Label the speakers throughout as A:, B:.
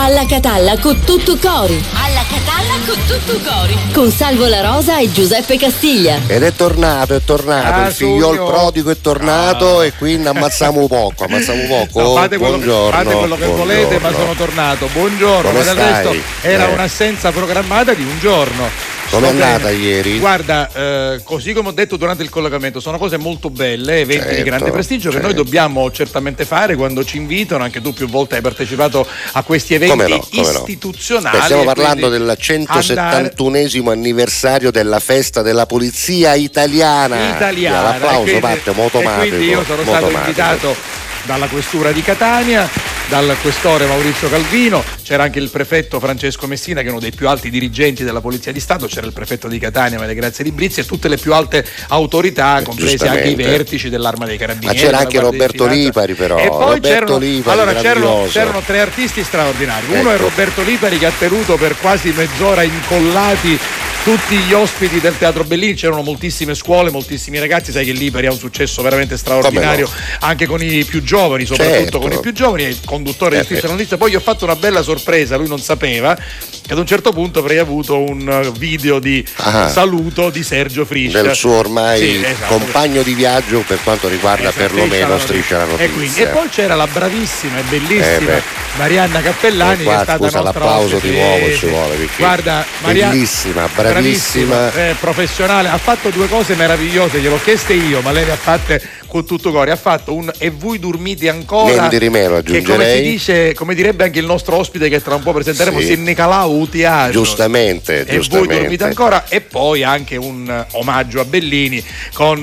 A: Alla Catalla con tutto cori. Alla Catalla con tutto cori. Con Salvo La Rosa e Giuseppe Castiglia.
B: Ed è tornato, il figliol prodigo è tornato e quindi ammazziamo poco.
C: No, fate quello che volete, ma sono tornato. Buongiorno, ma del resto era un'assenza programmata di un giorno.
B: Com'è andata ieri?
C: Guarda, così come ho detto durante il collegamento, sono cose molto belle, eventi di grande prestigio che noi dobbiamo certamente fare quando ci invitano. Anche tu più volte hai partecipato a questi eventi istituzionali.
B: Stiamo parlando del 171esimo anniversario della festa della polizia italiana. L'applauso parte automatico.
C: E quindi io sono stato invitato dalla questura di Catania, dal questore Maurizio Calvino, c'era anche il prefetto Francesco Messina, che è uno dei più alti dirigenti della Polizia di Stato, c'era il prefetto di Catania, Maria Grazia Librizzi, e tutte le più alte autorità, compresi anche i vertici dell'Arma dei Carabinieri.
B: Ma c'era anche Roberto Lipari, però.
C: E poi
B: c'erano
C: tre artisti straordinari. Uno è Roberto Lipari, che ha tenuto per quasi mezz'ora incollati tutti gli ospiti del Teatro Bellini. C'erano moltissime scuole, moltissimi ragazzi. Sai che Lipari ha un successo veramente straordinario anche con i più giovani, soprattutto con i più giovani. È il conduttore di Striscia la Notizia. Poi gli ho fatto una bella sorpresa, lui non sapeva che ad un certo punto avrei avuto un video di saluto di Sergio Friscia,
B: del suo ormai compagno di viaggio per quanto riguarda perlomeno Striscia la Notizia.
C: E poi c'era la bravissima e bellissima Marianna Cappellani, che è stata nostra
B: l'applauso di nuovo ci vuole, perché
C: guarda,
B: bellissima, bravissima,
C: professionale, ha fatto due cose meravigliose, gliel'ho chieste io, ma lei le ha fatte con tutto cuore. Ha fatto un "e voi dormite ancora",
B: di rimeno,
C: che come si dice, come direbbe anche il nostro ospite che tra un po' presenteremo, si Nicolau Tiaggio,
B: giustamente,
C: e voi dormite ancora. E poi anche un omaggio a Bellini con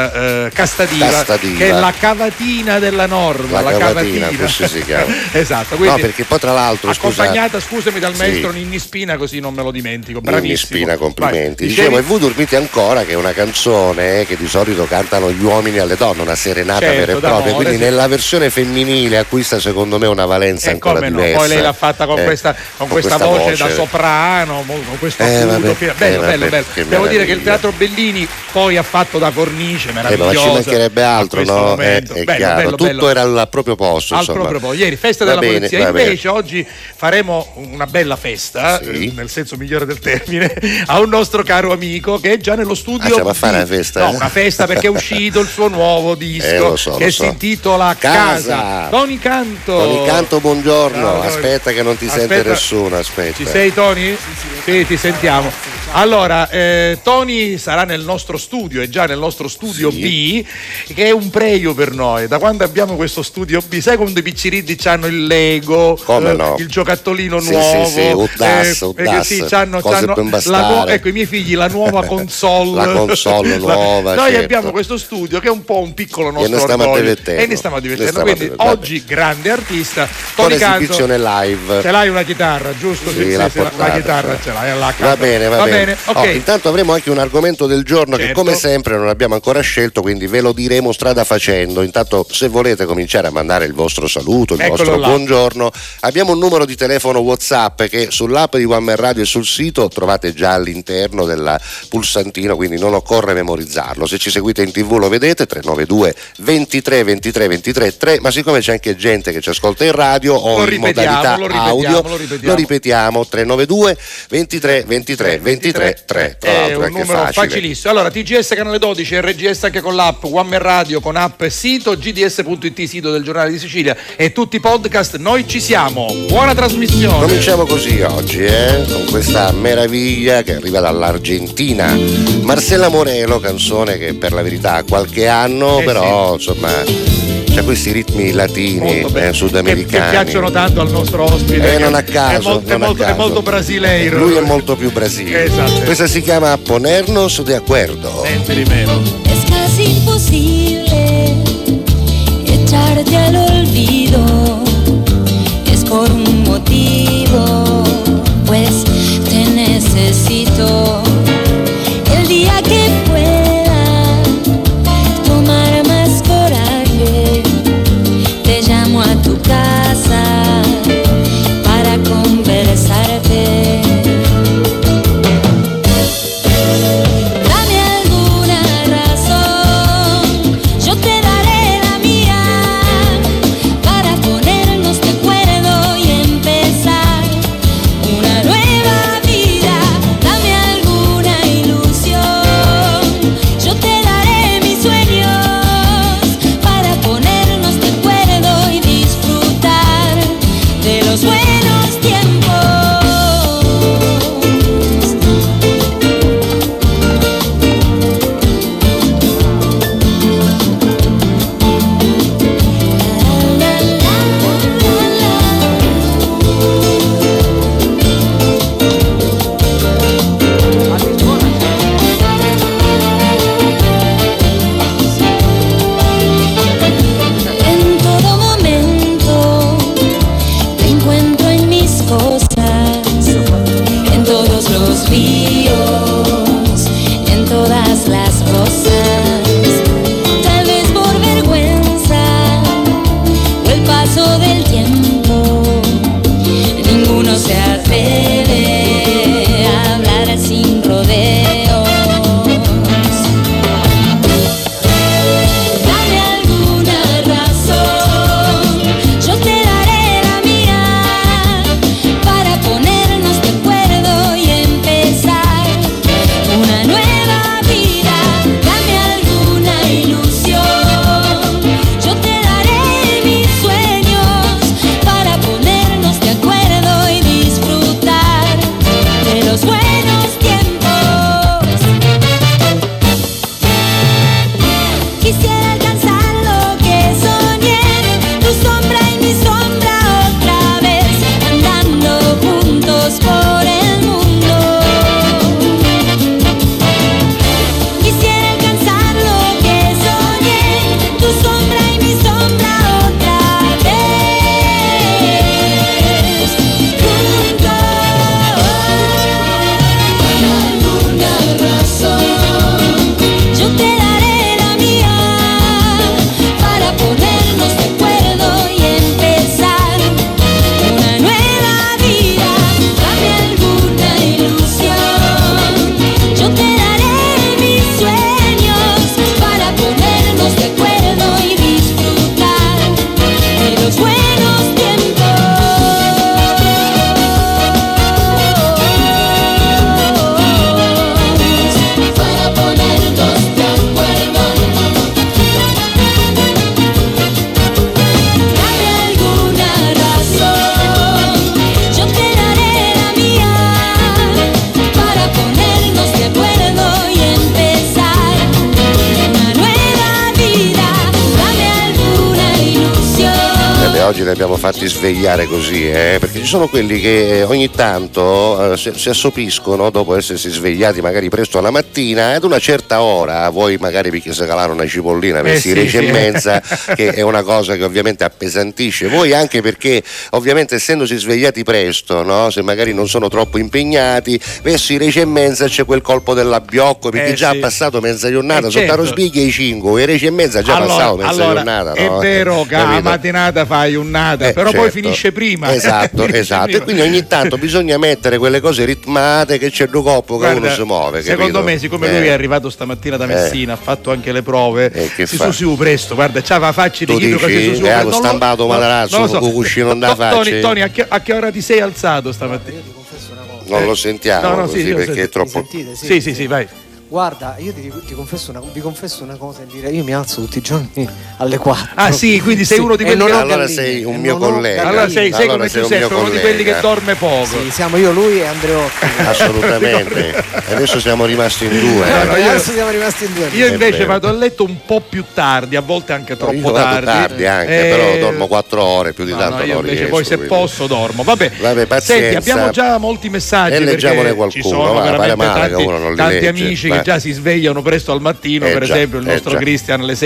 C: Castadiva, che è la cavatina della Norma, la cavatina
B: così si chiama.
C: Esatto,
B: no, perché poi tra l'altro
C: accompagnata, scusami, dal maestro Ninni Spina, così non me lo dimentico, bravissimo.
B: Ninni Spina, complimenti. Dicevo, "e voi dormite ancora", che è una canzone che di solito cantano gli uomini alle donne, una serenata vera e propria, quindi nella versione femminile acquista secondo me una valenza ancora diversa.
C: Poi lei l'ha fatta con questa voce da soprano, con questo acuto, bello. Devo dire che il Teatro Bellini poi ha fatto da cornice meravigliosa.
B: Ma ci mancherebbe altro, no? È chiaro, tutto era al proprio posto.
C: Al proprio posto. Ieri festa della polizia, invece oggi faremo una bella festa, nel senso migliore del termine, a un nostro caro amico che è già nello studio.
B: Stiamo a fare una festa?
C: No, una festa perché è uscito il suo nuovo disco che si intitola Casa. Tony Canto,
B: buongiorno. Ciao, aspetta che non ti sente nessuno, aspetta.
C: Ci sei, Tony? Sì, ti sentiamo. Allora, Tony sarà nel nostro studio, è già nel nostro studio B, che è un pregio per noi. Da quando abbiamo questo studio B, sai quando i picciriddi hanno il Lego, il giocattolino nuovo, ecco, i miei figli la nuova console,
B: la console nuova.
C: Noi abbiamo questo studio che è un po' un piccolo nostro orgoglio e ne stiamo divertendo. Quindi oggi grande artista, Tony Canto.
B: Esibizione live.
C: Ce l'hai una chitarra, giusto?
B: La
C: chitarra ce l'hai alla
B: Va bene.
C: Okay.
B: Intanto avremo anche un argomento del giorno che come sempre non abbiamo ancora scelto, quindi ve lo diremo strada facendo. Intanto, se volete cominciare a mandare il vostro saluto, il vostro buongiorno, abbiamo un numero di telefono WhatsApp che sull'app di One Man Radio e sul sito trovate già all'interno del pulsantino, quindi non occorre memorizzarlo. Se ci seguite in TV lo vedete, 392 23 23 23 3, ma siccome c'è anche gente che ci ascolta in radio o in modalità audio, lo ripetiamo 392 23 23 23 3.
C: È un numero facilissimo. Allora, TGS canale 12, RGS anche con l'app, One Man Radio con app e sito, gds.it, sito del Giornale di Sicilia, e tutti i podcast. Noi ci siamo. Buona trasmissione.
B: Cominciamo così oggi, con questa meraviglia che arriva dall'Argentina, Marcela Morelo, canzone che per la verità ha qualche anno, però insomma c'ha questi ritmi latini, sudamericani,
C: che piacciono tanto al nostro ospite,
B: non a caso,
C: è molto brasileiro.
B: Lui è molto più brasile.
C: Esatto.
B: Questa si chiama Ponernos de Acuerdo.
C: Primero.
D: Es casi imposible echarte al olvido. Es por un motivo, pues te necesito. El día que pueda tomar más coraje, te llamo a tu casa para conversarte.
E: Para ponernos de acuerdo y
D: cosas, en todos los ríos, en todas las rosas. Tal vez por vergüenza o el paso del tiempo, ninguno se atreve a hablar sin rodeos.
B: Oggi li abbiamo fatti svegliare così, perché ci sono quelli che ogni tanto si assopiscono dopo essersi svegliati magari presto alla mattina ad una certa ora, voi magari perché si calano una cipollina verso le 10:30, che è una cosa che ovviamente appesantisce voi, anche perché ovviamente essendosi svegliati presto, no? Se magari non sono troppo impegnati, verso i 10:30 c'è quel colpo dell'abbiocco, perché già ha passato mezza giornata, sono certo. Svegli ai 5, e 10:30 già passato mezza giornata, no?
C: È vero che la mattinata fai unnata, però certo. Poi finisce prima.
B: Esatto, esatto. Prima. E quindi ogni tanto bisogna mettere quelle cose ritmate che c'è due coppo che uno si muove.
C: Secondo me, siccome lui è arrivato stamattina da Messina, ha fatto anche le prove, si presto, guarda, c'aveva facci di chilo che si
B: ho stampato materasso con cuscino da faccia.
C: Tony, a che ora ti sei alzato stamattina?
B: Io ti confesso una cosa. Non lo sentiamo così perché è troppo.
C: Sì, vai.
E: Guarda, io vi confesso una cosa, io mi alzo tutti i giorni alle 4.
C: Ah sì, quindi sei uno di quelli che
B: allora sei un mio collega.
C: Allora sei come Giuseppe, uno di quelli che dorme poco.
E: Sì, siamo io, lui e Andreotti.
B: Assolutamente. Adesso siamo rimasti in due.
E: Adesso siamo rimasti in due.
C: Io invece vado a letto un po' più tardi, a volte anche troppo tardi
B: anche, però dormo 4 ore, più di tanto
C: io
B: non
C: invece
B: riesco.
C: Poi se posso dormo. Vabbè,
B: pazienza.
C: Senti, abbiamo già molti messaggi,
B: e leggiamone
C: perché
B: qualcuno,
C: ci sono veramente tanti amici
B: che
C: già si svegliano presto al mattino, per esempio il nostro Cristian alle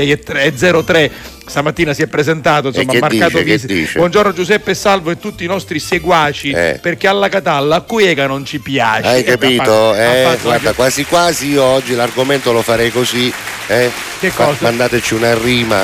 C: 6:03 stamattina si è presentato, insomma, ha marcato visita. Buongiorno Giuseppe, salvo e tutti i nostri seguaci, perché alla Catalla a Cuega non ci piace.
B: Hai capito? Guarda, quasi quasi io oggi l'argomento lo farei così.
C: Che cosa?
B: Mandateci una rima,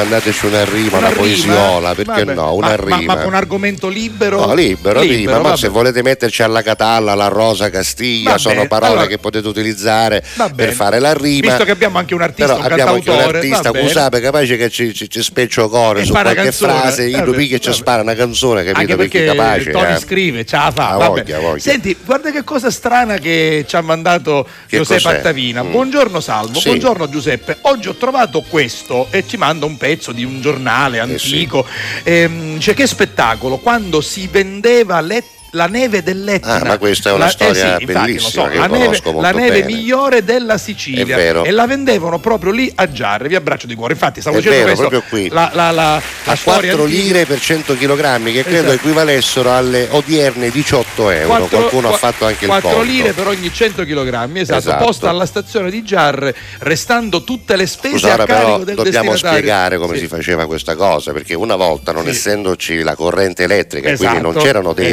B: una poesiola, perché no? Una rima.
C: Ma con argomento libero?
B: No, libero, ma se volete metterci alla Catalla, la Rosa Castiglia, sono parole che potete utilizzare per fare la rima.
C: Visto che abbiamo anche un artista,
B: però abbiamo anche un artista Cusape capace che ci speccio core su qualche frase, io che ci spara una canzone, capito?
C: Anche perché
B: capace,
C: Tony scrive, ce la fa.
B: Voglia.
C: Senti, guarda che cosa strana che ci ha mandato Giuseppe Attavina. Buongiorno Salvo, buongiorno Giuseppe. Oggi ho trovato questo e ci manda un pezzo di un giornale antico. Cioè, che spettacolo, quando si vendeva la neve dell'Etna.
B: Ma questa è una storia bellissima,
C: infatti,
B: che conosco molto
C: la neve
B: bene.
C: Migliore della Sicilia,
B: è vero.
C: E la vendevano proprio lì a Giarre, vi abbraccio di cuore. Infatti stavo dicendo questo,
B: proprio qui
C: la
B: a 4 lire per 100 kg, che credo equivalessero alle odierne 18 euro. Qualcuno ha fatto anche il conto.
C: 4 lire per ogni 100 kg, esatto. Posta alla stazione di Giarre, restando tutte le spese a carico del
B: dobbiamo
C: destinatario.
B: Spiegare come si faceva questa cosa, perché una volta, non essendoci la corrente elettrica, quindi non c'erano dei refrigeratori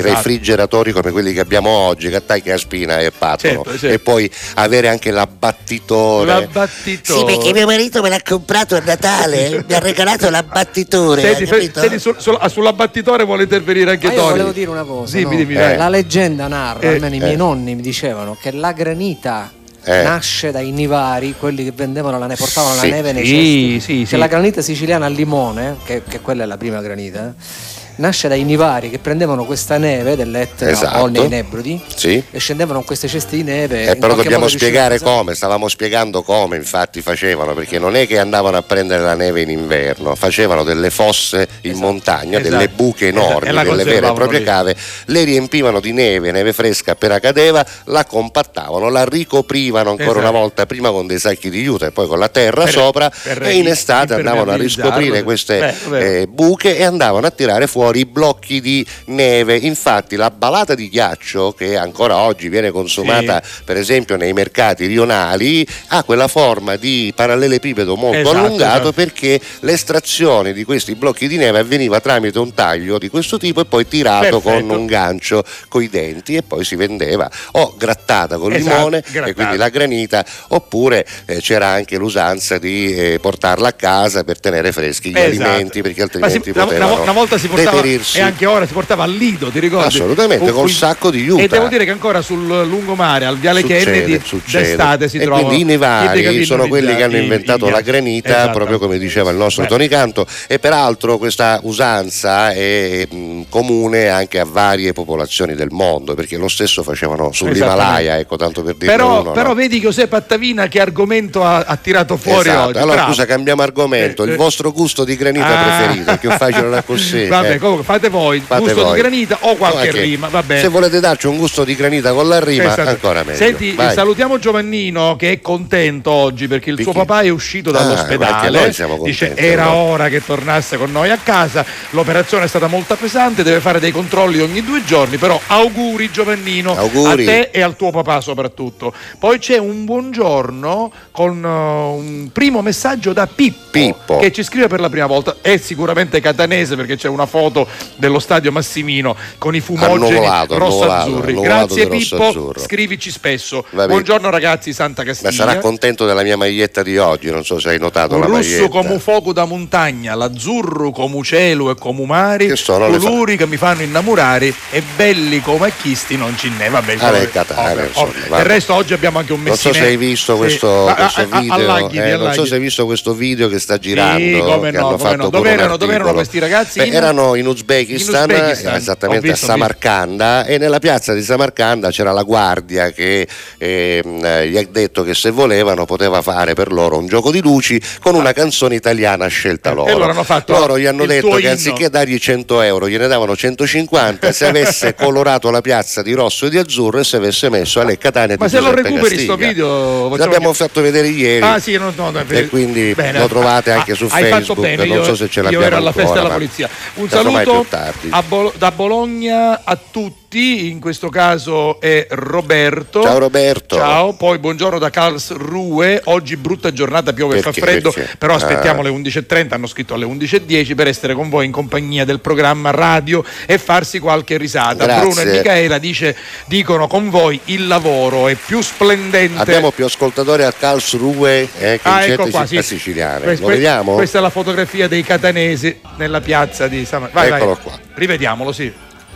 B: refrigeratori come quelli che abbiamo oggi, che attacchi a spina e pattono, certo. E poi avere anche l'abbattitore.
F: Sì, perché mio marito me l'ha comprato a Natale, mi ha regalato l'abbattitore.
C: Senti, sull'abbattitore vuole intervenire anche Tony.
E: Io volevo dire una cosa,
C: dimmi.
E: La leggenda narra, almeno i miei nonni mi dicevano, che la granita nasce dai nivari, quelli che vendevano portavano la neve nei cesti. Che la granita siciliana al limone, che quella è la prima granita, nasce dai nivari che prendevano questa neve dell'Etna o nei Nebrodi e scendevano con queste ceste di neve.
B: Però dobbiamo spiegare come, stavamo spiegando come infatti facevano, perché non è che andavano a prendere la neve in inverno, facevano delle fosse in montagna, delle buche enormi, delle vere e proprie cave, le riempivano di neve fresca appena cadeva, la compattavano, la ricoprivano ancora una volta, prima con dei sacchi di juta e poi con la terra sopra, e in estate andavano a riscoprire queste buche e andavano a tirare fuori i blocchi di neve. Infatti la balata di ghiaccio, che ancora oggi viene consumata per esempio nei mercati rionali, ha quella forma di parallelepipedo molto allungato, perché l'estrazione di questi blocchi di neve avveniva tramite un taglio di questo tipo e poi tirato con un gancio coi denti, e poi si vendeva o grattata con limone e quindi la granita, oppure c'era anche l'usanza di portarla a casa per tenere freschi gli alimenti, perché altrimenti potevano
C: una volta si portava, e anche ora si portava al lido, ti ricordi?
B: Assolutamente, col sacco di juta.
C: E devo dire che ancora sul lungomare, al Viale Kennedy, d'estate si trovano.
B: Quindi i nevari sono quelli che hanno inventato la granita, proprio come diceva il nostro Tony Canto, e peraltro questa usanza è comune anche a varie popolazioni del mondo, perché lo stesso facevano sull'Himalaya, ecco, tanto per dire.
C: Però vedi Giuseppe Attavina che argomento ha tirato fuori oggi.
B: Allora scusa, cambiamo argomento. Il vostro gusto di granita preferito, più facile non è così.
C: Vabbè, fate voi, gusto di granita o qualche rima, va bene.
B: Se volete darci un gusto di granita con la rima, ancora meglio.
C: Senti, salutiamo Giovannino che è contento oggi perché il suo papà è uscito dall'ospedale.
B: Noi siamo contenti,
C: dice era ora che tornasse con noi a casa, l'operazione è stata molto pesante, deve fare dei controlli ogni 2 giorni, però auguri Giovannino, a te e al tuo papà soprattutto. Poi c'è un buongiorno con un primo messaggio da Pippo, che ci scrive per la prima volta, è sicuramente catanese perché c'è una foto dello stadio Massimino con i fumogeni rosso-azzurri. Grazie Pippo, scrivici spesso. Buongiorno ragazzi, Santa Castiglia.
B: Ma sarà contento della mia maglietta di oggi, non so se hai notato la maglietta.
C: Russo come fuoco da montagna, l'azzurro come cielo e come mari, colori che mi fanno innamorare e belli come acchisti non ci ne va bene. Il resto oggi abbiamo anche un messaggio.
B: Non so se hai visto questo video. Non so se hai visto questo video che sta girando.
C: Dove erano questi ragazzi?
B: Erano in Uzbekistan, esattamente a Samarcanda, e nella piazza di Samarcanda c'era la guardia che gli ha detto che se volevano poteva fare per loro un gioco di luci con una canzone italiana scelta loro.
C: E
B: loro gli hanno detto che anziché dargli 100 euro gliene davano 150 se avesse colorato la piazza di rosso e di azzurro e se avesse messo alle Catania.
C: Ma se lo recuperi sto video
B: l'abbiamo fatto vedere ieri e quindi lo trovate anche su Facebook. Non so se ce l'abbiamo.
C: Io ero alla festa della polizia. Un saluto da Bologna a tutti, in questo caso è Roberto.
B: Ciao Roberto.
C: Ciao, poi buongiorno da Karlsruhe. Oggi brutta giornata, piove e fa freddo, però aspettiamo le 11.30, hanno scritto alle 11.10 per essere con voi in compagnia del programma radio e farsi qualche risata.
B: Grazie.
C: Bruno e Michaela dicono con voi il lavoro è più splendente.
B: Abbiamo più ascoltatori a Karlsruhe che in certe città siciliane. Lo vediamo?
C: Questa è la fotografia dei catanesi nella piazza di Samarcanda.
B: Eccolo qua.
C: Rivediamolo, sì.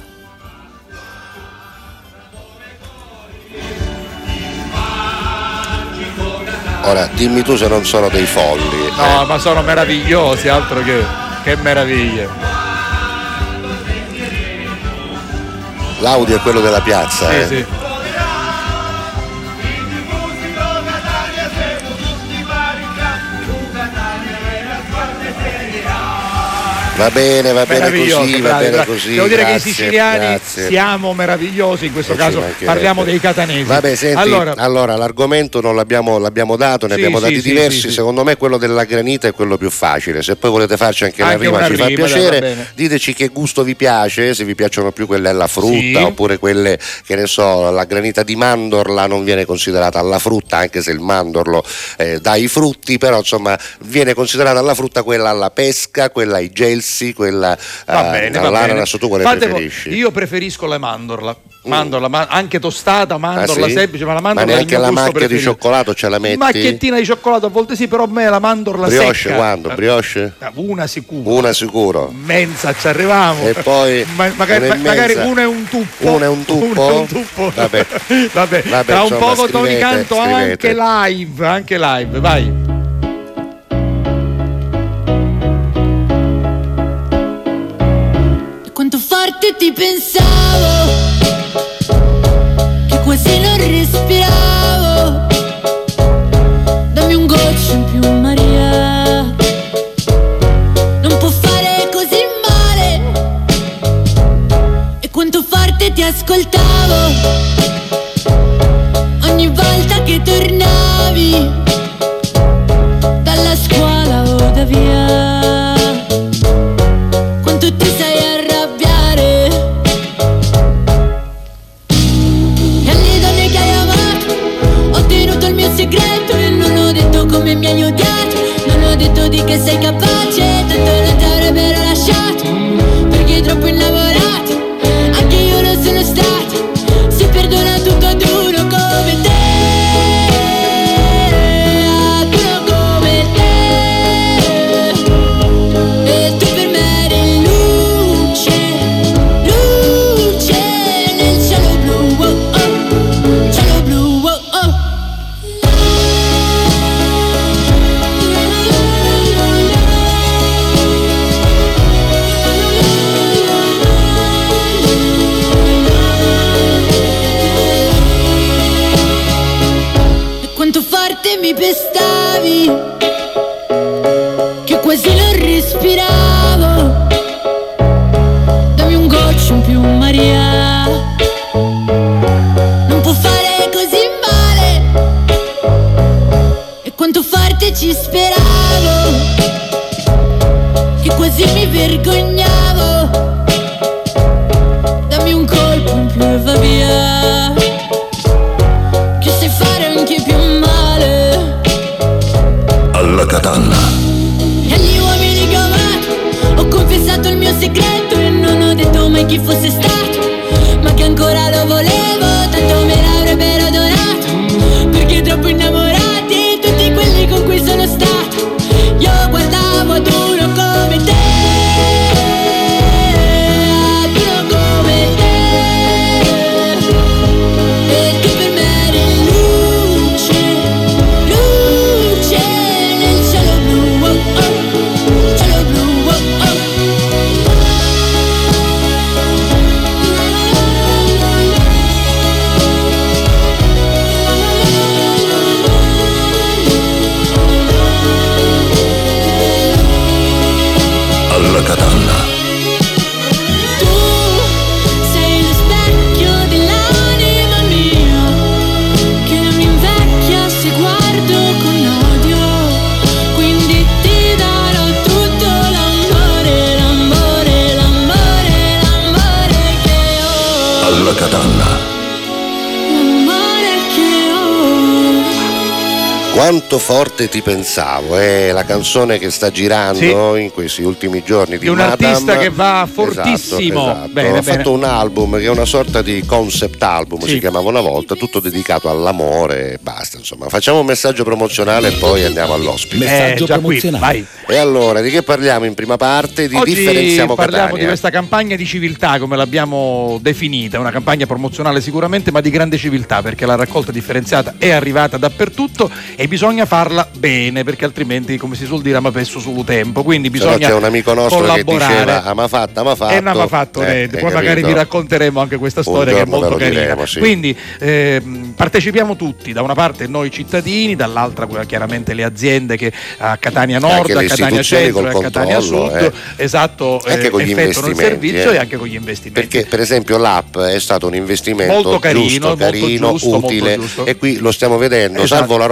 B: Ora dimmi tu se non sono dei folli.
C: No, ma sono meravigliosi, altro che meraviglie.
B: L'audio è quello della piazza.
C: Sì.
B: Va bene così.
C: Devo dire che i siciliani siamo meravigliosi, in questo caso parliamo dei catanesi.
B: Vabbè, senti, allora l'argomento non l'abbiamo dato, ne abbiamo dati diversi. Secondo me quello della granita è quello più facile. Se poi volete farci anche la rima ci fa piacere. Diteci che gusto vi piace, se vi piacciono più quelle alla frutta oppure quelle, che ne so, la granita di mandorla non viene considerata alla frutta, anche se il mandorlo dà i frutti, però insomma viene considerata alla frutta quella alla pesca, quella ai gelsi, pezzi, quella
C: all'ananas,
B: tu quale preferisci?
C: Io preferisco la mandorla. Anche tostata, mandorla semplice, ma la mandorla
B: ma neanche la macchia di cioccolato ce la metti?
C: Macchiettina di cioccolato a volte sì, però a me la mandorla
B: brioche
C: secca.
B: Quando? Brioche?
C: Una sicuro. Mensa ci arriviamo.
B: E poi
C: magari uno è un tuppo.
B: Uno è un tuppo? Vabbè.
C: Tra un poco Tony Canto anche live, vai.
D: Quanto forte ti pensavo, che quasi non respiravo. Dammi un goccio in più, Maria. Non può fare così male. E quanto forte ti ascoltavo ogni volta che tornavi dalla scuola o da via. Quanto ti sei arrabbiare. E alle donne che hai amato ho tenuto il mio segreto e non ho detto come mi hai odiato. Non ho detto di che sei capace, tanto non ti avrebbero lasciato, perché troppo innamorato anche io lo sono stato. Si perdona tutto ad uno come te, ad uno come te. E tu per me eri luce, luce nel cielo blu, oh oh, cielo blu, oh oh. E quanto forte mi pestavi, che quasi non respiravo. Dammi un goccio in più, Maria. Non può fare così male. E quanto forte ci speravo, che quasi mi vergognavo. Dammi un colpo in più e va via, che sai fare anche più male.
G: Alla Catalla.
D: E agli uomini che ho amato ho confessato il mio segreto e non ho detto mai chi fosse stato, ma che ancora lo volevo, tanto me l'avrebbero donato, perché troppo innamorati tutti quelli con cui sono stato. Io guardavo ad uno come te, ad uno come te. E tu per me eri luce, luce nel cielo blu, oh oh, cielo blu, oh oh.
G: Alla Catalla.
D: Tu sei lo specchio dell'anima mia, che non invecchia se guardo con odio. Quindi ti darò tutto l'amore, l'amore, l'amore, l'amore che ho.
G: Alla Catalla.
D: L'amore che ho.
B: Quanto forte ti pensavo, è la canzone che sta girando in questi ultimi giorni di
C: un
B: Madame.
C: artista che va fortissimo.
B: Esatto.
C: Bene,
B: ha fatto un album che è una sorta di concept album, si chiamava una volta, tutto dedicato all'amore e basta, insomma. Facciamo un messaggio promozionale e poi andiamo all'ospite.
G: Messaggio
C: già
G: promozionale.
C: Qui, vai.
B: E allora, di che parliamo in prima parte? Di
C: Oggi
B: Differenziamo
C: parliamo
B: Catania.
C: di questa campagna di civiltà, come l'abbiamo definita, una campagna promozionale sicuramente, ma di grande civiltà, perché la raccolta differenziata è arrivata dappertutto e bisogna farla bene, perché altrimenti, come si suol dire, ama pesso sul tempo. Quindi bisogna
B: c'è un amico nostro
C: collaborare.
B: che diceva ama fatto.
C: E non ha fatto niente. Poi magari vi racconteremo anche questa storia che è molto carina.
B: Diremo, sì.
C: Quindi partecipiamo tutti, da una parte noi cittadini, dall'altra chiaramente le aziende che a Catania Nord, a Catania Centro e a Catania Sud esatto,
B: anche con gli
C: effettuano il servizio e anche con gli investimenti.
B: Perché per esempio l'app è stato un investimento
C: molto carino,
B: giusto, carino,
C: molto giusto,
B: utile,
C: molto giusto.
B: e qui lo stiamo vedendo,
C: Esatto.
B: salvo la rosa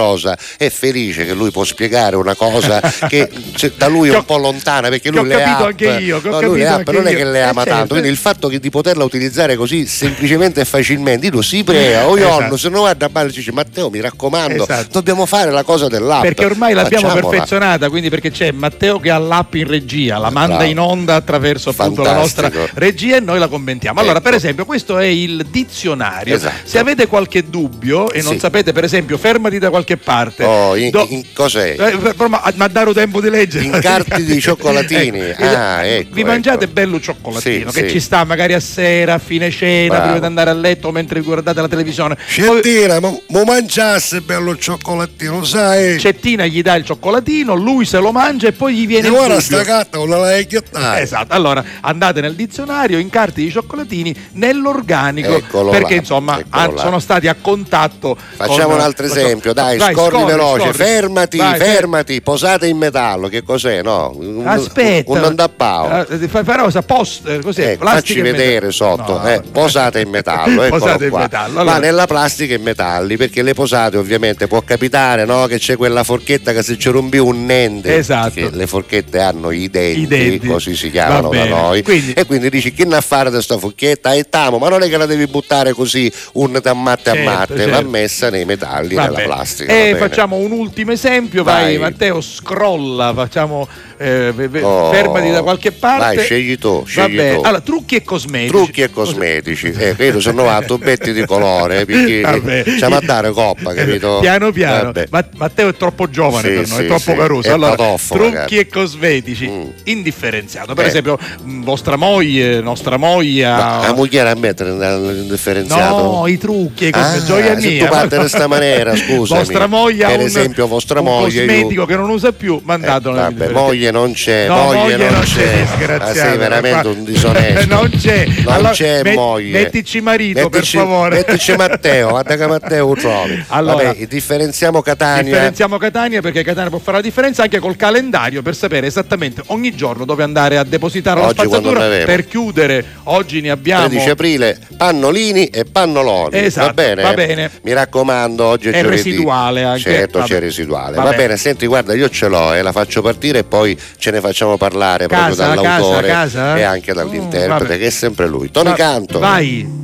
B: è felice che lui può spiegare una cosa che da lui è un po' lontana, perché lui le ha,
C: anche io,
B: lui le ha, non è che le ama tanto, quindi il fatto di poterla utilizzare così semplicemente e facilmente, io si prega, se non guarda male dice Matteo mi raccomando, dobbiamo fare la cosa dell'app,
C: perché ormai l'abbiamo perfezionata, quindi perché c'è Matteo che ha l'app in regia, la manda in onda attraverso appunto la nostra regia e noi la commentiamo. Allora, per esempio, questo è il dizionario. Se avete qualche dubbio e non sapete, per esempio, fermati da qualche parte.
B: Cos'è?
C: Ma dare tempo di leggere.
B: Incarti di cioccolatini.
C: Vi mangiate bello cioccolatino che ci sta magari a sera, a fine cena, prima di andare a letto o mentre guardate la televisione.
H: Cettina, mo mangiasse bello cioccolatino, sai?
C: Cettina gli dà il cioccolatino, lui se lo mangia e poi gli viene
H: il dubbio. Ora sta gatta non la lei chiottare.
C: Esatto, allora andate nel dizionario, incarti di cioccolatini nell'organico, perché insomma sono stati a contatto.
B: Facciamo un altro esempio, dai, scorri veloce. Fermati, posate in metallo, che cos'è? No,
C: aspetta,
B: un andappao.
C: Cos'è?
B: Facci vedere sotto, posate in metallo,
C: posate in metallo.
B: Allora, ma nella plastica e metalli, perché le posate ovviamente può capitare, no, che c'è quella forchetta che se ci rompi un nente,
C: esatto,
B: le forchette hanno i denti, così si chiamano da noi, e quindi dici che ne ha fare da sta forchetta e tamo, ma non è che la devi buttare così un tammate va messa nei metalli, nella plastica.
C: E facciamo un ultimo esempio, vai Matteo, scrolla, facciamo fermati da qualche parte.
B: Vai, scegli tu.
C: Allora, trucchi e cosmetici.
B: Credo sono 9 tubetti di colore, perché stiamo a dare coppa, capito?
C: Piano. Matteo è troppo giovane per noi, è troppo caruso. Allora, trucchi e cosmetici indifferenziato. Per esempio, vostra moglie, nostra moglie.
B: La moglie a mettere nel differenziato?
C: No, i trucchi e cosmetici. Gioia mia.
B: Se tu parti in questa maniera, scusami.
C: Vostra moglie ha
B: un
C: cosmetico che non usa più, mandatelo nel differenziato.
B: Moglie non c'è, moglie non c'è. Sei veramente un disonesto.
C: Non c'è.
B: Non c'è moglie.
C: Mettici marito, per favore.
B: Mettici Matteo, guarda che Matteo trovi.
C: Allora,
B: differenziamo Catania perché
C: Catania può fare la differenza anche col calendario per sapere esattamente ogni giorno dove andare a depositare la spazzatura per chiudere. Oggi ne abbiamo
B: 13 aprile, pannolini e pannoloni.
C: Esatto, va bene.
B: Mi raccomando, oggi è giovedì.
C: Residuale anche.
B: Certo, c'è residuale. Va bene, senti, guarda, io ce l'ho la faccio partire e poi ce ne facciamo parlare proprio dall'autore e anche dall'interprete, che è sempre lui. Tony Canto.
C: Vai.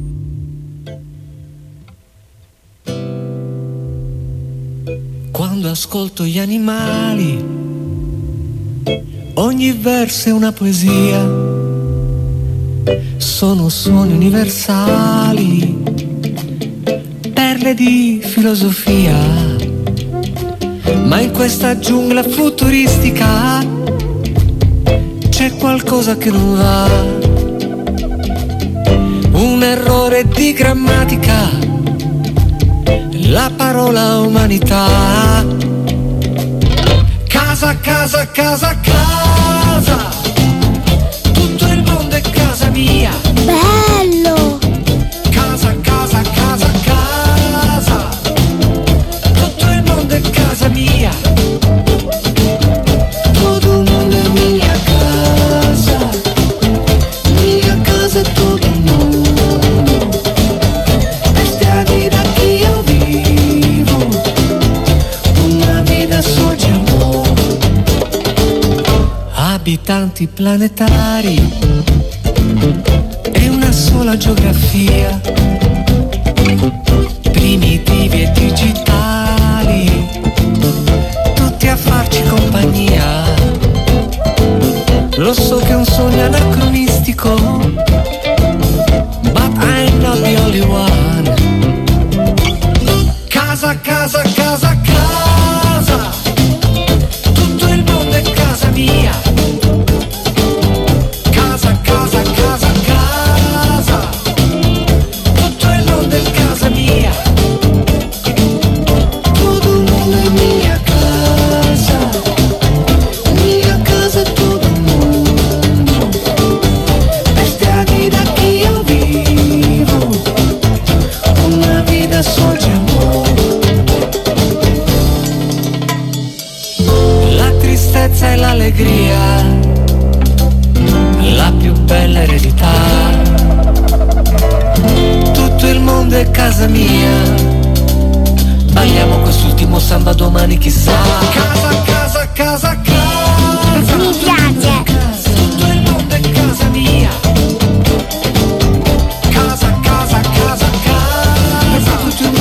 I: Quando ascolto gli animali, ogni verso è una poesia, sono suoni universali, perle di filosofia, ma in questa giungla futuristica c'è qualcosa che non va, un errore di grammatica, la parola umanità. Casa, casa, casa, casa, tutto il mondo è casa mia.
J: Bello!
I: Casa, casa, casa, casa, tutto il mondo è casa mia. Todo il mondo è mia casa è todo il mondo. Questa è la vita che io vivo, una vita sola amore. Abitanti planetari e una sola geografia, primitivi e digitali, tutti a farci compagnia. Lo so che è un sogno anacronistico, but I'm not the only one. Casa, casa, casa, casa, tutto il mondo è casa mia. Casa, casa, casa, casa, tutto il mondo è casa mia. Tutto il mondo è mia casa è tutto il mondo. Questa è la vita che io vivo, una vita sola amore. La tristezza e l'allegria, la più bella eredità. Tutto il mondo è casa mia, balliamo quest'ultima l'ultimo samba domani chissà. Casa, casa, casa, casa.
J: Mi piace.
I: Tutto il mondo è casa mia. Casa, casa, casa, casa. Tutto il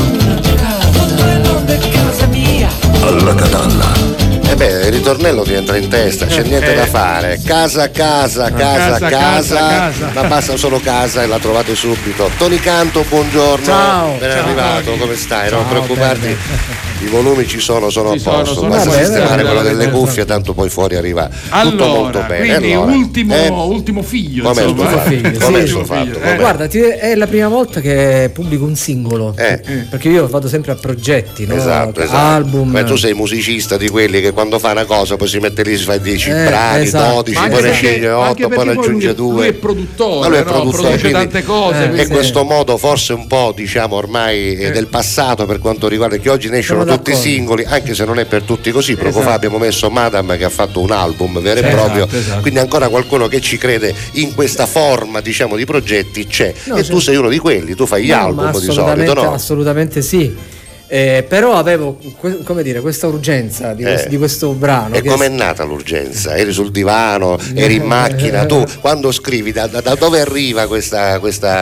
I: mondo è casa mia.
G: Alla Catalla.
B: Il ritornello ti entra in testa, c'è niente da fare. Casa, casa, casa, ma basta solo casa e la trovate subito. Tony Canto, buongiorno.
E: Ciao.
B: Ben arrivato, come stai?
E: Ciao,
B: Non preoccuparti,
E: bene.
B: I volumi ci sono a posto. Basta sistemare quello delle cuffie, tanto poi fuori arriva tutto molto bene.
C: Quindi ultimo figlio.
B: Com'è il tuo fatto?
E: Guarda, è la prima volta che pubblico un singolo, perché io vado sempre a progetti, no?
B: Esatto.
E: Album.
B: Ma tu sei musicista di quelli che quando fa una cosa poi si mette lì, si fa 10 brani, 12, poi ne sceglie 8, poi ne aggiunge 2.
C: Lui è produttore,
B: ma lui è produttore,
C: produce tante cose.
B: E questo modo forse un po', diciamo, ormai del passato per quanto riguarda che oggi ne escono tutti i singoli, anche se non è per tutti così. Poco fa abbiamo messo Madame che ha fatto un album vero e proprio, quindi ancora qualcuno che ci crede in questa forma, diciamo, di progetti c'è. Tu sei uno di quelli, tu fai gli album di solito, no?
E: Assolutamente sì. Però avevo, come dire, questa urgenza di questo brano.
B: E com'è nata l'urgenza? Eri sul divano, eri in macchina, tu quando scrivi da dove arriva questa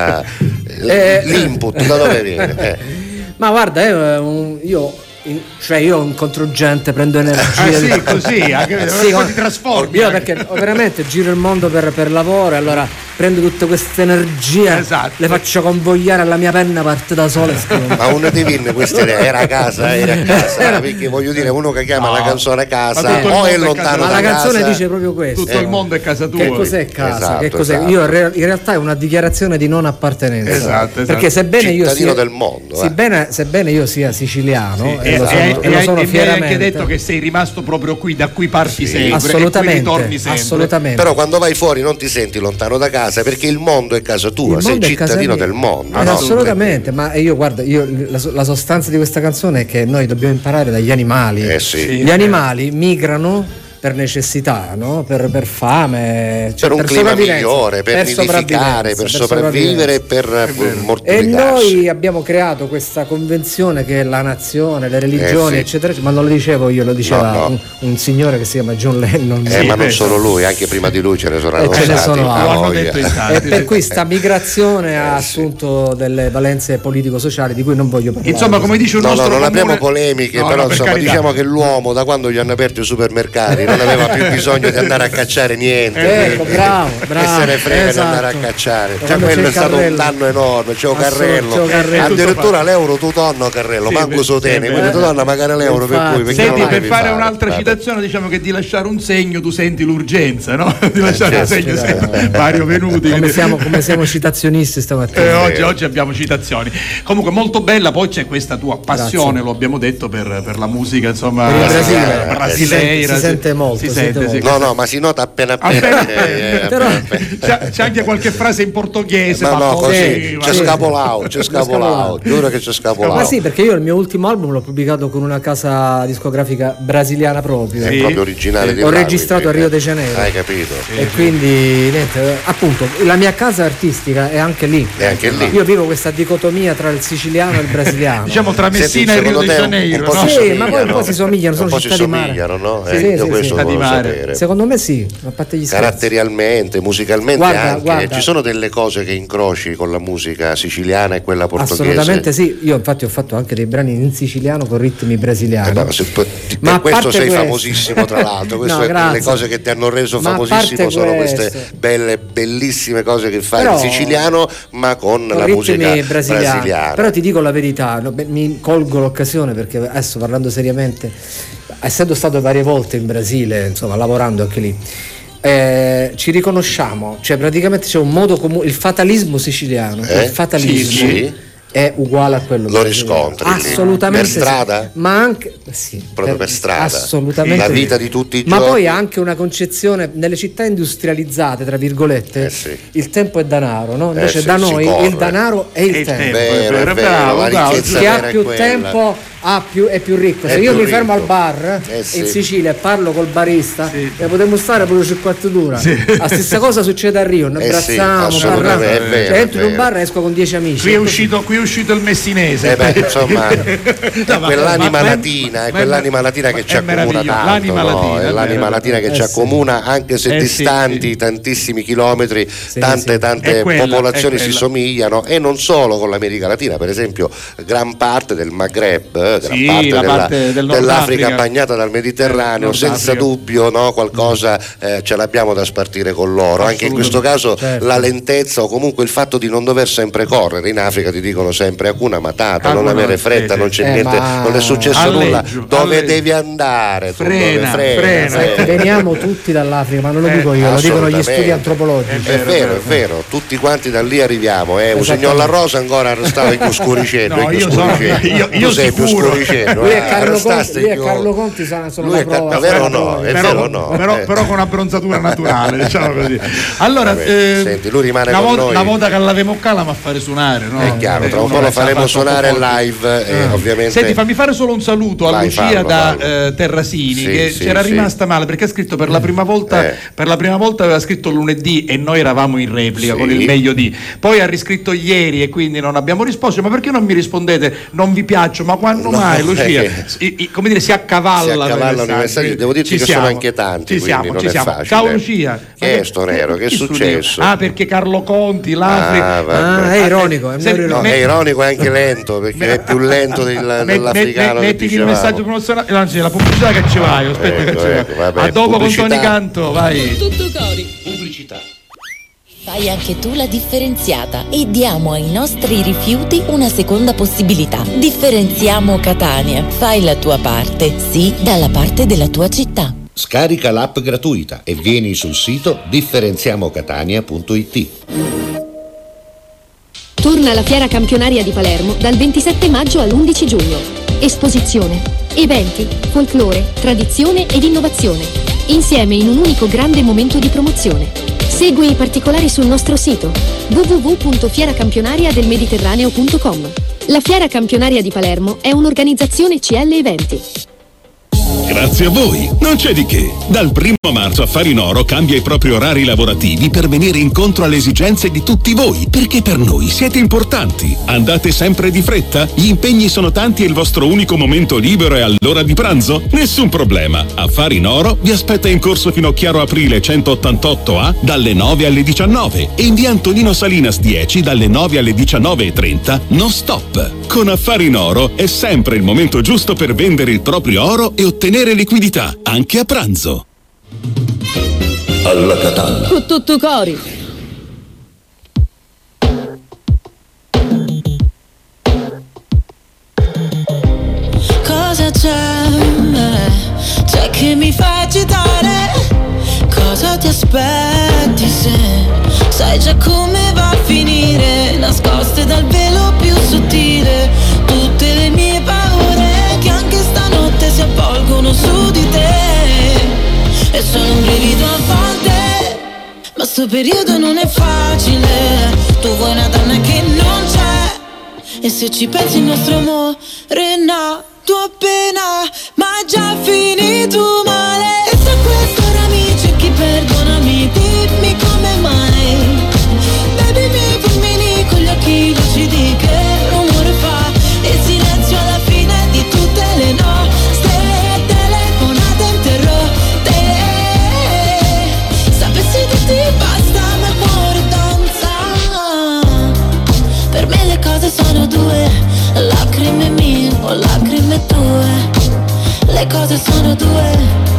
B: l'input, da dove viene?
E: Ma guarda, io incontro gente, prendo energia.
C: Così, anche ti trasformi.
E: Io perché veramente giro il mondo per lavoro, e allora prendo tutte queste energie, le faccio convogliare alla mia penna, parte da sola e scrivo.
B: Ma uno di vinne questa idea, era a casa, perché voglio dire, uno che chiama la canzone a casa o è lontano da casa.
E: Ma la canzone dice proprio questo.
C: Tutto il mondo è casa tua.
E: Che cos'è casa? Che cos'è? Io in realtà è una dichiarazione di non appartenenza. Esatto. Perché sebbene io sia
B: del mondo,
E: sebbene io sia siciliano,
C: e mi hai anche detto che sei rimasto proprio qui, da cui parti sempre,
E: assolutamente,
C: e qui ritorni sempre.
E: Assolutamente.
B: Però quando vai fuori non ti senti lontano da casa, perché il mondo è casa tua, sei cittadino del mondo.
E: Assolutamente, ma la sostanza di questa canzone è che noi dobbiamo imparare dagli animali. Gli animali migrano per necessità, no? per fame,
B: per un clima migliore, per nidificare, per sopravvivere e per moltiplicare.
E: E noi abbiamo creato questa convenzione che è la nazione, le religioni, eccetera, ma non lo dicevo io, lo diceva un signore che si chiama John Lennon.
B: Ma non solo lui, anche prima di lui ce ne sono
E: altri. E per cui sta migrazione ha assunto delle valenze politico-sociali di cui non voglio parlare.
C: Insomma, come dice un nostro
B: non apriamo polemiche, però insomma diciamo che l'uomo, da quando gli hanno aperto i supermercati, non aveva più bisogno di andare a cacciare niente.
E: Bravo.
B: Che se ne frega di andare a cacciare. Già quello è stato un danno enorme. C'è un carrello. Addirittura l'euro tu torna carrello, manco sotene, quindi tu torna magari l'euro per cui.
C: Senti, per fare un'altra citazione, diciamo che di lasciare un segno tu senti l'urgenza, no? Di lasciare un segno, Mario Venuti.
E: Come siamo citazionisti stamattina.
C: Oggi abbiamo citazioni. Comunque molto bella, poi c'è questa tua passione, lo abbiamo detto, per la musica, insomma, brasiliera.
E: Si sente molto.
B: No, ma si nota appena.
C: Però c'è anche qualche frase in portoghese.
B: No, così. C'è scapolao. Giuro che c'è scapolao.
E: Ma sì, perché io il mio ultimo album l'ho pubblicato con una casa discografica brasiliana proprio.
B: È proprio originale di
E: Ho registrato a Rio de Janeiro.
B: Hai capito?
E: E quindi niente, appunto, la mia casa artistica è anche lì. Io vivo questa dicotomia tra il siciliano e il brasiliano.
C: Diciamo tra Messina e Rio de Janeiro.
E: Sì, ma poi un po' si somigliano, sono città di mare.
B: No? Io questo non lo sapere.
E: Secondo me sì, a parte gli scherzi.
B: Caratterialmente, musicalmente guarda. Ci sono delle cose che incroci con la musica siciliana e quella portoghese.
E: Assolutamente sì, io infatti ho fatto anche dei brani in siciliano con ritmi brasiliani.
B: Ma questo sei famosissimo, tra l'altro. Queste le cose che ti hanno reso famosissimo sono queste bellissime cose che fai in siciliano, ma con la musica brasiliana.
E: Però ti dico la verità, mi colgo l'occasione perché adesso, parlando seriamente, essendo stato varie volte in Brasile, insomma, lavorando anche lì, ci riconosciamo, cioè praticamente c'è un modo comune, il fatalismo siciliano, il fatalismo è uguale a quello.
B: Lo riscontri
E: assolutamente
B: per strada?
E: Ma anche
B: proprio per strada,
E: assolutamente
B: la vita di tutti i giorni.
E: Ma poi anche una concezione nelle città industrializzate, tra virgolette, il tempo è denaro, no? Invece da noi il denaro è il tempo.
B: Vero,
E: chi ha più tempo è più ricco. Se io mi fermo al bar in Sicilia e parlo col barista, potremmo stare pure 50 d'ora. La stessa cosa succede a Rio, noi abbracciamo, parliamo. Entro in un bar e esco con 10 amici.
C: Qui è uscito il messinese.
B: Insomma, quell'anima latina, che ci accomuna tanto. È l'anima latina che ci accomuna, anche se distanti tantissimi chilometri, tante popolazioni si somigliano, e non solo con l'America Latina, per esempio gran parte del Maghreb, parte dell'Africa bagnata dal Mediterraneo, senza dubbio, no, qualcosa ce l'abbiamo da spartire con loro. Anche in questo caso la lentezza, o comunque il fatto di non dover sempre correre. In Africa ti dicono sempre Hakuna Matata, non avere fretta, non c'è niente, non è successo nulla. Dove devi andare?
C: Frena.
E: Veniamo tutti dall'Africa, ma non lo dico io, lo dicono gli studi antropologici.
B: È vero, tutti quanti da lì arriviamo. Un signor La Rosa ancora arrestava in Scuriceno. Io sei più Scuriceno.
E: Lui e Carlo Conti sono la prova.
C: Però con abbronzatura naturale, diciamo così. Allora,
B: senti, lui rimane con noi.
C: Una volta che l'avemo qua la fare suonare, no?
B: È chiaro, tra un po' lo faremo suonare live, ovviamente.
C: Senti, fammi fare solo un saluto a Lucia da Terrasini, che c'era rimasta male perché ha scritto per la prima volta aveva scritto lunedì e noi eravamo in replica con il meglio di. Poi ha riscritto ieri e quindi non abbiamo risposto. Ma perché non mi rispondete? Non vi piaccio? Ma quando mai, Lucia? Come dire, si accavallano
B: i messaggi. Devo dirti che sono anche tanti, quindi non è facile.
C: Ciao Lucia.
B: Che è sto nero? Che è successo?
C: Perché Carlo Conti, l'Africa.
E: È ironico,
B: è ironico e anche lento, perché è più lento dell'africano.
C: Mettiti il messaggio promozionale, la pubblicità che ci vai. Aspetta che ci vai. A dopo con Tony Canto, vai.
A: Tutto cori.
B: Pubblicità.
A: Fai anche tu la differenziata e diamo ai nostri rifiuti una seconda possibilità. Differenziamo Catania. Fai la tua parte, sì, dalla parte della tua città.
B: Scarica l'app gratuita e vieni sul sito differenziamocatania.it.
K: Torna la Fiera Campionaria di Palermo dal 27 maggio all'11 giugno. Esposizione, eventi, folklore, tradizione ed innovazione. Insieme in un unico grande momento di promozione. Segui i particolari sul nostro sito www.fieracampionariadelmediterraneo.com. La Fiera Campionaria di Palermo è un'organizzazione CL Eventi.
L: Grazie a voi, non c'è di che. Dal 1 marzo Affari in Oro cambia i propri orari lavorativi per venire incontro alle esigenze di tutti voi, perché per noi siete importanti. Andate sempre di fretta? Gli impegni sono tanti e il vostro unico momento libero è all'ora di pranzo? Nessun problema. Affari in Oro vi aspetta in corso Finocchiaro Aprile 188A dalle 9 alle 19 e in via Antonino Salinas 10 dalle 9 alle 19:30 non stop. Con Affari in Oro è sempre il momento giusto per vendere il proprio oro e ottenere liquidità, anche a pranzo.
G: Alla Catalla.
A: Con tutto cori.
D: Cosa c'è? C'è che mi fa agitare? Cosa ti aspetti se sai già come va a finire? Nascoste dal velo più sottile tutte le mie paure che anche stanotte si avvolgono su di te. E sono un brivido a volte, ma sto periodo non è facile. Tu vuoi una donna che non c'è, e se ci pensi il nostro amore è nato appena, ma è già finito male. E se questo ora mi cerchi, perdonami, dimmi come mai. Baby, mi fulmini con gli occhi lucidi, che rumore fa il silenzio alla fine di tutte le nostre telefonate interrotte. Sapessi dirti basta, ma il cuore danza. Per me le cose sono due, lacrime mie o lacrime tue. Le cose sono due,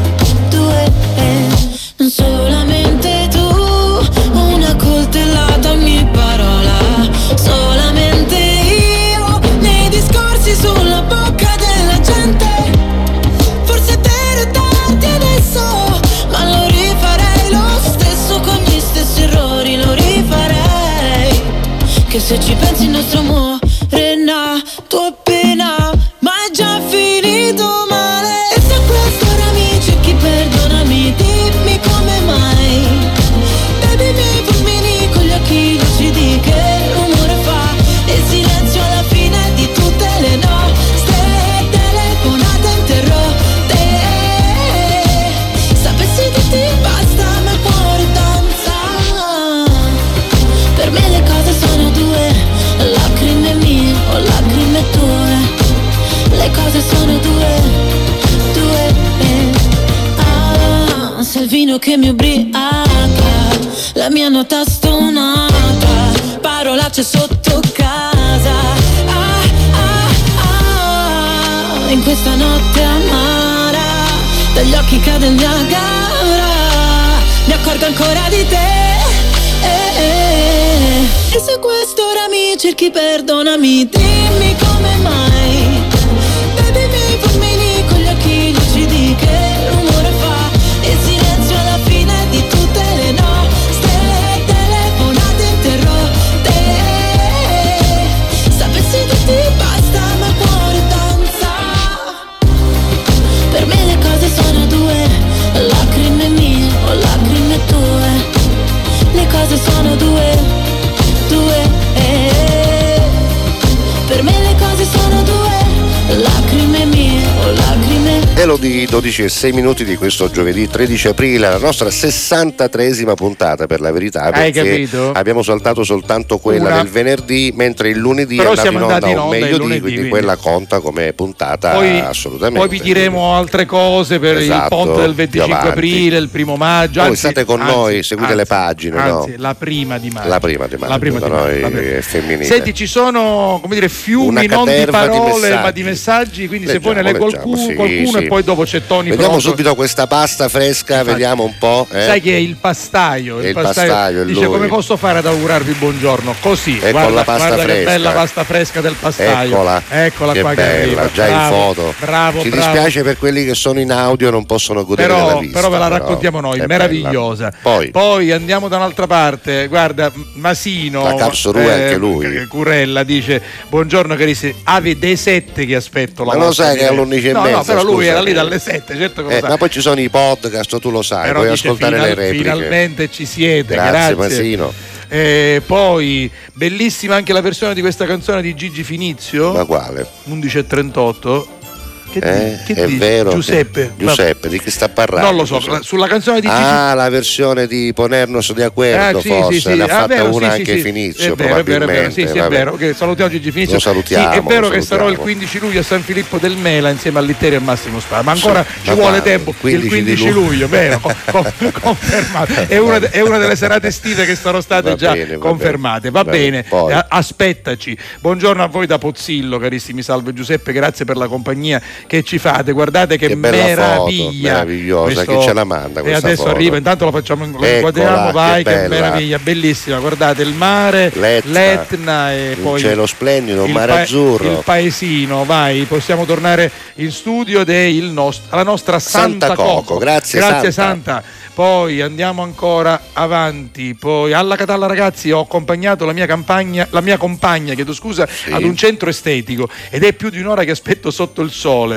D: non solamente tu. Una coltellata ogni parola, solamente io nei discorsi sulla bocca della gente. Forse per darti adesso, ma lo rifarei lo stesso con gli stessi errori, lo rifarei. Che se ci pensi il nostro amore è nato appena, ma è già finito male. E se questo ora mi cerchi, perdonami, dimmi come mai. Baby, mi fulmini con gli occhi lucidi, che rumore fa il silenzio alla fine di tutte le nostre vino che mi ubriaca, la mia nota stonata, parolacce sotto casa. In questa notte amara, dagli occhi cade il Niagara, mi accorgo ancora di te. E se quest'ora mi cerchi, perdonami, dimmi come mai. Bevi i miei fulmini con gli occhi lucidi, che rumore fa il silenzio alla fine di tutte le nostre telefonate interrotte. Sapessi che ti basta ma il cuore danza. Per me le cose sono due, lacrime mie o lacrime tue. Le cose sono due. Per me le cose sono due, lacrime mie o lacrime.
B: Elodie, 12:06 di questo giovedì 13 aprile, la nostra 63esima puntata per la verità, perché abbiamo saltato soltanto quella del venerdì, mentre il lunedì è andato in onda un meglio quindi quella conta come puntata.
C: Poi,
B: assolutamente.
C: Poi vi diremo altre cose per il ponte del 25 aprile, il 1 maggio.
B: Voi state con noi, seguite le pagine.
C: Anzi, la prima di maggio.
B: La prima di maggio, da noi è femminile.
C: Senti, ci sono, come dire, fiumi non di parole ma di messaggi, quindi se vuoi ne leggo qualcuno e poi dopo c'è Tony.
B: Vediamo subito questa pasta fresca. Infatti, vediamo un po'.
C: Sai che è il pastaio.
B: Il pastaio
C: dice: come posso fare ad augurarvi buongiorno? Così.
B: Guarda, con la pasta fresca.
C: Che bella pasta fresca del pastaio. Eccola
B: che
C: qua,
B: bella, già in foto.
C: Bravo.
B: Ci dispiace per quelli che sono in audio e non possono godere della vista.
C: Però ve la raccontiamo noi, meravigliosa. Poi andiamo da un'altra parte. Guarda, Masino,
B: la Karlsruhe anche lui.
C: Curella dice: buongiorno carissimi, ave dei 7 che aspetto.
B: Ma lo sai che è all'11:30?
C: No, però lui era lì dalle 7, certo che lo sa.
B: Ma poi ci sono i podcast, tu lo sai, puoi ascoltare le repliche.
C: Finalmente ci siete,
B: grazie. Masino.
C: Poi bellissima anche la versione di questa canzone di Gigi Finizio.
B: Ma quale?
C: 11:38. Che
B: è
C: dici?
B: Vero.
C: Giuseppe,
B: di chi sta parlando?
C: Non lo so, sulla canzone di Gigi.
B: La versione di Ponernos de Acuerdo, forse.
C: Sì.
B: Ne ha fatta
C: vero,
B: una anche Finizio,
C: probabilmente. È vero, che salutiamo Gigi Finizio.
B: Lo salutiamo.
C: Sì, è vero che sarò il 15 luglio a San Filippo del Mela insieme a Litterio e Massimo Spada, ma ancora ci vuole tempo. Il 15 luglio, vero, confermato. È una delle serate estive che sono state già confermate. Va bene, aspettaci. Buongiorno a voi da Pozzillo, carissimi. Salve Giuseppe, grazie per la compagnia che ci fate. Guardate che meraviglia,
B: meravigliosa. Chi ce la manda
C: e adesso
B: foto?
C: Arriva, intanto lo facciamo, lo inquadriamo, vai, che meraviglia, bellissima. Guardate il mare, l'Etna e poi
B: il cielo splendido, mare azzurro,
C: il paesino. Vai, possiamo tornare in studio ed è la nostra Santa Coco.
B: Grazie
C: Santa. Poi andiamo ancora avanti. Poi alla Catalla, ragazzi, ho accompagnato la mia compagna, chiedo scusa, ad un centro estetico ed è più di un'ora che aspetto sotto il sole.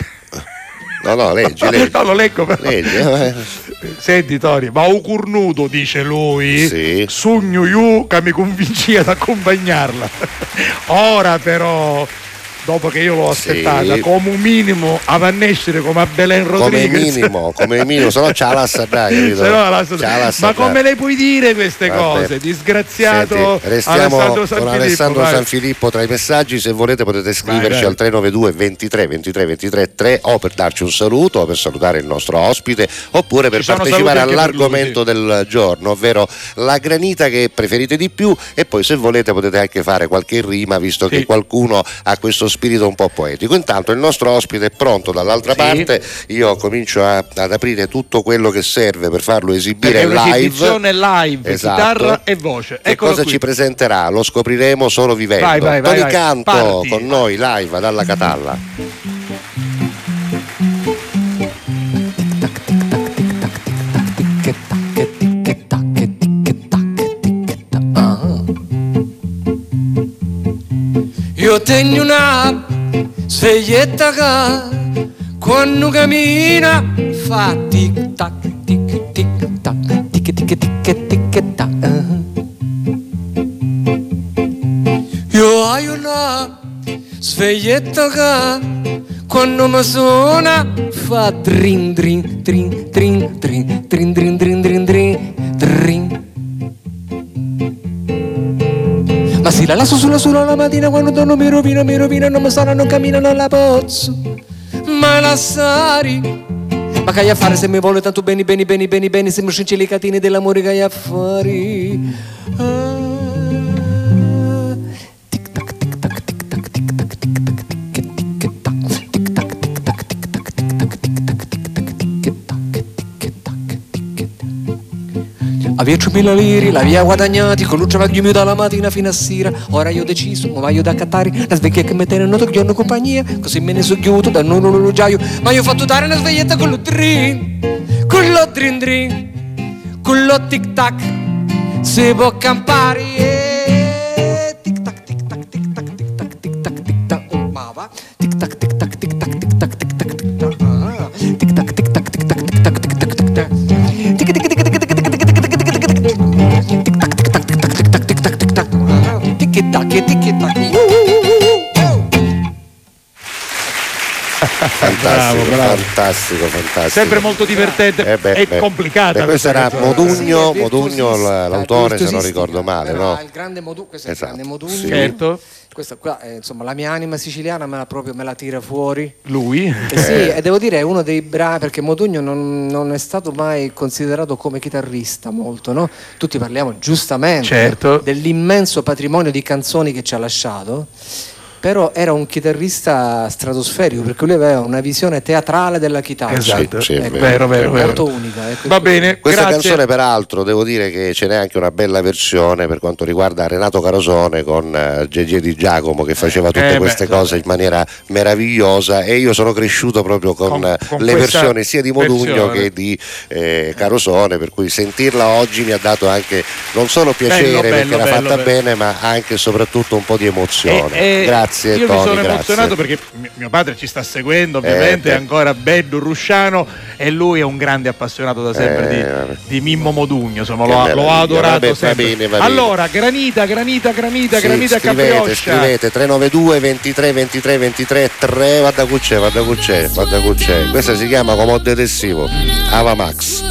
B: No, leggi.
C: No, lo leggo però.
B: Leggi.
C: Senti Tori, ma un cornuto, dice lui,
B: sì.
C: Sogno io che mi convinci ad accompagnarla. Ora però, dopo che io l'ho aspettata, come un minimo a nascere come a Belen Rodriguez,
B: come minimo, se no c'ha la sarai,
C: ma come le puoi dire queste cose? Disgraziato.
B: Senti, restiamo
C: Alessandro San
B: con
C: Filippo,
B: Alessandro San Filippo tra i messaggi. Se volete potete scriverci al 392 23 3 o per darci un saluto o per salutare il nostro ospite oppure per partecipare all'argomento del giorno, ovvero la granita che preferite di più, e poi se volete potete anche fare qualche rima, visto che qualcuno ha questo spirito un po' poetico. Intanto il nostro ospite è pronto dall'altra parte. Io comincio ad aprire tutto quello che serve per farlo esibire
C: live,
B: esatto.
C: Chitarra e voce.
B: Che cosa ci presenterà? Lo scopriremo solo vivendo.
C: Tony
B: Canto con noi live dalla Catalla.
I: Io tengo una sveglietta che quando cammina fa tic tac tic tic tac tic tic tic tic tac. Io ho una sveglietta che quando mi suona fa drin drin drin drin drin drin drin drin drin drin drin. Ma se la lascio sulla la mattina quando torno mi rovina, non mi sarà, non cammina, non la pozzo. Ma la sari Ma che hai a fare se mi vuole tanto bene, bene, bene, bene, bene, siamo scincili catene dell'amore che hai a fare. A 10.000 lire l'aveva guadagnati con l'uccia vaglio mio dalla mattina fino a sera. Ora io ho deciso, mi voglio da cattare la sveglia che mi tengono che giorno compagnia. Così me ne sono chiuso da non orologiaio. Ma io ho fatto dare una sveglietta con lo drin, con lo drin drin, con lo tic tac. Si può campare. Tic tac tic tac tic tac tic tac tic tac tic tac. Ma va. Tic tac tic tac tic tac tic tac tic tac tic tac. Tic tac tic tac tic tac tic tac tic tac tic tac. Tic tic tic tic tic tic tic tic.
B: Fantastico.
C: Sempre molto divertente e complicata.
B: Questo era Modugno, l'autore, se non ricordo male, no?
E: Il grande Modugno, questo è il grande Modugno.
C: Sì. Certo.
E: Questa qua, insomma, la mia anima siciliana me la tira fuori.
C: Lui?
E: Sì, e devo dire è uno dei bravi, perché Modugno non è stato mai considerato come chitarrista molto, no? Tutti parliamo giustamente dell'immenso patrimonio di canzoni che ci ha lasciato. Però era un chitarrista stratosferico, perché lui aveva una visione teatrale della chitarra.
C: Esatto, vero.
E: Molto unica.
C: Va bene,
B: questa
C: grazie.
B: canzone peraltro devo dire che ce n'è anche una bella versione per quanto riguarda Renato Carosone con Gigi Di Giacomo che faceva tutte queste cose in maniera meravigliosa, e io sono cresciuto proprio con le versioni sia di Modugno che di Carosone, per cui sentirla oggi mi ha dato anche non solo piacere perché era fatta bene, ma anche e soprattutto un po' di emozione. Grazie.
C: Io
B: Tony,
C: mi sono emozionato perché mio padre ci sta seguendo, ovviamente è ancora bello rusciano, e lui è un grande appassionato da sempre di Mimmo Modugno, insomma l'ho adorato sempre. Va bene. Allora, granita Caprioscia.
B: Scrivete 392 23 23 23 3, vada cucce. Questa si chiama come detersivo Ava Max.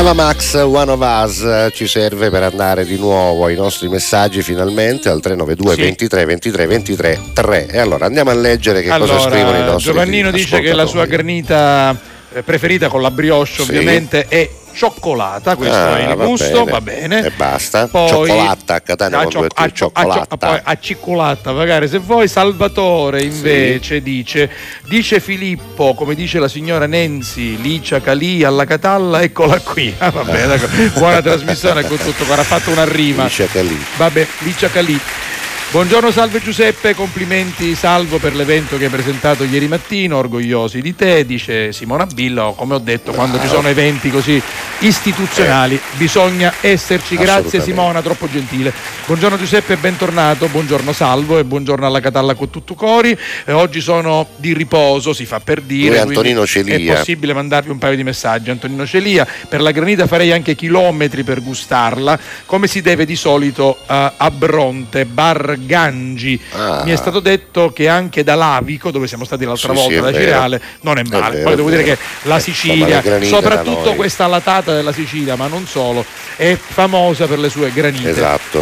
B: Ava Max, One of Us, ci serve per andare di nuovo ai nostri messaggi finalmente al 392 23 23 23 3. E allora andiamo a leggere che cosa scrivono i nostri
C: Giovannino dice che la sua granita preferita con la brioche ovviamente è cioccolata, questo è il gusto, va bene.
B: E basta.
C: Poi,
B: cioccolata a Catania con due cioccolata.
C: Poi a cioccolata, magari se vuoi. Salvatore invece dice Filippo, come dice la signora Nancy, Licia Calì alla Catalla, eccola qui. Va bene, buona trasmissione con tutto, ha fatto una rima.
B: Licia Calì.
C: Vabbè, Licia Calì. Buongiorno Salve Giuseppe, complimenti Salvo per l'evento che hai presentato ieri mattino, orgogliosi di te, dice Simona Billo. Come ho detto, quando ci sono eventi così istituzionali bisogna esserci. Grazie Simona, troppo gentile. Buongiorno Giuseppe, bentornato, buongiorno Salvo e buongiorno alla Catalla con tutto cori. Oggi sono di riposo, si fa per dire,
B: Antonino Celia.
C: È possibile mandarvi un paio di messaggi. Antonino Celia, per la granita farei anche chilometri per gustarla, come si deve di solito a Bronte, bar Gangi. Mi è stato detto che anche da Lavico, dove siamo stati l'altra volta, da Cireale, non è male. Poi devo dire che la Sicilia, soprattutto questa latata della Sicilia, ma non solo, è famosa per le sue granite.
B: Esatto.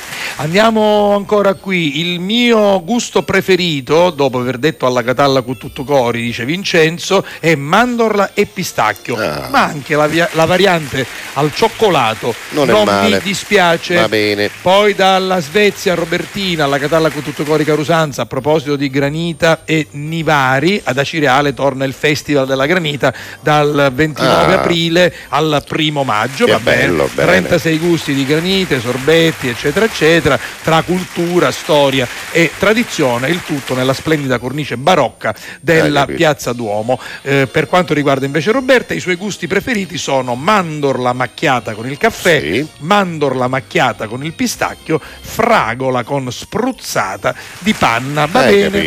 C: Andiamo ancora qui. Il mio gusto preferito, dopo aver detto alla Catalla con tutto cori, dice Vincenzo, è mandorla e pistacchio, ma anche la variante al cioccolato non mi dispiace.
B: Va bene.
C: Poi dalla Svezia Robertina, alla Catalla con tutto cori Carusanza, a proposito di granita e Nivari, ad Acireale torna il Festival della Granita dal 29 aprile al 1 maggio. Va bene. 36 gusti di granite, sorbetti, eccetera eccetera, tra cultura, storia e tradizione, il tutto nella splendida cornice barocca della Piazza Duomo. Per quanto riguarda invece Roberta, i suoi gusti preferiti sono mandorla macchiata con il caffè, mandorla macchiata con il pistacchio, fragola con spruzzata di panna. Va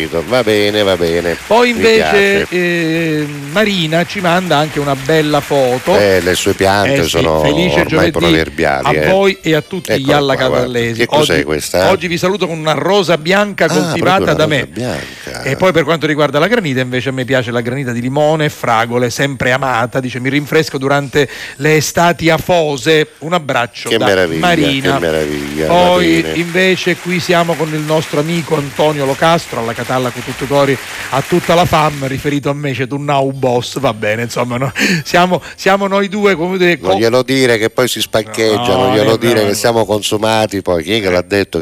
C: bene. Poi invece Marina ci manda anche una bella foto.
B: Le sue piante sono
C: felice
B: ormai
C: giovedì
B: proverbiali.
C: A voi e a tutti gli alla catallesi. Oggi vi saluto con una rosa bianca coltivata da me. E poi per quanto riguarda la granita, invece a me piace la granita di limone e fragole, sempre amata, dice mi rinfresco durante le estati afose. Un abbraccio da Marina.
B: Che meraviglia.
C: Poi invece qui siamo con il nostro amico Antonio Locastro alla Catalla con tutto cori, a tutta la fam, riferito a me c'è tu now boss, va bene, insomma no? siamo noi due come
B: non glielo dire che poi si spaccheggia, non glielo dire che siamo consumati. Poi chi è che l'ha detto?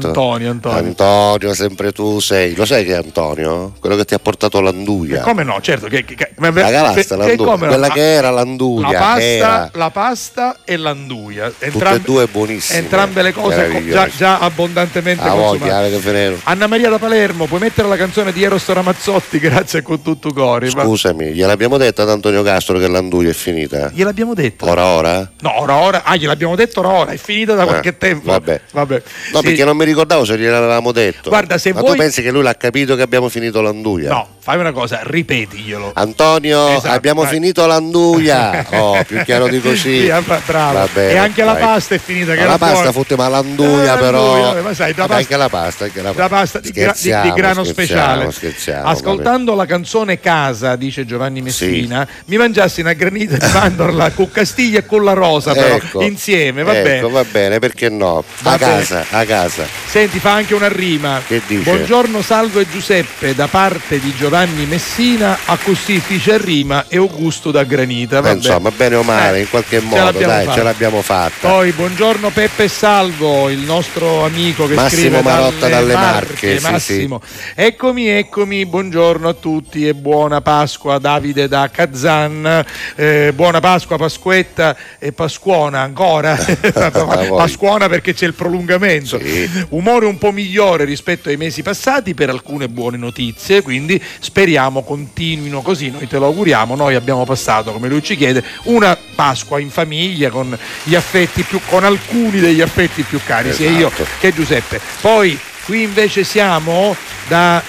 B: Antonio, sempre tu sei. Lo sai che è Antonio? Quello che ti ha portato l'anduia.
C: Come no, certo.
B: La galasta, l'anduia. Quella che era l'anduia.
C: La pasta e l'anduia.
B: Tutte e due buonissime.
C: Entrambe le cose già abbondantemente consumate. Anna Maria da Palermo, puoi mettere la canzone di Eros Ramazzotti, grazie con tutto cori.
B: Scusami, gliel'abbiamo detta ad Antonio Castro che l'anduia è finita?
C: Gliel'abbiamo detto.
B: Ora?
C: No, ora. Gliel'abbiamo detto ora, è finita da qualche tempo.
B: Vabbè. No, perché non mi ricordavo se gliel'avevamo detto.
C: Guarda, se
B: ma
C: vuoi...
B: tu pensi che lui l'ha capito che abbiamo finito l'anduia?
C: No, fai una cosa, ripetiglielo.
B: Antonio, abbiamo finito l'anduia. Più chiaro di così.
C: Sì, bravo.
B: Bene,
C: e anche la pasta è finita. Che
B: la pasta fotte, ma l'anduia però.
C: Ma sai,
B: anche la pasta.
C: La pasta di grano speciale.
B: Scherziamo,
C: ascoltando la canzone Casa, dice Giovanni Messina, mi mangiassi una granita di mandorla con Castiglia e con la rosa, però insieme, va bene.
B: Va bene, perché no? A casa.
C: Senti, fa anche una rima.
B: Che dice?
C: Buongiorno Salvo e Giuseppe, da parte di Giovanni Messina, a così fice rima e Augusto da granita.
B: Insomma, bene o male, in qualche modo, ce l'abbiamo fatta.
C: Poi buongiorno Peppe e Salvo, il nostro amico che
B: Massimo
C: scrive
B: Marotta dalle Marche.
C: Massimo. Eccomi, buongiorno a tutti e buona Pasqua Davide da Kazan. Buona Pasqua, Pasquetta e Pasquona ancora. Pasquona perché c'è il prolungamento. Umore un po' migliore rispetto ai mesi passati per alcune buone notizie, quindi speriamo continuino così, noi te lo auguriamo. Noi abbiamo passato, come lui ci chiede, una Pasqua in famiglia con gli affetti con alcuni degli affetti più cari, sia io che Giuseppe. Poi qui invece siamo da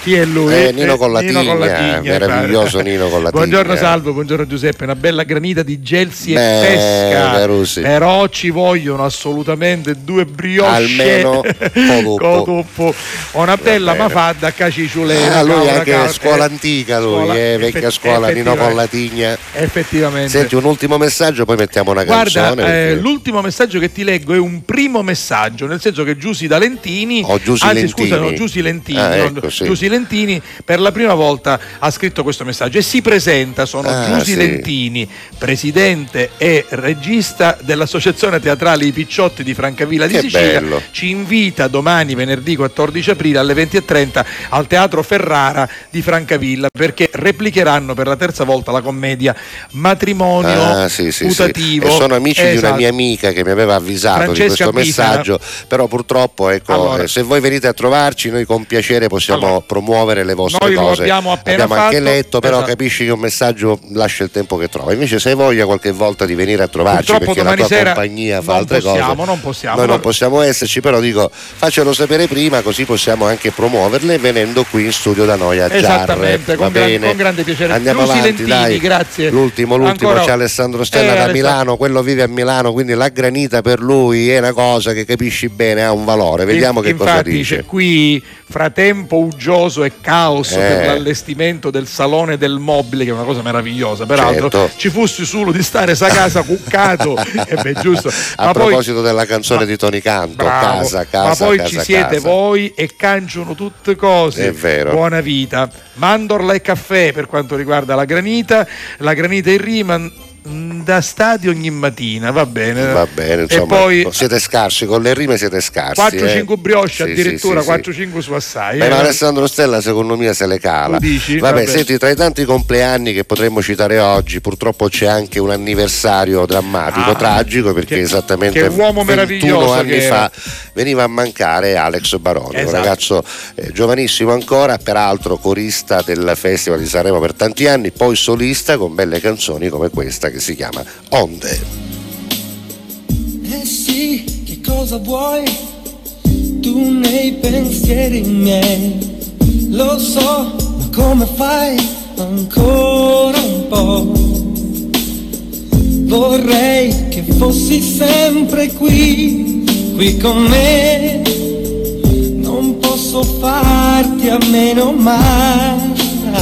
C: Chi è lui?
B: Nino con la tigna, meraviglioso Nino con la tigna.
C: Buongiorno Salvo, buongiorno Giuseppe, una bella granita di gelsi e pesca,
B: sì.
C: però ci vogliono assolutamente 2 brioche
B: almeno
C: cotuppo, una bella mafadda caciciulena.
B: Lui è anche scuola antica, vecchia scuola, Nino con la tigna.
C: Effettivamente.
B: Senti, un ultimo messaggio, poi mettiamo una canzone.
C: Guarda, l'ultimo messaggio che ti leggo è un primo messaggio, nel senso che Giusy Lentini, Giusy Lentini per la prima volta ha scritto questo messaggio e si presenta, Giusy Lentini, presidente e regista dell'Associazione Teatrale I Picciotti di Francavilla di Sicilia.
B: Bello.
C: Ci invita domani venerdì 14 aprile alle 20:30 al Teatro Ferrara di Francavilla, perché replicheranno per la terza volta la commedia Matrimonio Putativo.
B: E sono amici di una mia amica che mi aveva avvisato
C: Francesca
B: di questo messaggio, però purtroppo se voi venite a trovarci noi con piacere possiamo promuovere le vostre
C: noi
B: cose.
C: Lo abbiamo appena fatto,
B: anche letto, però capisci che un messaggio lascia il tempo che trova. Invece se hai voglia qualche volta di venire a trovarci,
C: purtroppo
B: perché la tua compagnia fa altre cose, noi non possiamo esserci, però dico faccelo sapere prima, così possiamo anche promuoverle venendo qui in studio da noi a Jarre.
C: Con grande piacere.
B: Andiamo avanti,
C: Lentini,
B: dai.
C: Grazie.
B: L'ultimo c'è Alessandro Stella da Milano, quello vive a Milano, quindi la granita per lui è una cosa che capisci bene, ha un valore. Vediamo che cosa dice.
C: C'è qui fratempo uggioso e caos per l'allestimento del salone del mobile, che è una cosa meravigliosa, peraltro ci fossi solo di stare a casa cuccato e giusto.
B: A proposito della canzone di Toni Canto, casa,
C: ma poi
B: casa,
C: ci siete
B: casa.
C: Voi e canciano tutte cose.
B: È vero.
C: Buona vita. Mandorla e caffè per quanto riguarda la granita in rima da stadio ogni mattina, va bene,
B: insomma,
C: e poi
B: siete scarsi con le rime, siete scarsi.
C: 4-5 brioche addirittura, 4-5 su assai.
B: Ma Alessandro Stella secondo me se le cala. Vabbè, senti, tra i tanti compleanni che potremmo citare oggi, purtroppo c'è anche un anniversario drammatico, tragico, perché esattamente 21 anni fa veniva a mancare Alex Baroni, un ragazzo giovanissimo ancora, peraltro corista del Festival di Sanremo per tanti anni, poi solista con belle canzoni come questa che si chiama Onde.
M: Sì, che cosa vuoi tu nei pensieri miei? Lo so, ma come fai ancora un po'? Vorrei che fossi sempre qui con me. Non posso farti a meno mai.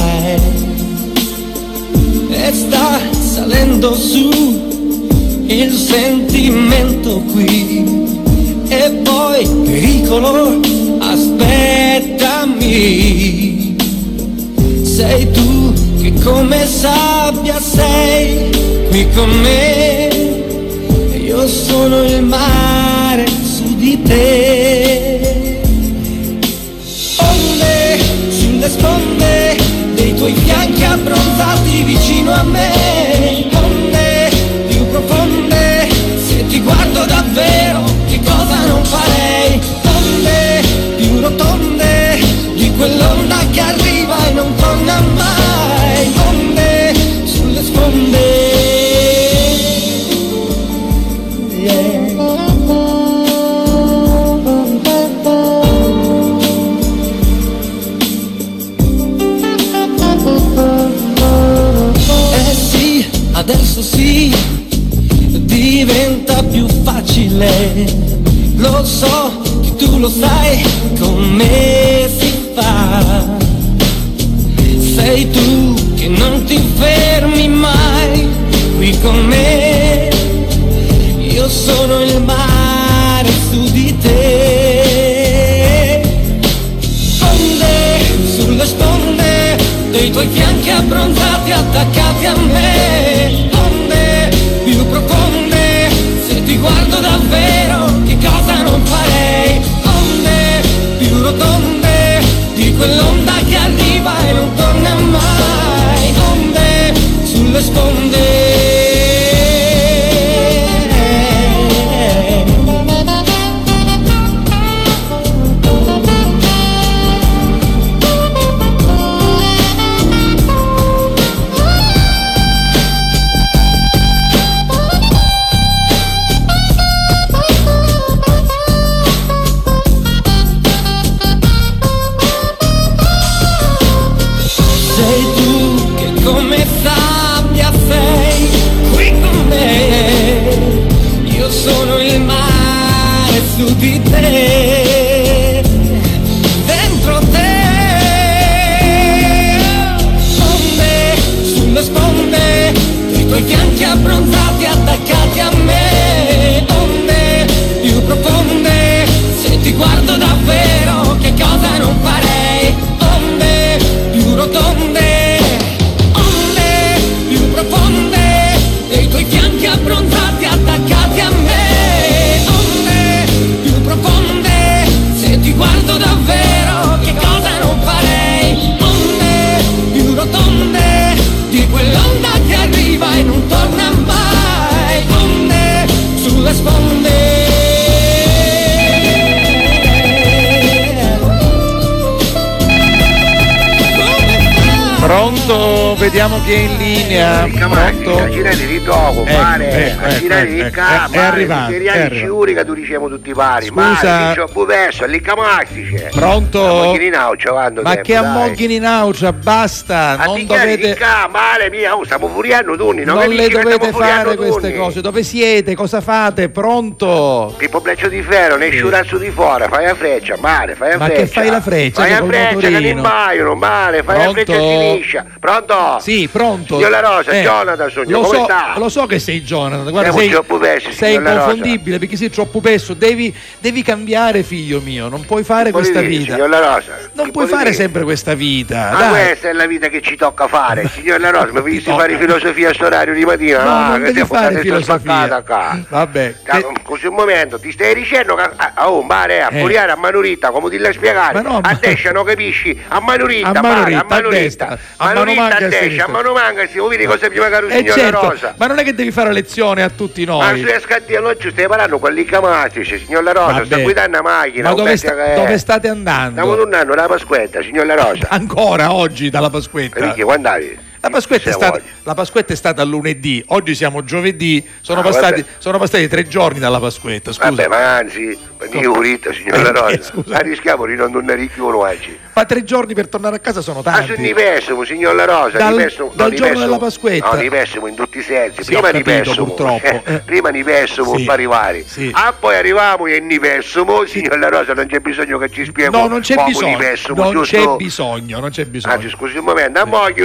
M: E sta salendo su il sentimento qui, e poi pericolo, aspettami. Sei tu che come sabbia sei qui con me, e io sono il mare su di te. Onde sulle sponde dei tuoi fianchi abbronzati vicino a me, onde più profonde, se ti guardo davvero che cosa non farei, onde più rotonde di quell'onda che arriva e non torna mai, onde sulle sponde. Adesso sì, diventa più facile, lo so che tu lo sai come si fa. Sei tu che non ti fermi mai qui con me, io sono il mare su di te. Onde sulle sponde dei tuoi fianchi abbronzati attaccati a me, onde più profonde, se ti guardo davvero che cosa non farei, onde più rotonde di quell'onda che arriva e non torna mai, onde sulle sponde. su di te, dentro te. Onde sulle sponde dei tuoi fianchi abbronzati attaccati a me, onde più profonde, se ti guardo davvero che cosa non farei, onde più rotonde, onde più profonde dei tuoi fianchi abbronzati attaccati a me, onde più profonde, se ti guardo davvero che cosa non farei, onde più rotonde di quell'onda che arriva e non torna mai, onde sulle sponde.
C: Pronto? Vediamo chi è in linea. Pronto?
N: Girati di dopo, mare, girati di qua,
C: è arrivato.
N: Sicuri che tu diciamo tutti pari.
C: Scusa.
N: Perso, lì camastice.
C: Pronto? Ma che ammocchini in aucia, basta, non dovete.
N: Male mia, stiamo furiando tutti,
C: non le dovete fare queste cose. Dove siete? Cosa fate? Pronto?
N: Pippo Bleccio di Ferro, ne sciurazzo di fuori, fai la freccia, male, fai la
C: ma
N: freccia.
C: Ma che fai la freccia?
N: Fai la freccia che ne impaiono, male, fai la freccia a sinistra. Pronto?
C: Sì, pronto.
N: Signor La Rosa, Jonathan, come sta?
C: Lo so che sei Jonathan, guarda, sei inconfondibile perché sei troppo pesso, devi cambiare, figlio mio, non puoi fare questa vita.
N: Signor La Rosa,
C: non puoi fare sempre questa vita.
N: Ma questa è la vita che ci tocca fare, signor La Rosa, mi visti fare filosofia a sto orario di mattina?
C: No, non devi fare filosofia. Vabbè.
N: Così un momento, ti stai dicendo che a Furiare a Manurita, come ti la spiegare? A destra non capisci, a Manurita, a Manurita. A mano manca, si vedi cosa prima caro signor La Rosa.
C: Ma non è che devi fare lezione a tutti noi.
N: Ma sui scattieri oggi stai parlando con l'Icamatici, signor La Rosa, sta guidando una macchina.
C: Ma dove state andando?
N: Stiamo tornando dalla Pasquetta, signor La Rosa.
C: Ancora oggi dalla Pasquetta?
N: Perché quando andavi?
C: La Pasquetta è stata lunedì, oggi siamo giovedì, sono passati 3 giorni dalla Pasquetta, scusa.
N: Vabbè, ma anzi, signor La Rosa, rischiamo di non tornare più oggi.
C: Ma 3 giorni per tornare a casa sono tanti.
N: Ma su Nipessimo, signor La Rosa,
C: dal giorno della Pasquetta.
N: No, Nipessimo in tutti i sensi.
C: Sì, prima Nipessimo, purtroppo.
N: Prima Nipessimo per arrivare.
C: Sì.
N: Poi arriviamo in Nipessimo, signor La Rosa, non c'è bisogno che ci spieghi.
C: No, non c'è bisogno.
N: Nipessimo,
C: non
N: giusto?
C: c'è bisogno.
N: Anzi, scusi un momento, a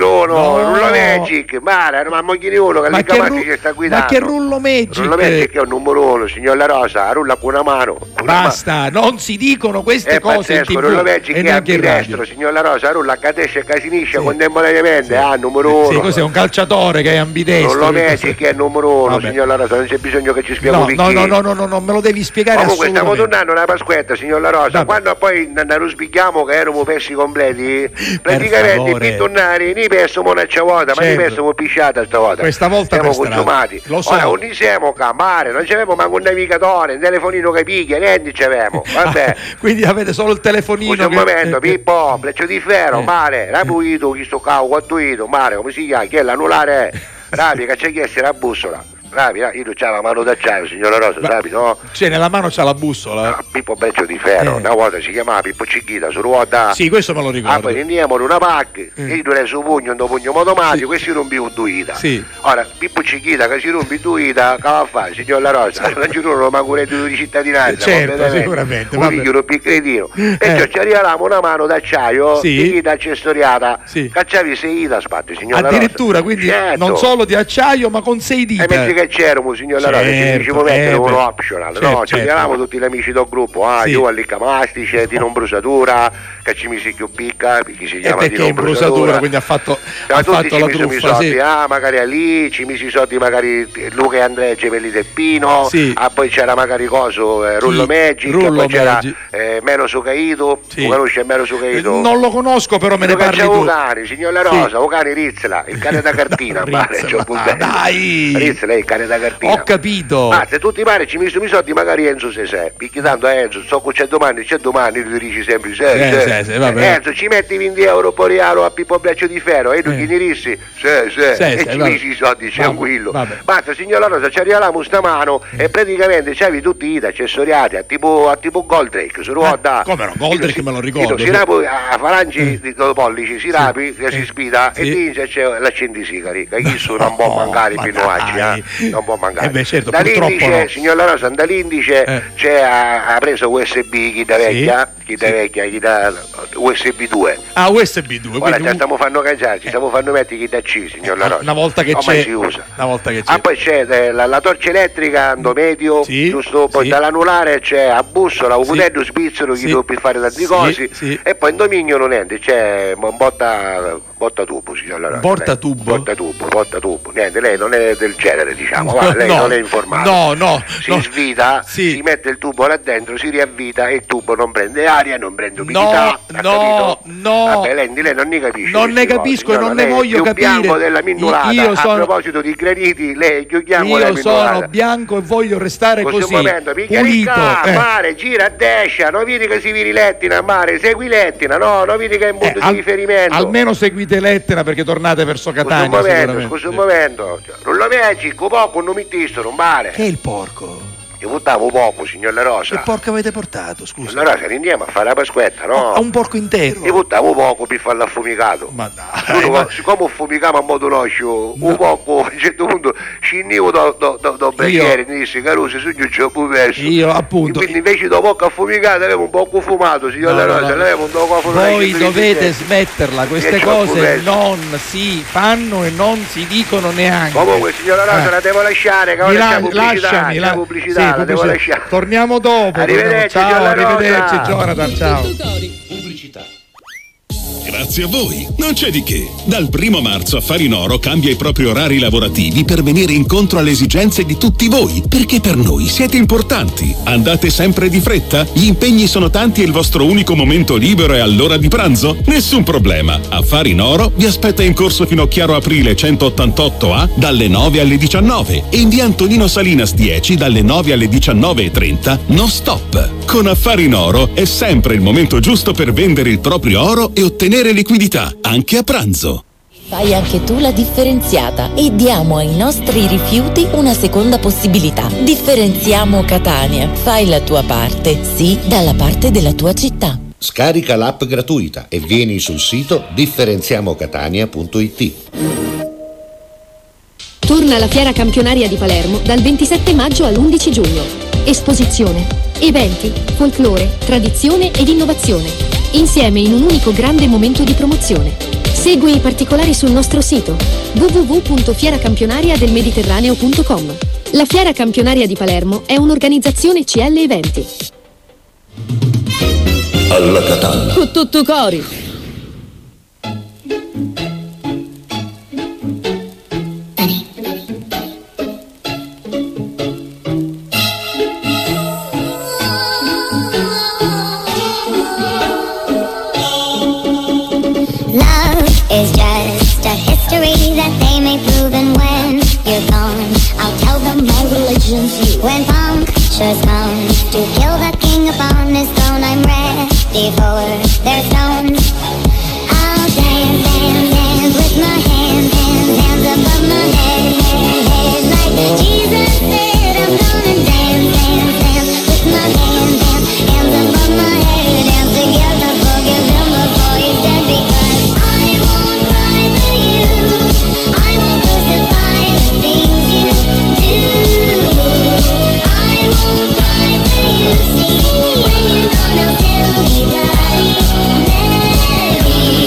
N: Rullo Magic, ma Moghini uno che l'Icamatici sta guidando.
C: Ma che Rullo Magic?
N: Rullo Magic è un numero 1, signor La Rosa, rulla con una mano.
C: Basta, non si dicono queste cose in TV.
N: Rullo Magic è a destro, signor La Rosa, rulla a destra e a sinistra contemporaneamente, numero 1.
C: Sì, cos'è un calciatore che è ambidestro?
N: Rullo Magic è il numero 1, signor La Rosa, non c'è bisogno che ci spiego perché.
C: No, me lo devi spiegare.
N: Comunque stiamo tornando alla Pasquetta, signor La Rosa, quando poi non spieghiamo che erano persi completi, praticamente per tornare ne perso una volta, ma ne perso pisciata stavolta.
C: Questa volta
N: siamo consumati.
C: Lo so.
N: Ora non siamo campare, non c'avevamo manco un navigatore, un telefonino che picchia, niente c'avevamo. Vabbè.
C: Quindi avete solo il telefonino.
N: Un momento, Pippo, Bleccio di Ferro, male, rapuito, chi sto cavo, quattuito, male, come si chiama? Chi è l'anulare? Rapi, che c'è chiesto la bussola. Rapido, io c'ho la mano d'acciaio, signora Rosa, rapido, no?
C: Cioè, nella mano c'ha la bussola.
N: Pippo Bleccio di Ferro, una volta si chiamava Pippo Cicchita, su ruota.
C: Sì, questo me lo ricordo.
N: Poi andiamo in una pacca, e tu hai su pugno, un pugno motomatico, questo si rompe un duita.
C: Sì.
N: Ora, Pippo Cicchita che si rompe duita, che va a fare, signora Rosa? Non ci sono manco un reddito di cittadinanza.
C: Certo, sicuramente.
N: Un figlio più cretino. Perciò ci arriviamo una mano d'acciaio, di accessoriata, cacciavi 6 dita spatti, signora Rosa.
C: Addirittura, quindi non solo di acciaio, ma con 6 dita.
N: E mentre che c'erano, signor La Rosa, ci può mettere un optional, no? Ci chiamiamo tutti gli amici del gruppo, io all'Icamastice, di non brusatura, che ci misi più picca, perché si chiama di non brusatura,
C: quindi ha fatto la
N: truffa, magari a lì, ci misi i soldi magari Luca e Andrea Gemelli del Pino, poi c'era magari Rullo Magic, poi c'era Meno Sucaito, conosce Meno Sucaito?
C: Non lo conosco, però me ne parli tu.
N: Cani, signor La Rosa, o cani Rizzla, il cane da cartina,
C: dai!
N: Rizzla è il cane da cartina.
C: Ho capito.
N: Ma se tutti pare ci misi i soldi magari Enzo se perché tanto Enzo so che c'è domani, tu dici sempre Enzo ci metti 20 euro per realo a Pippo Bleccio di Ferro e tu gli dirissi e ci misi i soldi tranquillo. Basta, signor La Rosa, ci arriviamo stamano e praticamente c'avevi tutti i accessoriati a tipo Goldrake su ruota.
C: Come no, Goldrake me lo ricordo.
N: Si rapi a falangi di pollici, si rapi, si spida e lì c'è l'accendi sigari, che chi sono un po' mancari fino oggi. non può mancare.
C: Beh, certo,
N: dall'indice,
C: no.
N: signor La Rosa, dall'indice c'è ha preso USB, chi da vecchia, chi da USB 2.
C: Ah, USB 2.
N: Ora già stiamo fanno cangiarci, stiamo fanno mettere chi da C, signor La Rosa.
C: Una volta che
N: ormai
C: c'è.
N: si usa.
C: Una volta che c'è.
N: Ah, poi c'è la torcia elettrica ando medio, giusto? Poi dall'anulare c'è a bussola, un putello svizzero, chi devo fare tanti cosi, e poi in dominio non niente, c'è un botta tubo, signor La Rosa. Botta tubo, niente, lei non è del genere, diciamo, lei non è informato. Si svita, si mette il tubo là dentro, si riavvita e il tubo non prende aria, non prende umidità. Vabbè, lei non ne capisce.
C: Non ne capisco e non ne voglio capire.
N: Io bianco della minnulata, a proposito di graniti, lei chiudiamo la minnulata.
C: Io sono bianco e voglio restare così.
N: Pulito. Mare, gira a destra, non vedi che si viri Lettina a mare, segui Lettina, no, non vedi che è un punto di riferimento.
C: Almeno seguite Lettina perché tornate verso Catania.
N: Scusa un momento, non lo vedi, poco non mi tisto, non vale.
C: Che è il porco?
N: Io buttavo poco, signor La Rosa.
C: Che porco avete portato, scusa?
N: Signor La Rosa, andiamo a fare la pasquetta, no?
C: A un porco intero?
N: Io buttavo poco per farlo affumicato.
C: Ma dai.
N: Siccome affumicavo a modo noscio, un poco, a un certo punto scendivo da brecchiere, mi disse Caruso, su giù c'ho perso.
C: Io appunto.
N: Quindi invece da poco affumicato avevo un poco fumato, signor La Rosa, avevo un poco fumato.
C: Voi dovete smetterla, queste cose non si fanno e non si dicono neanche.
N: Comunque, signor La Rosa, la devo lasciare, che ora c'è pubblicità.
C: Torniamo dopo.
N: Arrivederci,
C: ciao, arrivederci Jonathan, ciao.
L: Pubblicità. Grazie a voi, non c'è di che. Dal 1 marzo Affari in Oro cambia i propri orari lavorativi per venire incontro alle esigenze di tutti voi, perché per noi siete importanti. Andate sempre di fretta? Gli impegni sono tanti e il vostro unico momento libero è all'ora di pranzo? Nessun problema. Affari in Oro vi aspetta in corso Finocchiaro Aprile 188A dalle 9 alle 19 e in via Antonino Salinas 10 dalle 9 alle 19:30 no stop. Con Affari in Oro è sempre il momento giusto per vendere il proprio oro e ottenere liquidità, anche a pranzo.
A: Fai anche tu la differenziata e diamo ai nostri rifiuti una seconda possibilità. Differenziamo Catania. Fai la tua parte, sì, dalla parte della tua città.
B: Scarica l'app gratuita e vieni sul sito differenziamocatania.it.
K: Torna la Fiera Campionaria di Palermo dal 27 maggio all'11 giugno. Esposizione, eventi, folklore, tradizione ed innovazione. Insieme in un unico grande momento di promozione. Segui i particolari sul nostro sito www.fieracampionariadelmediterraneo.com. La Fiera Campionaria di Palermo è un'organizzazione CL Eventi.
G: Alla Catalla.
D: Con tutto cori.
O: Is just a history that they may prove, and when you're gone, I'll tell them my religion's you. When punctures come to kill the king upon his throne, I'm ready for their stones. I'll dance, dance, dance with my hands above my head, like Jesus said. I'm gonna dance, dance, dance with my hands above my head, dance together, forgive him before he's dead, because I won't cry for you, I won't crucify the things you do. I won't cry for you, see, when you're gone I'll still be bloody Mary.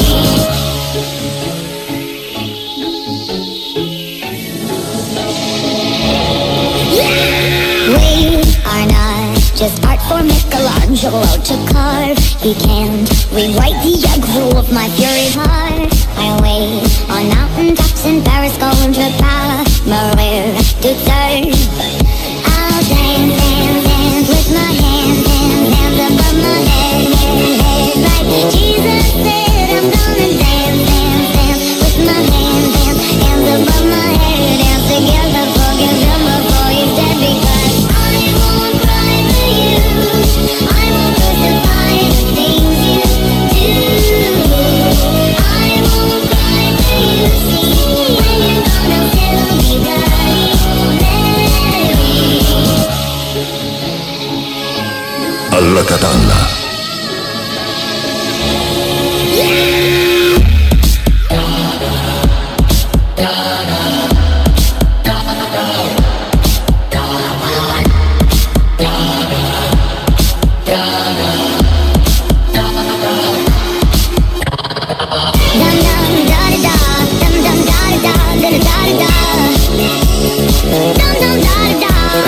O: We are not just art for Michelangelo to carve. He can't rewrite the aggro of my fury heart. I wait on mountain tops in Paris, going to Maria to serve. I'll dance, dance, dance with my hands above my head, like Jesus said. I'm gonna dance, dance, dance with my hands above my head, dance together, forgive him before he's dead, because I won't cry for you, I won't crucify the things you do. I won't cry for you, see, when you're gone I'll still be bloody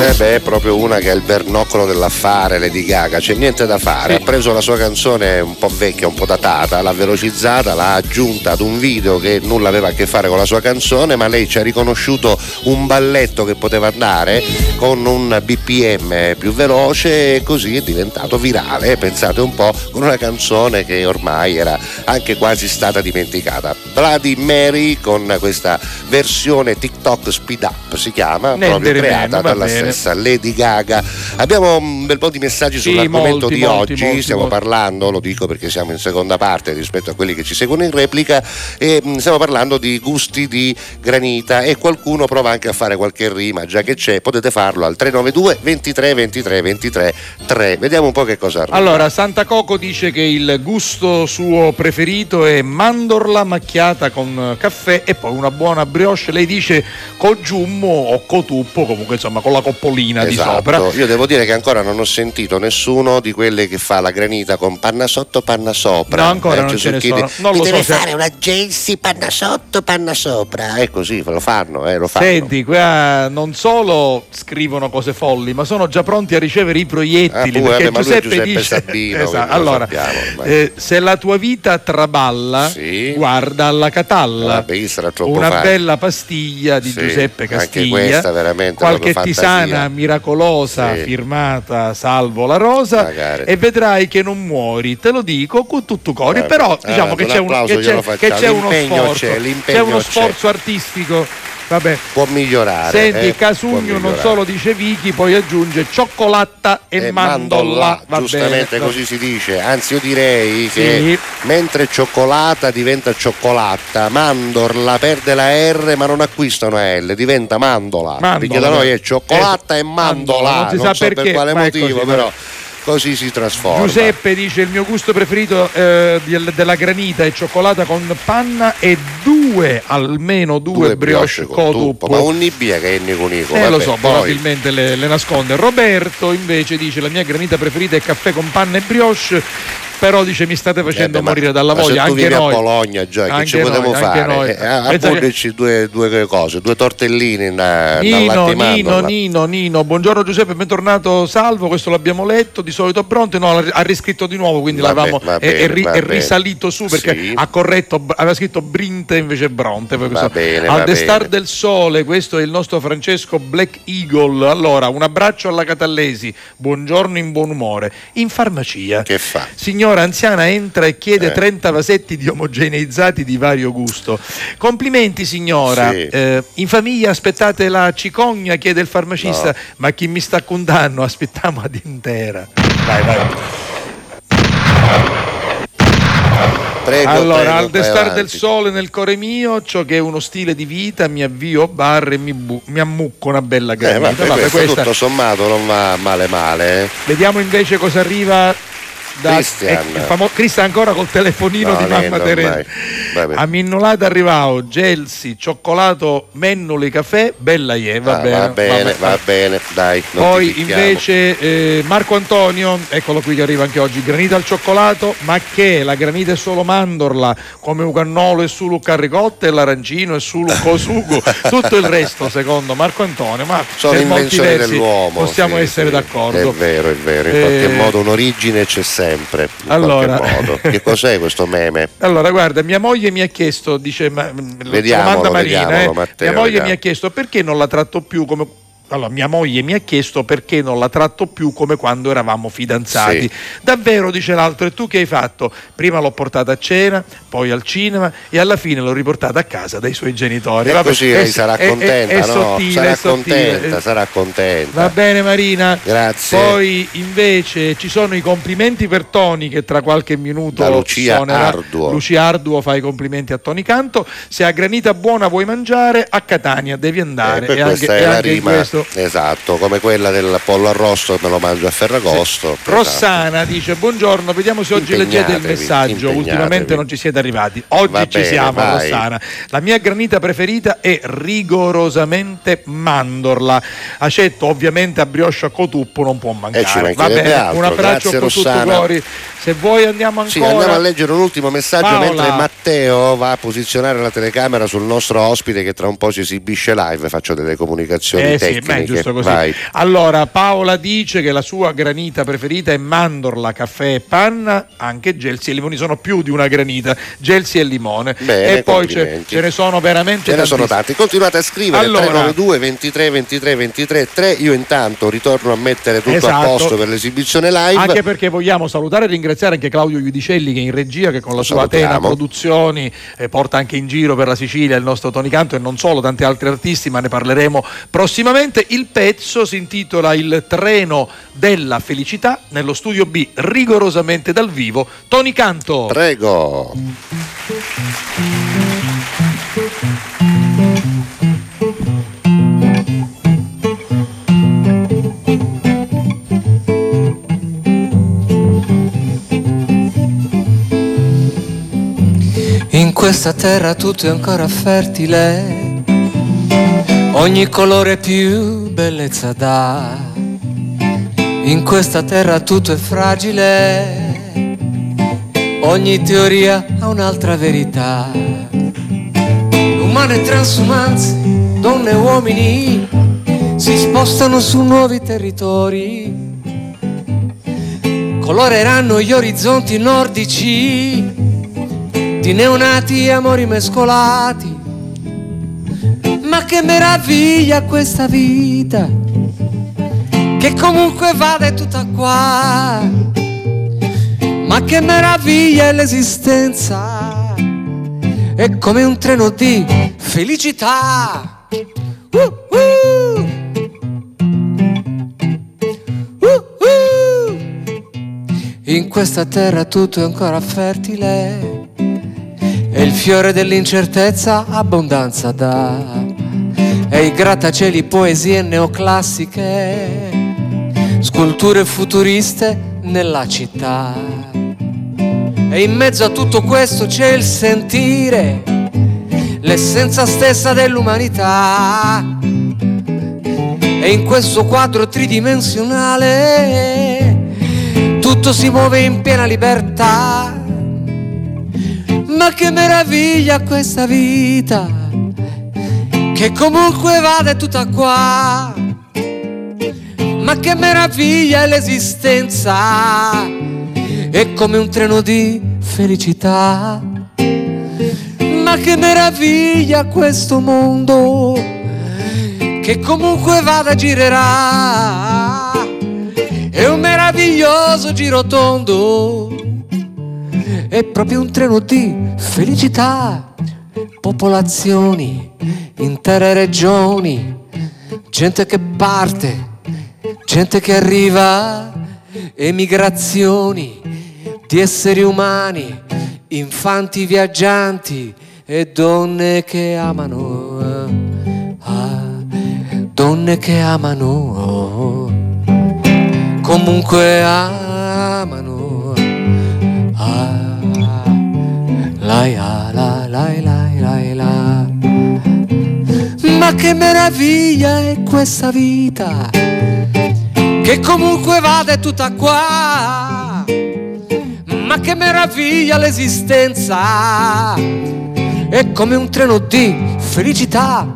B: È proprio una che è il bernoccolo dell'affare, Lady Gaga, c'è niente da fare. Ha preso la sua canzone un po' vecchia, un po' datata, l'ha velocizzata, l'ha aggiunta ad un video che nulla aveva a che fare con la sua canzone, ma lei ci ha riconosciuto un balletto che poteva andare con un BPM più veloce e così è diventato virale, pensate un po', con una canzone che ormai era anche quasi stata dimenticata. Bloody Mary con questa versione TikTok Speed Up si chiama, proprio creata dalla stessa Lady Gaga. Abbiamo un bel po' di messaggi sull'argomento di oggi, stiamo parlando, lo dico perché siamo in seconda parte rispetto a quelli che ci seguono in replica, e stiamo parlando di gusti di granita e qualcuno prova anche a fare qualche rima, già che c'è, potete farlo al 392 23 23 23 3. Vediamo un po' che cosa arriva.
C: Allora, Santa Coco dice che il gusto suo preferito è mandorla macchiata con caffè e poi una buona brioche, lei dice coggiummo o cotuppo, comunque insomma con la coppolina di sopra.
B: Io devo dire che ancora non ho sentito nessuno di quelle che fa la granita con panna sotto panna sopra.
C: No, ancora non ce ne sono. Non lo
F: deve
C: so
F: fare una Jensi panna sotto panna sopra.
B: È così, lo fanno.
C: Senti, qua non solo scrivono cose folli, ma sono già pronti a ricevere i proiettili, perché Giuseppe dice
B: Sabino,
C: esatto. Allora, se la tua vita traballa, guarda alla Catalla, una bella pastiglia di Giuseppe Castiglia, qualche tisana miracolosa firmata Salvo la Rosa, e vedrai che non muori, te lo dico con tutto cori. Però diciamo che c'è uno sforzo artistico. Vabbè.
B: Può migliorare.
C: Senti, Casugno non solo dice Vichi, poi aggiunge cioccolatta e mandolla.
B: Giustamente così si dice. Anzi, io direi che mentre cioccolata diventa cioccolatta, mandorla perde la R ma non acquista una L, diventa mandola. Perché da noi è cioccolata e mandola.
C: Non si sa
B: so
C: perché,
B: per quale motivo,
C: così,
B: però così si trasforma.
C: Giuseppe dice il mio gusto preferito della granita è cioccolata con panna e almeno due brioche cotuppo.
B: Ma un nibbia che è niconico.
C: Lo so, probabilmente le nasconde. Roberto invece dice la mia granita preferita è caffè con panna e brioche. Però dice mi state facendo morire dalla voglia,
B: se tu
C: anche
B: vivi
C: noi
B: a Bologna già che ci potevo fare? Appoggiaci due cose, due tortellini
C: Nino, buongiorno Giuseppe, bentornato Salvo, questo l'abbiamo letto, di solito Bronte, no, ha riscritto di nuovo, quindi l'avevamo risalito su perché ha corretto, aveva scritto Brinte invece Bronte. Al destar del sole, questo è il nostro Francesco Black Eagle. Allora, un abbraccio alla Catallesi, buongiorno in buon umore. In farmacia,
B: che fa?
C: Signora anziana entra e chiede 30 vasetti di omogeneizzati di vario gusto. Complimenti signora. In famiglia aspettate la cicogna, chiede il farmacista. Ma chi mi sta contando? Aspettiamo ad intera. Vai. Prego, al destar del sole nel cuore mio, ciò che è uno stile di vita, mi avvio a bar e mi ammucco una bella granita.
B: Questa tutto sommato non va male.
C: Vediamo invece cosa arriva Cristian ancora col telefonino di mamma Teresa. A Minnolata arrivavo Gelsi, cioccolato, mennoli, caffè, bella va
B: bene, dai.
C: Poi invece Marco Antonio, eccolo qui che arriva anche oggi, granita al cioccolato, ma che la granita è solo mandorla, come un cannolo è solo carricotta e l'arancino è solo cosugo, tutto il resto secondo Marco Antonio, ma
B: sono invenzioni dell'uomo,
C: possiamo essere d'accordo.
B: È vero, in qualche modo un'origine c'è sempre.
C: Allora,
B: che cos'è questo meme?
C: Allora, guarda, mia moglie mi ha chiesto, dice
B: vediamolo,
C: Marina,
B: Matteo,
C: mia moglie mi ha chiesto perché non la tratto più come. Allora, mia moglie mi ha chiesto perché non la tratto più come quando eravamo fidanzati. Davvero, dice l'altro, e tu che hai fatto? Prima l'ho portata a cena, poi al cinema e alla fine l'ho riportata a casa dai suoi genitori.
B: Così lei sarà contenta,
C: è sottile,
B: sarà contenta.
C: Va bene Marina.
B: Grazie.
C: Poi invece ci sono i complimenti per Toni che tra qualche minuto
B: da Lucia Arduo.
C: Lucia Arduo fa i complimenti a Toni Canto. Se a granita buona vuoi mangiare, a Catania devi andare.
B: E anche in questo. Esatto, come quella del pollo arrosto me lo mangio a Ferragosto.
C: Rossana dice buongiorno, vediamo se oggi leggete il messaggio. Ultimamente non ci siete arrivati, oggi ci siamo. Rossana, la mia granita preferita è rigorosamente mandorla, accetto ovviamente a brioche a cotuppo, non può mancare. Va bene,
B: altro.
C: Un abbraccio con tutto cuore. Se vuoi andiamo ancora.
B: Andiamo a leggere un ultimo messaggio. Paola. Mentre Matteo va a posizionare la telecamera sul nostro ospite che tra un po' si esibisce live, faccio delle comunicazioni tecniche. tecniche.
C: Giusto così.
B: Vai.
C: Allora, Paola dice che la sua granita preferita è mandorla, caffè e panna, anche gelsi e limoni, sono più di una granita, gelsi e limone.
B: Bene,
C: e poi ce ne sono veramente
B: tanti. Sono tanti. Continuate a scrivere, allora, 392 23 23 23 3. Io intanto ritorno a mettere tutto a posto per l'esibizione live,
C: anche perché vogliamo salutare e ringraziare anche Claudio Iudicelli, che è in regia, che con la sua Atena Produzioni porta anche in giro per la Sicilia il nostro Tony Canto e non solo, tanti altri artisti, ma ne parleremo prossimamente. Il pezzo si intitola Il treno della felicità, nello studio B, rigorosamente dal vivo, Tony Canto.
B: Prego.
I: In questa terra tutto è ancora fertile, ogni colore più bellezza dà. In questa terra tutto è fragile, ogni teoria ha un'altra verità. Umane transumanze, donne e uomini si spostano su nuovi territori, coloreranno gli orizzonti nordici di neonati e amori mescolati. Ma che meraviglia questa vita, che comunque vada è tutta qua. Ma che meraviglia è l'esistenza, è come un treno di felicità. In questa terra tutto è ancora fertile e il fiore dell'incertezza abbondanza dà. E i grattacieli poesie neoclassiche, sculture futuriste nella città. E in mezzo a tutto questo c'è il sentire, l'essenza stessa dell'umanità. E in questo quadro tridimensionale tutto si muove in piena libertà. Ma che meraviglia questa vita, che comunque vada è tutta qua. Ma che meraviglia è l'esistenza, è come un treno di felicità. Ma che meraviglia questo mondo, che comunque vada girerà. È un meraviglioso giro tondo, è proprio un treno di felicità. Popolazioni, intere regioni, gente che parte, gente che arriva, emigrazioni di esseri umani, infanti viaggianti e donne che amano, donne che amano, comunque amano. Ma che meraviglia è questa vita, che comunque vada è tutta qua. Ma che meraviglia l'esistenza, è come un treno di felicità.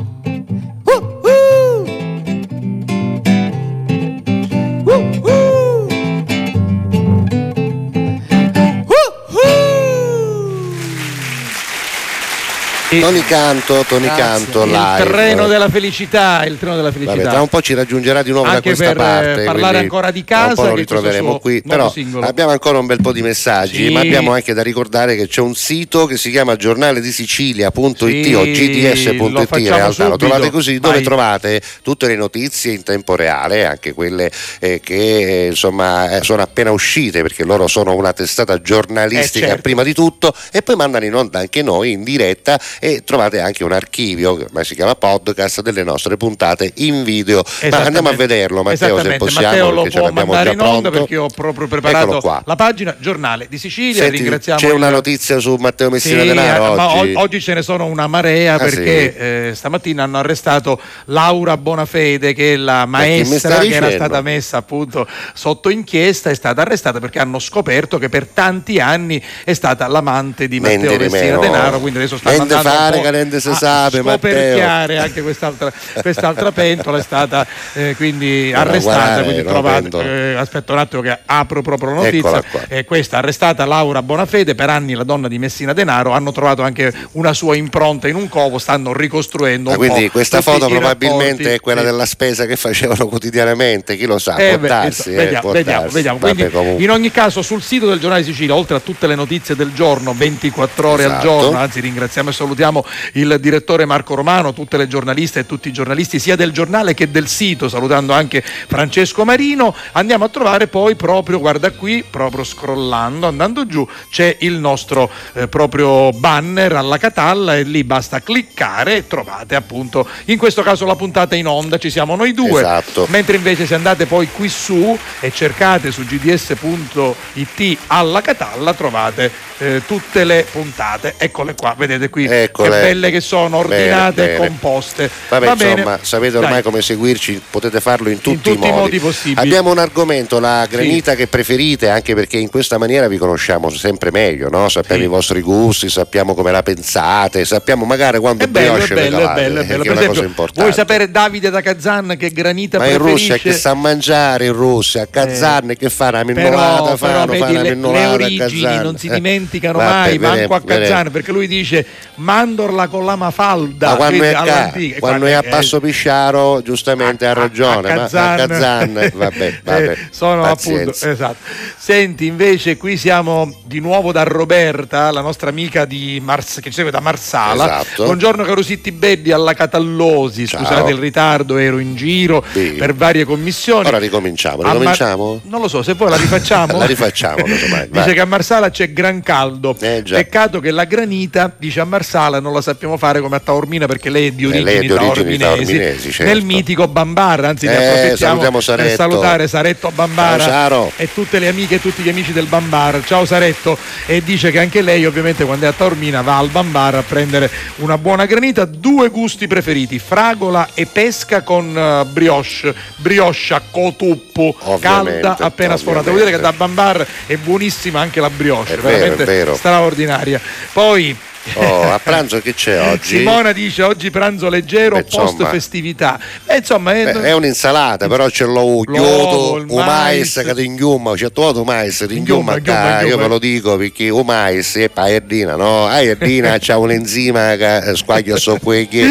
B: Tony Canto live.
C: Il treno della felicità, il treno della felicità.
B: Vabbè, tra un po' ci raggiungerà di nuovo
C: anche
B: da questa parte,
C: parlare ancora di casa,
B: un po' lo ritroveremo qui, però abbiamo ancora un bel po' di messaggi, ma abbiamo anche da ricordare che c'è un sito che si chiama giornaledisicilia.it o gds.it, in realtà lo trovate così, dove trovate tutte le notizie in tempo reale, anche quelle che insomma sono appena uscite, perché loro sono una testata giornalistica prima di tutto, e poi mandano in onda anche noi in diretta, e trovate anche un archivio che ormai si chiama podcast delle nostre puntate in video. Ma andiamo a vederlo, Matteo, se possiamo.
C: Matteo lo
B: può
C: mandare in onda,
B: pronto,
C: perché ho proprio preparato la pagina Giornale di Sicilia.
B: Senti,
C: ringraziamo
B: c'è una notizia su Matteo Messina Denaro oggi.
C: Ma oggi ce ne sono una marea, perché stamattina hanno arrestato Laura Bonafede, che è la maestra che era stata messa appunto sotto inchiesta. È stata arrestata perché hanno scoperto che per tanti anni è stata l'amante di Matteo Messina Denaro, quindi adesso stanno andando
B: fare che si sape,
C: scoperchiare anche quest'altra pentola, è stata quindi arrestata, quindi trovate, aspetta un attimo che apro proprio la notizia, questa arrestata Laura Bonafede, per anni la donna di Messina Denaro, hanno trovato anche una sua impronta in un covo, stanno ricostruendo un
B: quindi
C: po'
B: questa foto probabilmente
C: rapporti,
B: è quella della spesa che facevano quotidianamente, chi lo sa, può darsi,
C: vediamo. Quindi, in ogni caso sul sito del Giornale Sicilia, oltre a tutte le notizie del giorno 24 ore al giorno, anzi ringraziamo e salutiamo il direttore Marco Romano, tutte le giornaliste e tutti i giornalisti sia del giornale che del sito, salutando anche Francesco Marino, andiamo a trovare poi proprio, guarda qui, proprio scrollando, andando giù c'è il nostro proprio banner alla Catalla, e lì basta cliccare e trovate appunto in questo caso la puntata in onda, ci siamo noi due, mentre invece se andate poi qui su e cercate su gds.it alla Catalla trovate tutte le puntate, eccole qua, vedete qui, che belle che sono, ordinate e composte.
B: Vabbè,
C: Va
B: insomma,
C: bene.
B: sapete ormai come seguirci, potete farlo in tutti i modi
C: possibili.
B: Abbiamo un argomento, la granita che preferite, anche perché in questa maniera vi conosciamo sempre meglio, no? Sappiamo i vostri gusti, sappiamo come la pensate, sappiamo magari quando brioche
C: è bello. Per esempio, vuoi sapere Davide da Kazan che granita preferisce?
B: Ma in Russia che sa mangiare, in Russia a Kazan che fa una minnolata,
C: fa una minnolata, le origini non si dimenticano mai, manco a Kazan, perché lui dice mandorla con la mafalda.
B: Ma quando è a Passo Pisciaro giustamente ha ragione, ma a Kazan vabbè,
C: sono appunto, esatto. Senti, invece qui siamo di nuovo da Roberta, la nostra amica che ci segue da Marsala. Buongiorno Carusitti Beddi alla Catallosi, scusate il ritardo, ero in giro per varie commissioni.
B: Ora ricominciamo.
C: Non lo so, se poi la rifacciamo.
B: La rifacciamo, casomai.
C: Dice che a Marsala c'è gran caldo. Peccato che la granita, dice, a Marsala non la sappiamo fare come a Taormina, perché lei è di origini taorminesi, certo. Nel mitico Bambarra, anzi ne approfittiamo per salutare Saretto Bambarra e tutte le amiche e tutti gli amici del Bambarra. Ciao Saretto. E dice che anche lei ovviamente quando è a Taormina va al Bambarra a prendere una buona granita. Due gusti preferiti: fragola e pesca con brioche a cotuppo, calda appena sforata. Devo dire che da Bambarra è buonissima anche la brioche, veramente straordinaria. Poi
B: a pranzo che c'è oggi?
C: Simona dice oggi pranzo leggero, post festività. Insomma
B: è un'insalata, però c'è l'uovo, il mais che ti inghiumma, c'è tutto mais, ti inghiumma. Io ve lo dico perché il mais è paerdina, no? Paerdina c'ha un enzima che squaglia sopra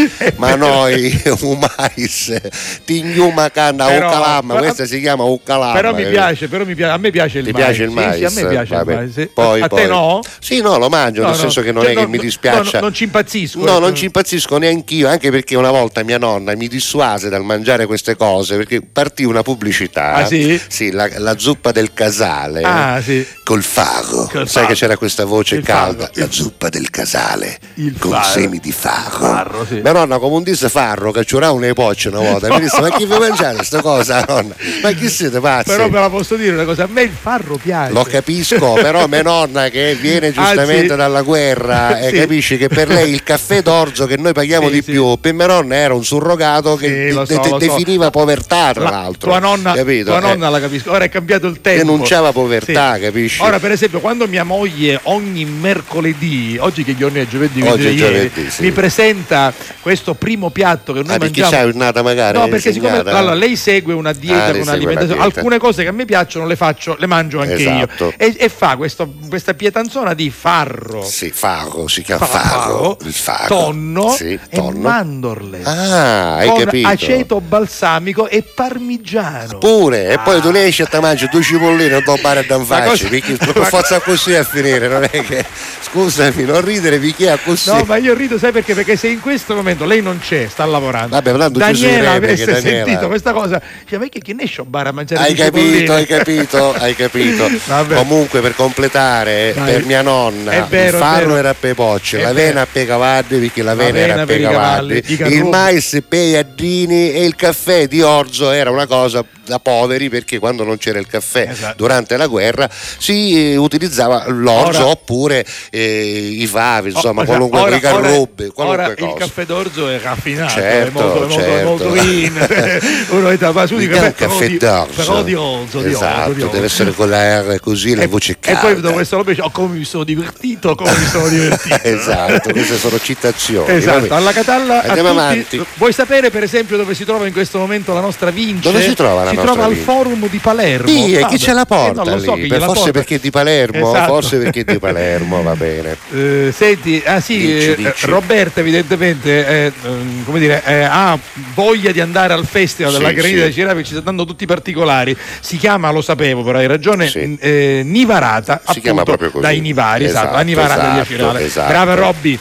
B: ma noi il mais ti inghiumma canna un calamma, questa si chiama un calamma.
C: Però mi piace, a me piace il mais.
B: Piace il mais?
C: Sì, a me piace il mais.
B: Poi,
C: a te no?
B: Sì, no, lo mangio, nel senso che non è che mi dispiace.
C: Non ci impazzisco.
B: No, non ci impazzisco neanch'io, anche perché una volta mia nonna mi dissuase dal mangiare queste cose, perché partì una pubblicità.
C: Ah, sì?
B: Sì, la zuppa del casale.
C: Sì.
B: Col fago. Sai che c'era questa voce calda? La zuppa del casale con semi di fago.
C: Sì.
B: Mia nonna, come un disse farro, che c'era una epoccia una volta, mi disse: ma chi vuoi mangiare questa cosa, nonna? Ma chi siete pazzi?
C: Però me la posso dire una cosa, a me il farro piace.
B: Lo capisco, però mia nonna che viene giustamente dalla guerra e capisci che per lei il caffè d'orzo che noi paghiamo di più, per mia nonna era un surrogato che definiva povertà, tra l'altro.
C: Tua nonna la capisco, ora è cambiato il tempo.
B: Denunciava povertà, capisci?
C: Ora per esempio quando mia moglie ogni mercoledì, oggi che giorno è? Giovedì, mi presenta questo primo piatto che noi mangiamo.
B: Perché c'hai un'annata magari?
C: No, perché siccome lei segue una dieta con un'alimentazione, alcune cose che a me piacciono le mangio anche io. E fa questa pietanzona di farro.
B: Sì, fago, si chiama fago, il fago,
C: tonno e mandorle.
B: Hai
C: con
B: capito?
C: Aceto balsamico e parmigiano.
B: Pure, e poi tu ne esci e ti mangi due cipolline e do bare a danfacci, perché forza così a finire, non è che, scusami, non ridere perché è così.
C: No, ma io rido, sai perché? Perché se in questo momento lei non c'è, sta lavorando.
B: Vabbè,
C: Daniela avesse sentito questa cosa, cioè, ma che ne esce a bar a mangiare
B: hai capito. Comunque, per completare, per mia nonna il farro era per Pocci, l'avena a Pecavalli, perché l'avena era a Pecavalli, il mais per Iardini e il caffè di orzo era una cosa da poveri, perché quando non c'era il caffè durante la guerra si utilizzava l'orzo oppure i favi, insomma qualunque carrubbe,
C: ora
B: cosa.
C: Il caffè d'orzo è raffinato,
B: certo,
C: è molto green. Uno è su di
B: caffè d'orzo,
C: però di orzo,
B: deve essere con la R così, la voce calda.
C: E poi dopo questa roba come mi sono divertito.
B: Esatto, queste sono citazioni.
C: Esatto, alla Catalla
B: andiamo avanti.
C: Vuoi sapere per esempio dove si trova in questo momento la nostra Vince?
B: Dove si trova la nostra
C: Si trova
B: Vince?
C: al forum di Palermo.
B: Sì, e chi ce la porta
C: non lo so,
B: lì? Forse perché è di Palermo, forse perché è di Palermo, va bene.
C: Senti, dici. Roberta evidentemente ha voglia di andare al festival della granita di Cirave, ci sta dando tutti i particolari. Si chiama, lo sapevo, però hai ragione, Nivarata,
B: si chiama proprio così.
C: Dai Nivari, la Nivarata di Cirave. Brava Robby.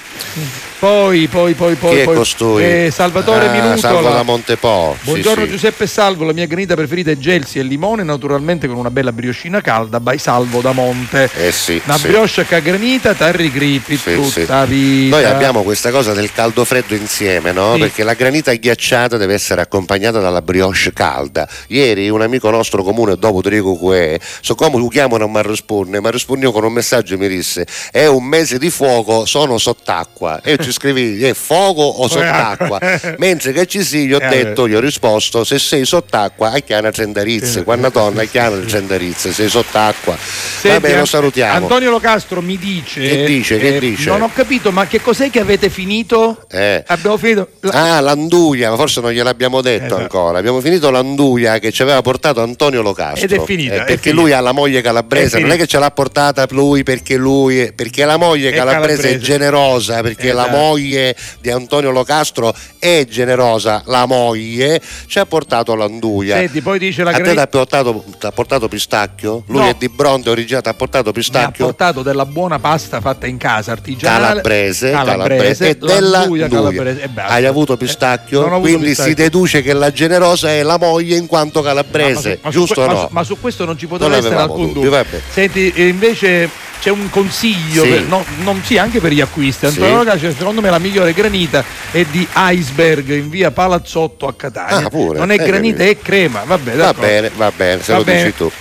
C: Poi
B: Chi è costui?
C: Salvatore Minutola.
B: Salvo da Montepo.
C: Buongiorno Giuseppe e Salvo, la mia granita preferita è gelsi e limone, naturalmente con una bella brioscina calda by Salvo da Monte. Una brioche a granita, tarri gripi tutta vita.
B: Noi abbiamo questa cosa del caldo freddo insieme, no? Perché la granita ghiacciata deve essere accompagnata dalla brioche calda. Ieri un amico nostro comune, dopo ti dico che so come lo chiamano, ma risponde con un messaggio, mi disse: è un mese di fuoco, sono sott'acqua. E ci scrivi è fuoco o sott'acqua, mentre che ci sì, gli ho risposto: se sei sott'acqua hai chiana trendarizze, quando donna hai chiana trendarizze, sei sott'acqua. Vabbè, lo salutiamo.
C: Antonio Locastro mi dice
B: che dice?
C: Non ho capito, ma che cos'è che avete finito? Abbiamo finito
B: l'anduia, ma forse non gliel'abbiamo detto ancora. Abbiamo finito l'anduia che ci aveva portato Antonio Locastro,
C: ed è finita,
B: perché lui ha la moglie calabrese, non è che ce l'ha portata lui perché la moglie calabrese è generosa, perché la moglie di Antonio Locastro è generosa, la moglie ci ha portato l'anduia.
C: Senti, poi dice la
B: a te ti ha portato pistacchio? Lui è di Bronte, originario, ti ha portato pistacchio?
C: Mi ha portato della buona pasta fatta in casa, artigianale,
B: calabrese e della Calabrese. Hai avuto pistacchio? Quindi pistacchio. Si deduce che la generosa è la moglie in quanto calabrese, giusto o no?
C: Ma su questo non ci poteva essere alcun dubbio. Senti, invece c'è un consiglio anche per gli acquisti. Antonio Locastro, secondo me la migliore granita è di Iceberg in via Palazzotto a Catania. Non è granita, è crema. Va bene,
B: se lo dici tu.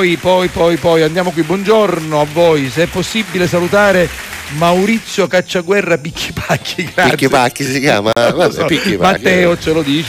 C: Poi andiamo qui. Buongiorno a voi, se è possibile salutare Maurizio Cacciaguerra Picchipacchi, grazie.
B: Picchipacchi si chiama?
C: Matteo ce lo dice,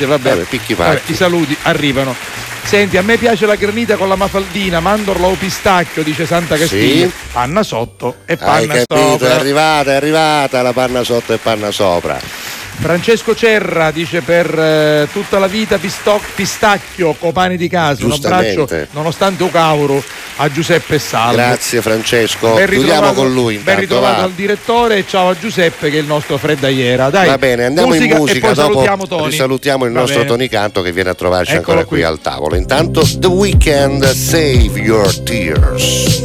C: i saluti arrivano. Senti, a me piace la granita con la mafaldina, mandorla o pistacchio, dice Santa Castiglia. Panna sotto e panna sopra.
B: È arrivata la panna sotto e panna sopra.
C: Francesco Cerra dice: per tutta la vita pistacchio con pane di casa. Un abbraccio nonostante Ocauro a Giuseppe e Salvo.
B: Grazie Francesco, chiudiamo con lui.
C: Ben ritrovato al direttore e ciao a Giuseppe che è il nostro freddaiera. Dai,
B: va bene, andiamo in musica, dopo
C: salutiamo
B: il nostro Tony Canto che viene a trovarci ancora qui al tavolo. Intanto The Weeknd, Save Your Tears.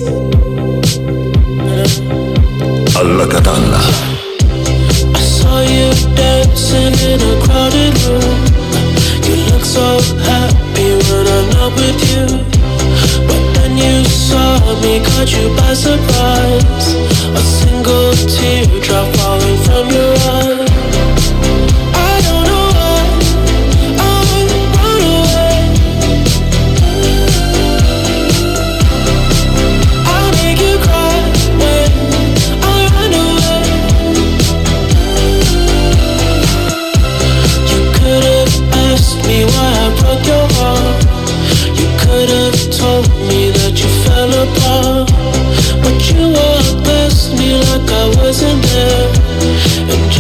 G: Alla Catalla.
P: You dancing in a crowded room. You look so happy when I'm not with you. But then you saw me, caught you by surprise. A single teardrop falling from your eye. I don't know why I run away. I'll make you cry when I run away. Asked me why I broke your heart. You could have told me that you fell apart, but you walked past me like I wasn't there. And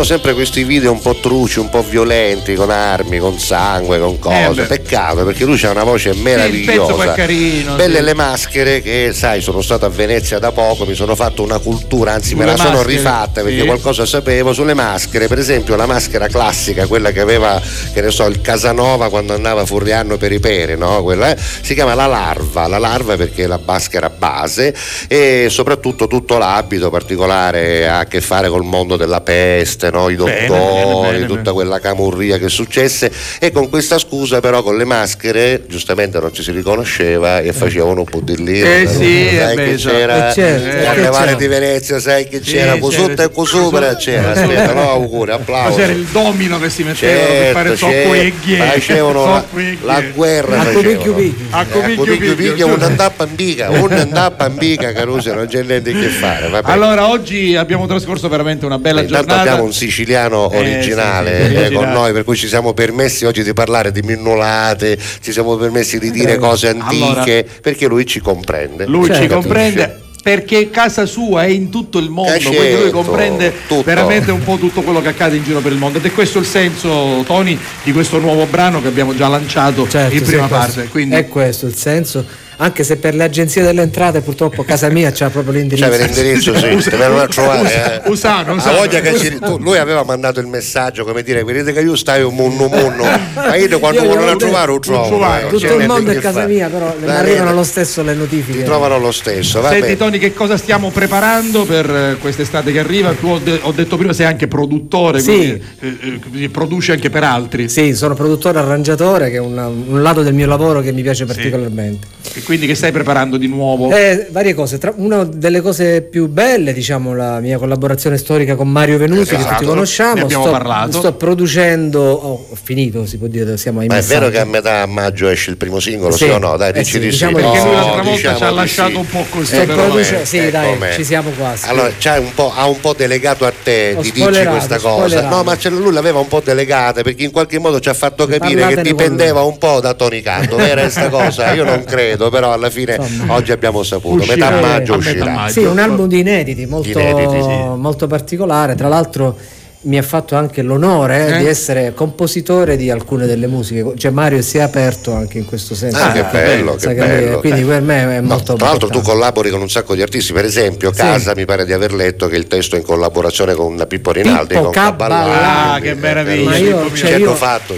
B: sempre questi video un po' truci, un po' violenti, con armi, con sangue, con cose. Peccato, perché lui c'ha una voce meravigliosa.
C: Il pezzo poi carino.
B: Belle le maschere, che sai, sono stato a Venezia da poco, mi sono fatto una cultura, anzi me la sono rifatta perché qualcosa sapevo sulle maschere. Per esempio la maschera classica, quella che aveva, che ne so, il Casanova quando andava Furriano per i peri, no? Quella si chiama la larva perché è la maschera base, e soprattutto tutto l'abito particolare ha a che fare col mondo della peste, no? I dottori, tutta quella camurria che successe, e con questa scusa però con le maschere giustamente non ci si riconosceva e facevano un po' di lì. Sai che c'era alle mare di Venezia, sai che c'era sotto e sopra c'era, aspetta, no, auguri, applausi.
C: C'era il domino che si metteva per fare
B: facevano la guerra, a Cubicchio un andappa in bica, Caruso, non c'è niente che fare. Vabbè.
C: Allora oggi abbiamo trascorso veramente una bella giornata.
B: Abbiamo un siciliano originale con noi, per cui ci siamo permessi oggi di parlare di minnolate, ci siamo permessi di dire cose antiche, perché lui ci comprende.
C: Ci comprende. Perché casa sua è in tutto il mondo, quindi lui comprende veramente un po' tutto quello che accade in giro per il mondo, ed è questo il senso, Tony, di questo nuovo brano che abbiamo già lanciato in prima parte. Quindi
E: è questo il senso, anche se per le agenzie delle entrate purtroppo casa mia c'ha proprio l'indirizzo.
B: C'è l'indirizzo, sì, te lo trovare.
C: Usano.
B: Lui aveva mandato il messaggio, come dire, vedete che io stai un munno, ma io quando vogliono a trovare lo trovo.
E: Tutto il mondo è casa mia, però mi arrivano lo stesso le notifiche.
B: Ti trovano lo stesso.
C: Senti Tony, che cosa stiamo preparando per quest'estate che arriva? Tu ho detto prima sei anche produttore, quindi produci anche per altri.
E: Sì, sono produttore arrangiatore, che è un lato del mio lavoro che mi piace particolarmente.
C: E quindi che stai preparando di nuovo?
E: Varie cose. Una delle cose più belle, diciamo, la mia collaborazione storica con Mario Venuti, che tutti conosciamo.
C: Ne abbiamo parlato.
E: Sto producendo, ho finito, si può dire, siamo ai messaggi.
B: Ma è vero che a metà maggio esce il primo singolo, sì o no? Dai, dici di sì.
C: Perché lui l'altra volta ci ha lasciato un po' così.
E: Sì, dai, ci siamo quasi.
B: Allora, ha un po' delegato a te di dirci questa cosa. No, ma lui l'aveva un po' delegata, perché in qualche modo ci ha fatto capire che dipendeva un po' da Tony Canto. Vera questa cosa? Io non credo, però alla fine oggi abbiamo saputo, metà maggio uscirà.
E: Sì, un album di inediti molto particolare, tra l'altro mi ha fatto anche l'onore di essere compositore di alcune delle musiche, cioè Mario si è aperto anche in questo senso.
B: Che bello.
E: Quindi per me è molto
B: tra l'altro tu collabori con un sacco di artisti, per esempio Casa mi pare di aver letto che il testo è in collaborazione con Pippo Rinaldi, con
E: Caballà.
C: Che meraviglia.
B: Ci hanno fatto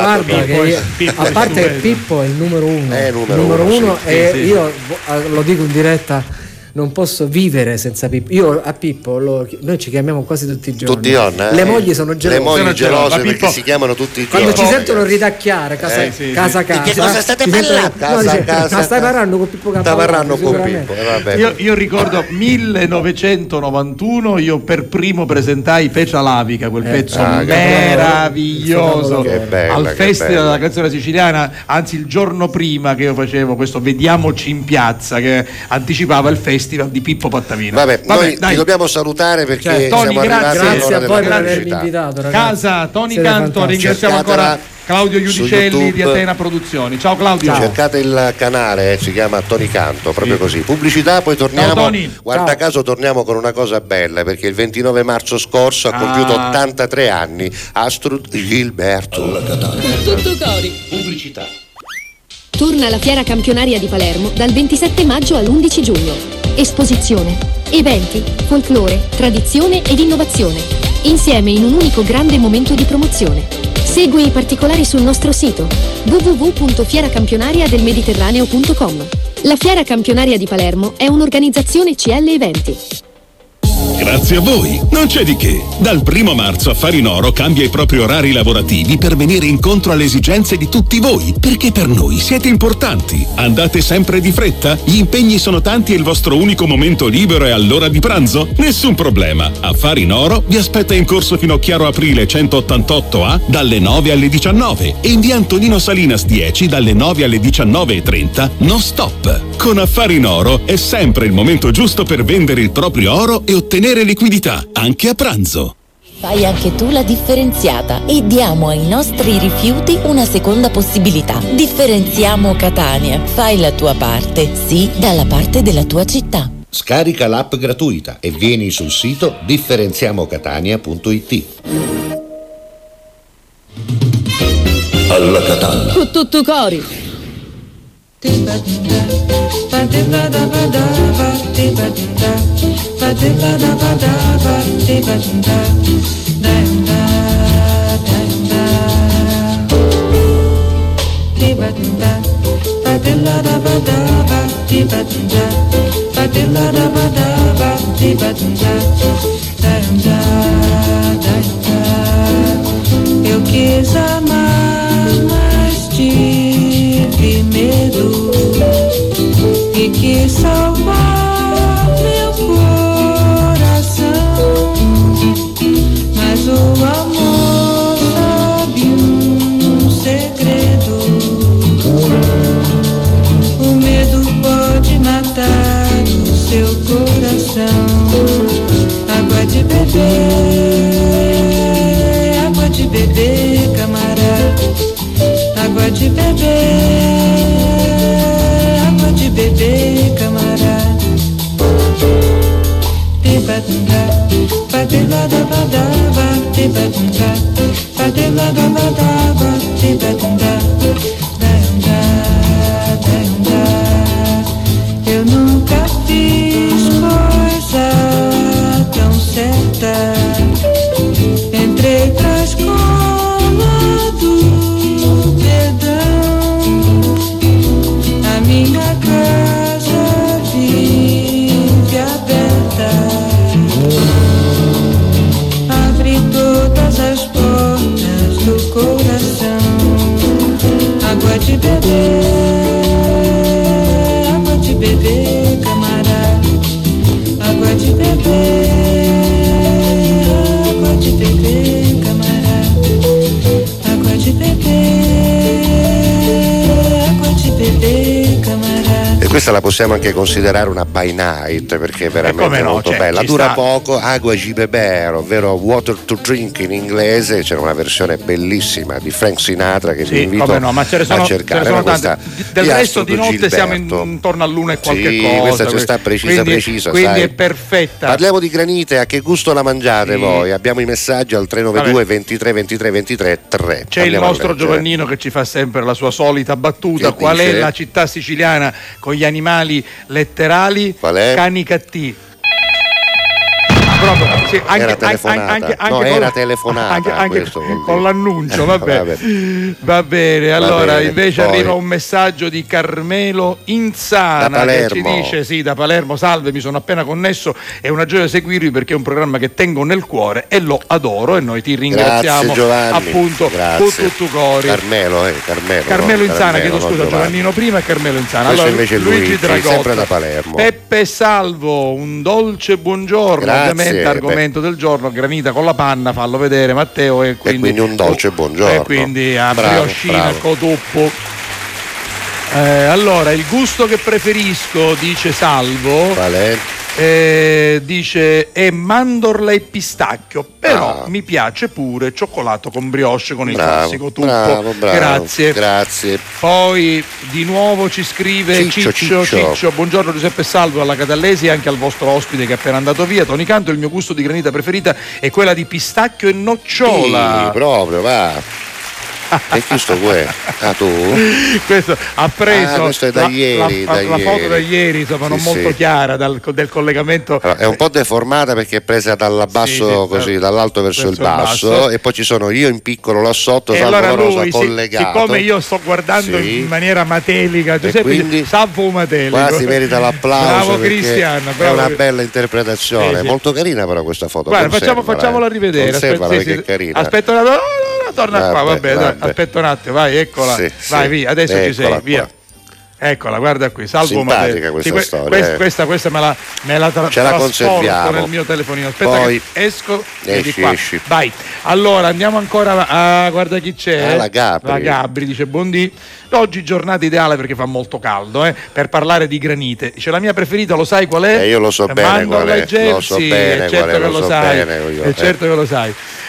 E: a parte che Pippo è il numero uno, e io lo dico in diretta, non posso vivere senza Pippo. Io a Pippo noi ci chiamiamo quasi tutti i giorni. Le mogli sono gelose.
B: Le mogli gelose perché si chiamano tutti i giorni.
E: Quando ci sentono ridacchiare casa.
F: Di che cosa state parlando?
E: Ma stai parlando con Pippo Caballà?
B: Sta parlando con Pippo.
C: Io ricordo 1991, io per primo presentai Pecia Lavica, quel pezzo meraviglioso al Festival della canzone siciliana, anzi il giorno prima che io facevo questo Vediamoci in piazza, che anticipava il festival di Pippo Pattavino.
B: Noi ti dobbiamo salutare perché
C: Tony,
B: siamo arrivati
E: grazie a voi per
B: avermi
E: invitato, ragazzi.
C: Casa Tony Canto, ringraziamo ancora Claudio Iudicelli di Atena Produzioni. Ciao Claudio.
B: Cercate il canale, si chiama Tony Canto, proprio così. Pubblicità, poi torniamo. Guarda caso torniamo con una cosa bella, perché il 29 marzo scorso ha compiuto 83 anni Astrud Gilberto.
A: Tutto cori.
B: Pubblicità.
K: Torna la Fiera Campionaria di Palermo dal 27 maggio all'11 giugno. Esposizione, eventi, folklore, tradizione ed innovazione, insieme in un unico grande momento di promozione. Segui i particolari sul nostro sito www.fieracampionariadelmediterraneo.com. La Fiera Campionaria di Palermo è un'organizzazione CL Eventi.
L: Grazie a voi, non c'è di che. Dal 1 marzo Affari in Oro cambia i propri orari lavorativi per venire incontro alle esigenze di tutti voi, perché per noi siete importanti. Andate sempre di fretta? Gli impegni sono tanti e il vostro unico momento libero è all'ora di pranzo? Nessun problema. Affari in Oro vi aspetta in corso Finocchiaro Aprile 188A dalle 9 alle 19 e in via Antonino Salinas 10 dalle 9 alle 19:30 non stop. Con Affari in Oro è sempre il momento giusto per vendere il proprio oro e ottenere liquidità, anche a pranzo.
A: Fai anche tu la differenziata e diamo ai nostri rifiuti una seconda possibilità. Differenziamo Catania. Fai la tua parte, sì, dalla parte della tua città.
B: Scarica l'app gratuita e vieni sul sito differenziamocatania.it.
G: Alla Catalla.
D: Tutto cori.
Q: Eu quis amar, mas tive medo e quis salvar meu coração, mas o amor sabe um segredo. O medo pode matar o seu coração. Água de beber, camarada. Água de beber, camarada. Tibadunda, badilada-badaba, tibadunda, badilada-badaba, tibadunda, daunda, daunda. Eu nunca fiz coisa tão certa. Entrei pra escola do perdão. A minha casa vive aberta. Abre todas as portas do coração. Água de beber, camarada. Água de beber, camarada. Água de beber, camarada.
B: E questa la possiamo anche considerare una by night, perché è veramente molto bella. Dura poco. Agua di beber, ovvero water to drink in inglese. C'era una versione bellissima di Frank Sinatra che vi invito
C: ma ce ne sono,
B: a cercare.
C: Ce ne sono tante. Del resto di notte Gilberto. Siamo intorno all'una e qualche cosa.
B: Questa ci sta precisa.
C: Quindi
B: sai.
C: È perfetta.
B: Parliamo di granite, a che gusto la mangiate voi? Abbiamo i messaggi al 392 23 23 23 3.
C: C'è il nostro Giovannino che ci fa sempre la sua solita battuta. Qual è la città siciliana con gli animali letterali?
B: Qual è?
C: Canicattì. Proprio, sì,
B: era telefonata. Era telefonata
C: anche con l'annuncio, vabbè. Va bene, allora invece poi arriva un messaggio di Carmelo Insana che ci dice: da Palermo, salve, mi sono appena connesso, è una gioia seguirvi perché è un programma che tengo nel cuore e lo adoro, e noi ti ringraziamo.
B: Grazie,
C: appunto con tutto cuore. Carmelo Insana, chiedo scusa, Giovannino prima e Carmelo Insana.
B: Allora, invece Luigi Dragotto, sempre da Palermo.
C: Peppe Salvo, un dolce buongiorno.
B: Grazie.
C: Argomento del giorno, granita con la panna, fallo vedere Matteo, e quindi
B: un dolce buongiorno,
C: e quindi a brioscina cotuppo. Allora, il gusto che preferisco, dice Salvo,
B: qual è?
C: Dice è mandorla e pistacchio, però mi piace pure cioccolato con brioche con il classico tuppo. Grazie. Poi di nuovo ci scrive Ciccio. Buongiorno Giuseppe Salvo, alla Catallesi e anche al vostro ospite che è appena andato via. Tony Canto, il mio gusto di granita preferita è quella di pistacchio e nocciola.
B: Sì, proprio, va. E questo tu?
C: Questo ha preso
B: questo è da ieri,
C: la foto da ieri, insomma, non molto chiara del collegamento.
B: Allora, è un po' deformata perché è presa dal basso, così dall'alto verso il basso, e poi ci sono io in piccolo là sotto,
C: e
B: Salvo
C: allora
B: Rosa
C: lui,
B: collegato.
C: Siccome io sto guardando in maniera matelica, Giuseppe Salvo Matelico.
B: Qua si merita l'applauso.
C: Bravo Cristiano,
B: è una bella interpretazione, molto carina però questa foto.
C: Guarda, facciamola rivedere.
B: Perché è carina.
C: Aspetta torna qua, vabbè. Aspetta un attimo, vai, eccola. Vai, via, adesso ci sei, via. Eccola, guarda qui, Salvo
B: Simpatica questa storia.
C: Questa me la trasporto nel mio telefonino. Aspetta,
B: poi
C: che esco, esci. Vai. Allora, andiamo ancora guarda chi c'è.
B: La
C: Gabri dice: buondì. Oggi giornata ideale perché fa molto caldo, per parlare di granite. Dice: la mia preferita, lo sai qual è?
B: Io lo so bene qual è. Lo so bene,
C: certo che lo sai. Certo che lo sai.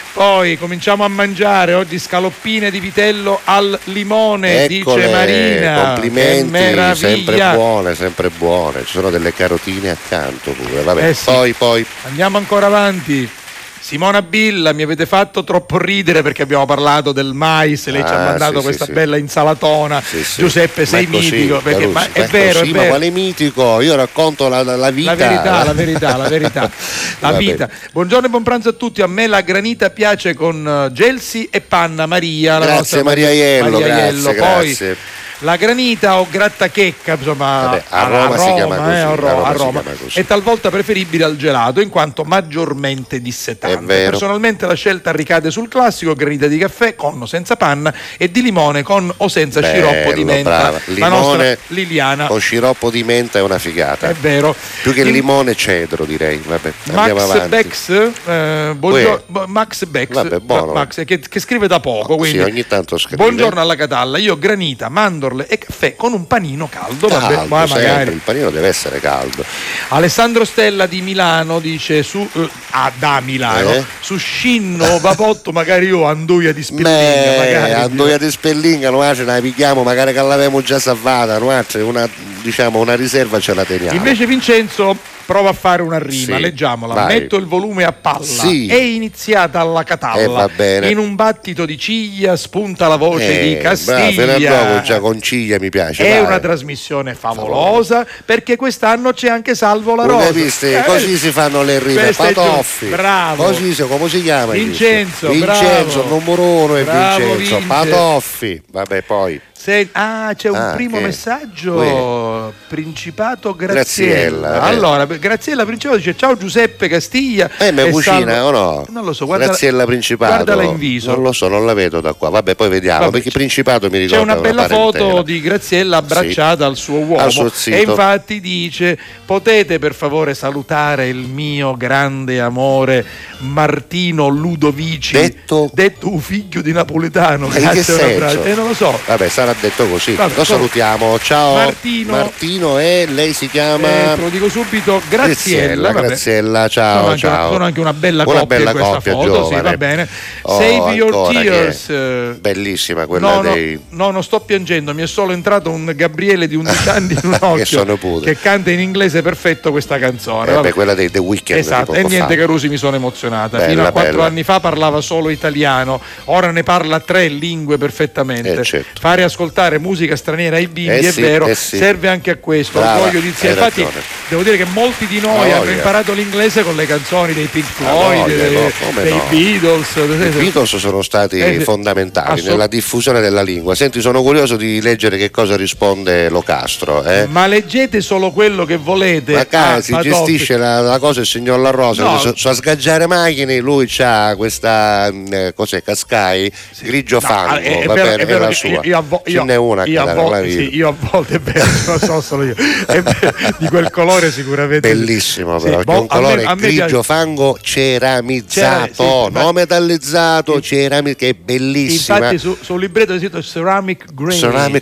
C: Poi cominciamo a mangiare oggi scaloppine di vitello al limone.
B: Eccole,
C: dice Marina.
B: complimenti, sempre buone, ci sono delle carotine accanto pure. Vabbè,
C: sì.
B: Poi
C: andiamo ancora avanti. Simona Billa, mi avete fatto troppo ridere perché abbiamo parlato del mais, lei ci ha mandato questa bella insalatona. Giuseppe, sei mitico, perché è vero,
B: ma quale mitico? Io racconto la vita.
C: La verità. La vita. Buongiorno e buon pranzo a tutti. A me la granita piace con gelsi e panna. Maria,
B: grazie Maria Iello,
C: Poi
B: grazie.
C: La granita o grattachecca, insomma,
B: a Roma si chiama così,
C: a Roma. È talvolta preferibile al gelato in quanto maggiormente dissetante. Personalmente la scelta ricade sul classico granita di caffè con o senza panna e di limone con o senza sciroppo di menta.
B: Brava.
C: La nostra Liliana.
B: Con sciroppo di menta è una figata.
C: È vero.
B: Più che il limone cedro, direi. Vabbè, andiamo avanti.
C: Max Bex,
B: vabbè, buono.
C: Max, che scrive da poco. Quindi,
B: sì, ogni tanto scrive.
C: Buongiorno alla Catalla, io granita, mandorle e caffè con un panino caldo.
B: Magari il panino deve essere caldo.
C: Alessandro Stella di Milano dice da Milano su Scinno Vapotto magari io Anduia di Spellinga.
B: Anduia di Spellinga noi ce la picchiamo, magari che l'avevamo già salvata, una riserva ce la teniamo.
C: Invece Vincenzo prova a fare una rima,
B: sì,
C: leggiamola.
B: vai.
C: Metto il volume a palla.
B: Sì.
C: È iniziata alla Catalla.
B: Va bene.
C: In un battito di ciglia spunta la voce di Castiglia.
B: Bravo, già con ciglia mi piace.
C: È una trasmissione favolosa perché quest'anno c'è anche Salvo la Rosa.
B: Così si fanno le rime. Patoffi.
C: Bravo.
B: Così come si chiama?
C: Vincenzo,
B: numero uno è
C: bravo,
B: Vincenzo. Patoffi. Vabbè, poi.
C: C'è un primo messaggio. Principato Graziella. Allora, Graziella Principato dice ciao Giuseppe Castiglia.
B: Mi cucina o no?
C: Non lo so,
B: Graziella Principato.
C: Guardala in viso.
B: Non lo so, non la vedo da qua. Vabbè, poi vediamo. Perché Principato mi ricorda.
C: C'è una bella foto di Graziella abbracciata al suo uomo.
B: Al suo zitto.
C: E infatti dice: potete per favore salutare il mio grande amore Martino Ludovici, detto figlio di napoletano.
B: Grazie,
C: non lo so.
B: Vabbè, sarà detto così. Lo salutiamo. Ciao Martino e lei si chiama
C: te lo dico subito,
B: Graziella, ciao.
C: Sono anche una bella coppia in questa foto,
B: giovane.
C: Sì, va bene. Save Your Tears.
B: Bellissima quella dei.
C: No, non sto piangendo, mi è solo entrato un Gabriele di 11 anni in un occhio che canta in inglese perfetto questa canzone.
B: Quella dei The Weeknd.
C: Esatto, e niente Carusi, mi sono emozionata. Fino a 4 anni fa parlava solo italiano, ora ne parla 3 lingue perfettamente.
B: Certo.
C: Fare ascoltare musica straniera ai bimbi è vero, serve anche a questo. Orgoglio di zia. Infatti devo dire che molti di noi hanno imparato l'inglese con le canzoni dei Pink Floyd, dei Beatles.
B: I Beatles sono stati fondamentali nella diffusione della lingua. Senti, sono curioso di leggere che cosa risponde Locastro.
C: Ma leggete solo quello che volete.
B: Ma si gestisce la cosa il signor La Rosa. So a sgaggiare macchine, lui c'ha questa cos'è, Cascai, grigio fango, è la sua. Ce n'è una che
C: io a volte è vero, non so solo io. Di quel colore sicuramente.
B: Bellissimo però, che è un colore grigio fango ceramizzato, non metallizzato, che è bellissima.
C: Infatti sul libretto è scritto ceramic green.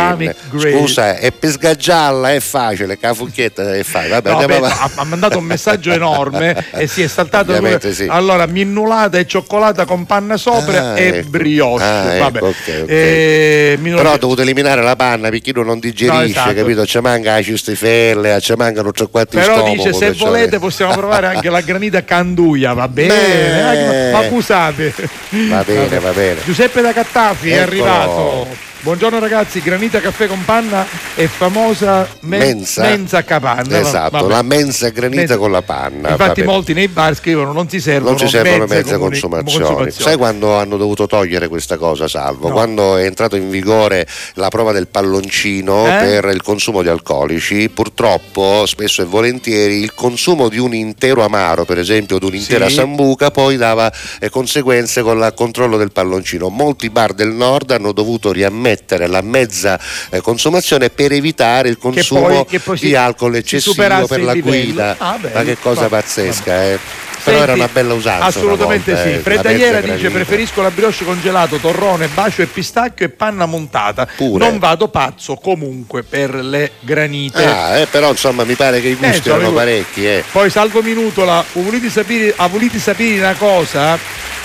B: Scusa, è per sgaggiarla è facile, cafucchietta è facile.
C: Ha mandato un messaggio enorme e si è saltato.
B: Sì.
C: Allora, minnulata e cioccolata con panna sopra e brioche. Vabbè.
B: Okay. Però ho dovuto eliminare la panna perché lui non digerisce, capito? Ci manca la cistifelle, ci mancano 3-4
C: però
B: stomaco,
C: dice se volete possiamo provare anche la granita Canduia, va bene? Ma scusate.
B: Va bene.
C: Giuseppe da Cattafi è arrivato. Buongiorno ragazzi, granita caffè con panna è famosa mensa capanna.
B: Esatto, la mensa granita con la panna.
C: Infatti molti nei bar scrivono non si servono
B: mezze consumazioni. Sai quando hanno dovuto togliere questa cosa, Salvo? Quando è entrato in vigore la prova del palloncino per il consumo di alcolici, purtroppo spesso e volentieri il consumo di un intero amaro, per esempio di un'intera sambuca, poi dava conseguenze con il controllo del palloncino. Molti bar del nord hanno dovuto riammettere la mezza consumazione per evitare il consumo di alcol eccessivo per la guida. Ma che cosa pazzesca, Però era una bella usanza.
C: Assolutamente sì. Fredagliera dice preferisco la brioche con gelato, torrone, bacio e pistacchio e panna montata. Non vado pazzo comunque per le granite.
B: Però insomma mi pare che i gusti erano parecchi.
C: Poi Salvo Minutola, volete sapere una cosa?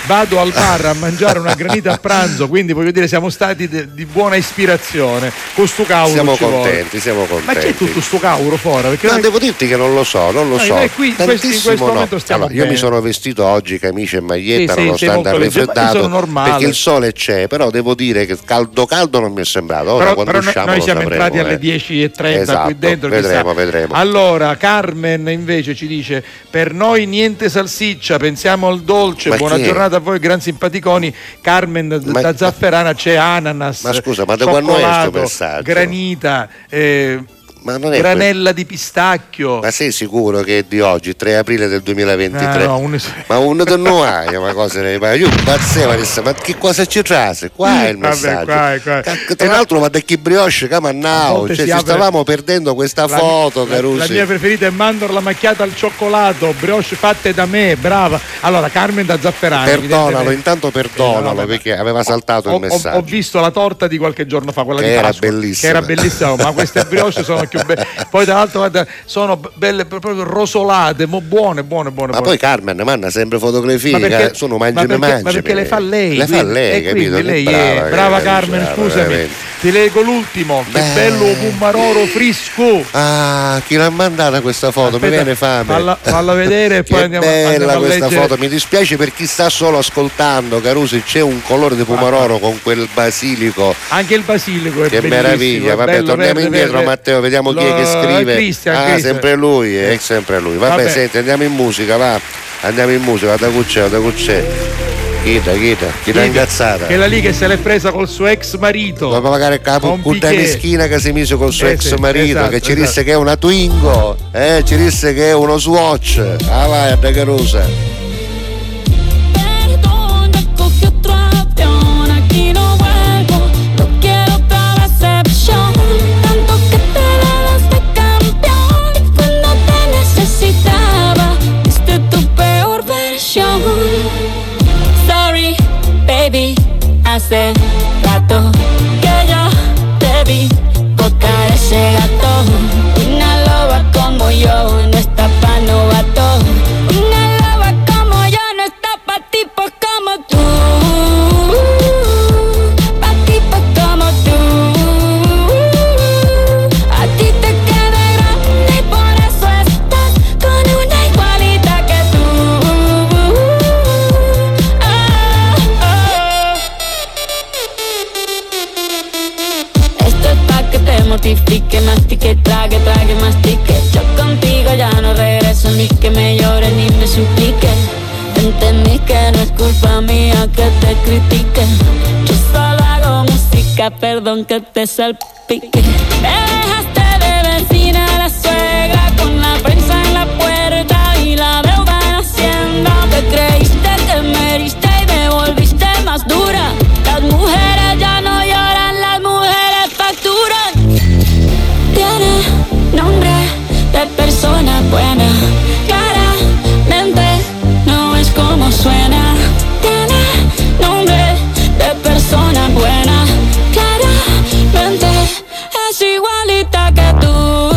C: vado al bar a mangiare una granita a pranzo, quindi voglio dire siamo stati di buona ispirazione con sto cauro.
B: Siamo contenti.
C: Ma c'è tutto sto cauro fuori? Perché
B: no, devo dirti che non lo so.
C: Qui, in questo momento stiamo
B: io mi sono vestito oggi camicia e maglietta nonostante il raffreddato, perché il sole c'è, però devo dire che caldo non mi è sembrato. Ora quando usciamo
C: noi siamo entrati alle 10:30 qui dentro.
B: Vedremo.
C: Allora Carmen invece ci dice: per noi niente salsiccia, pensiamo al dolce. Buona giornata a voi, gran simpaticoni. Carmen da Zafferana c'è ananas,
B: ma scusa, ma da quando è questo messaggio?
C: Granita,
B: ma non è
C: granella di pistacchio.
B: Ma sei sicuro che è di oggi, 3 aprile del 2023? Ma uno di noi, ma cosa ne io impazzeva, ma che cosa ci trase? Qua è il messaggio.
C: Qua.
B: Tra l'altro ma da chi brioche camannao, cioè ci stavamo perdendo questa foto, Carusi.
C: La mia preferita è mandorla macchiata al cioccolato, brioche fatte da me, brava. Allora Carmen da Zafferano,
B: perdonalo perché aveva saltato il messaggio.
C: Ho visto la torta di qualche giorno fa, quella
B: che
C: di
B: era
C: Pasqua,
B: bellissima.
C: che era bellissima, ma queste brioche sono più belle. Poi tra l'altro guarda, sono belle proprio rosolate, buone.
B: Ma poi Carmen manna sempre fotografie, sono
C: ma perché le fa lei?
B: Le fa lei, capito?
C: Lei è brava Carmen, scusami. Veramente. Ti leggo l'ultimo, che bello Pumaroro frisco.
B: Ah, chi l'ha mandata questa foto?
C: Aspetta,
B: mi viene fame.
C: Falla vedere e poi andiamo
B: bella
C: a
B: questa
C: leggere.
B: foto. Mi dispiace per chi sta solo ascoltando, Carusi, c'è un colore di Pumaroro con quel basilico.
C: Anche il basilico è
B: che
C: bellissimo.
B: Meraviglia. Vabbè,
C: bello,
B: torniamo indietro,
C: verde.
B: Matteo, vediamo chi è che scrive.
C: Cristian.
B: Sempre lui, è sempre lui. Vabbè, senti, andiamo in musica, va. Andiamo in musica, da cucce. Chita ingazzata.
C: Quella lì che se l'è presa col suo ex marito.
B: Dopo magari capo cutta meschina che si è messo col suo ex marito, esatto, che ci disse che è una Twingo, ci disse che è uno Swatch. Ah vai, da Carusa.
D: Baby, hace rato que yo te vi botar ese gato. Una loba como yo no está pa' novato. Una loba como yo no está pa' tipos como tú. Pa' tipos como tú. A ti te queda grande y por eso estás con una igualita que tú. Mortifique, mastique, trague, mastique. Yo contigo ya no regreso, ni que me llore ni me suplique. Entendí que no es culpa mía que te critique. Yo solo hago música, perdón que te salpique. Me dejaste de vecina a la suegra, con la prensa en la puerta y la deuda en Hacienda. Te creíste que me heriste y me volviste más dura. Las mujeres ya no lloran, las mujeres facturan. Tiene nombre de persona buena, claramente no es como suena. Tiene nombre de persona buena, claramente es igualita que tú.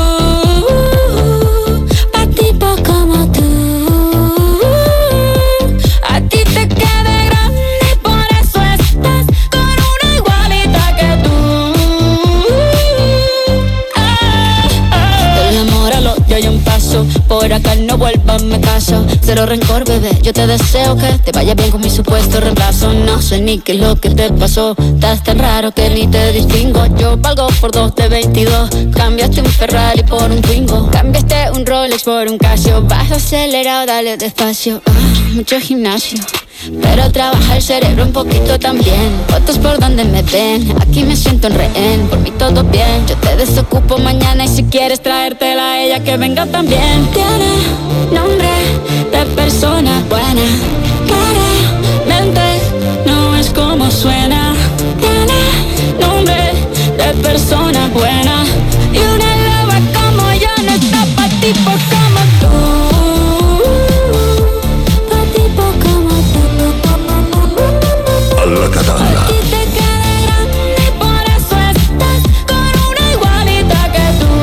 D: Pa' tipo como tú, a ti te queda grande, por eso estás con una igualita que tú. Del amor al odio hay un paso, por acá no vuelvas, me caso. Cero rencor, bebé, yo te deseo que te vaya bien con mi supuesto reemplazo. No sé ni qué es lo que te pasó, estás tan raro que ni te distingo. Yo valgo por 2 de 22, cambiaste un Ferrari por un Twingo. Cambiaste un Rolex por un Casio, baja acelerado, dale despacio. Mucho gimnasio, pero trabaja el cerebro un poquito también. Fotos por donde me ven, aquí me siento en rehén. Por mí todo bien, yo te desocupo mañana. Y si quieres traértela a ella, que venga también. Tiene nombre de persona buena, claramente no es como suena. Tiene nombre de persona buena, y una loba como yo no está pa' tipos como tú.
G: Alla Catalla.
D: A ti te queda grande, por eso estás con una igualita que tú.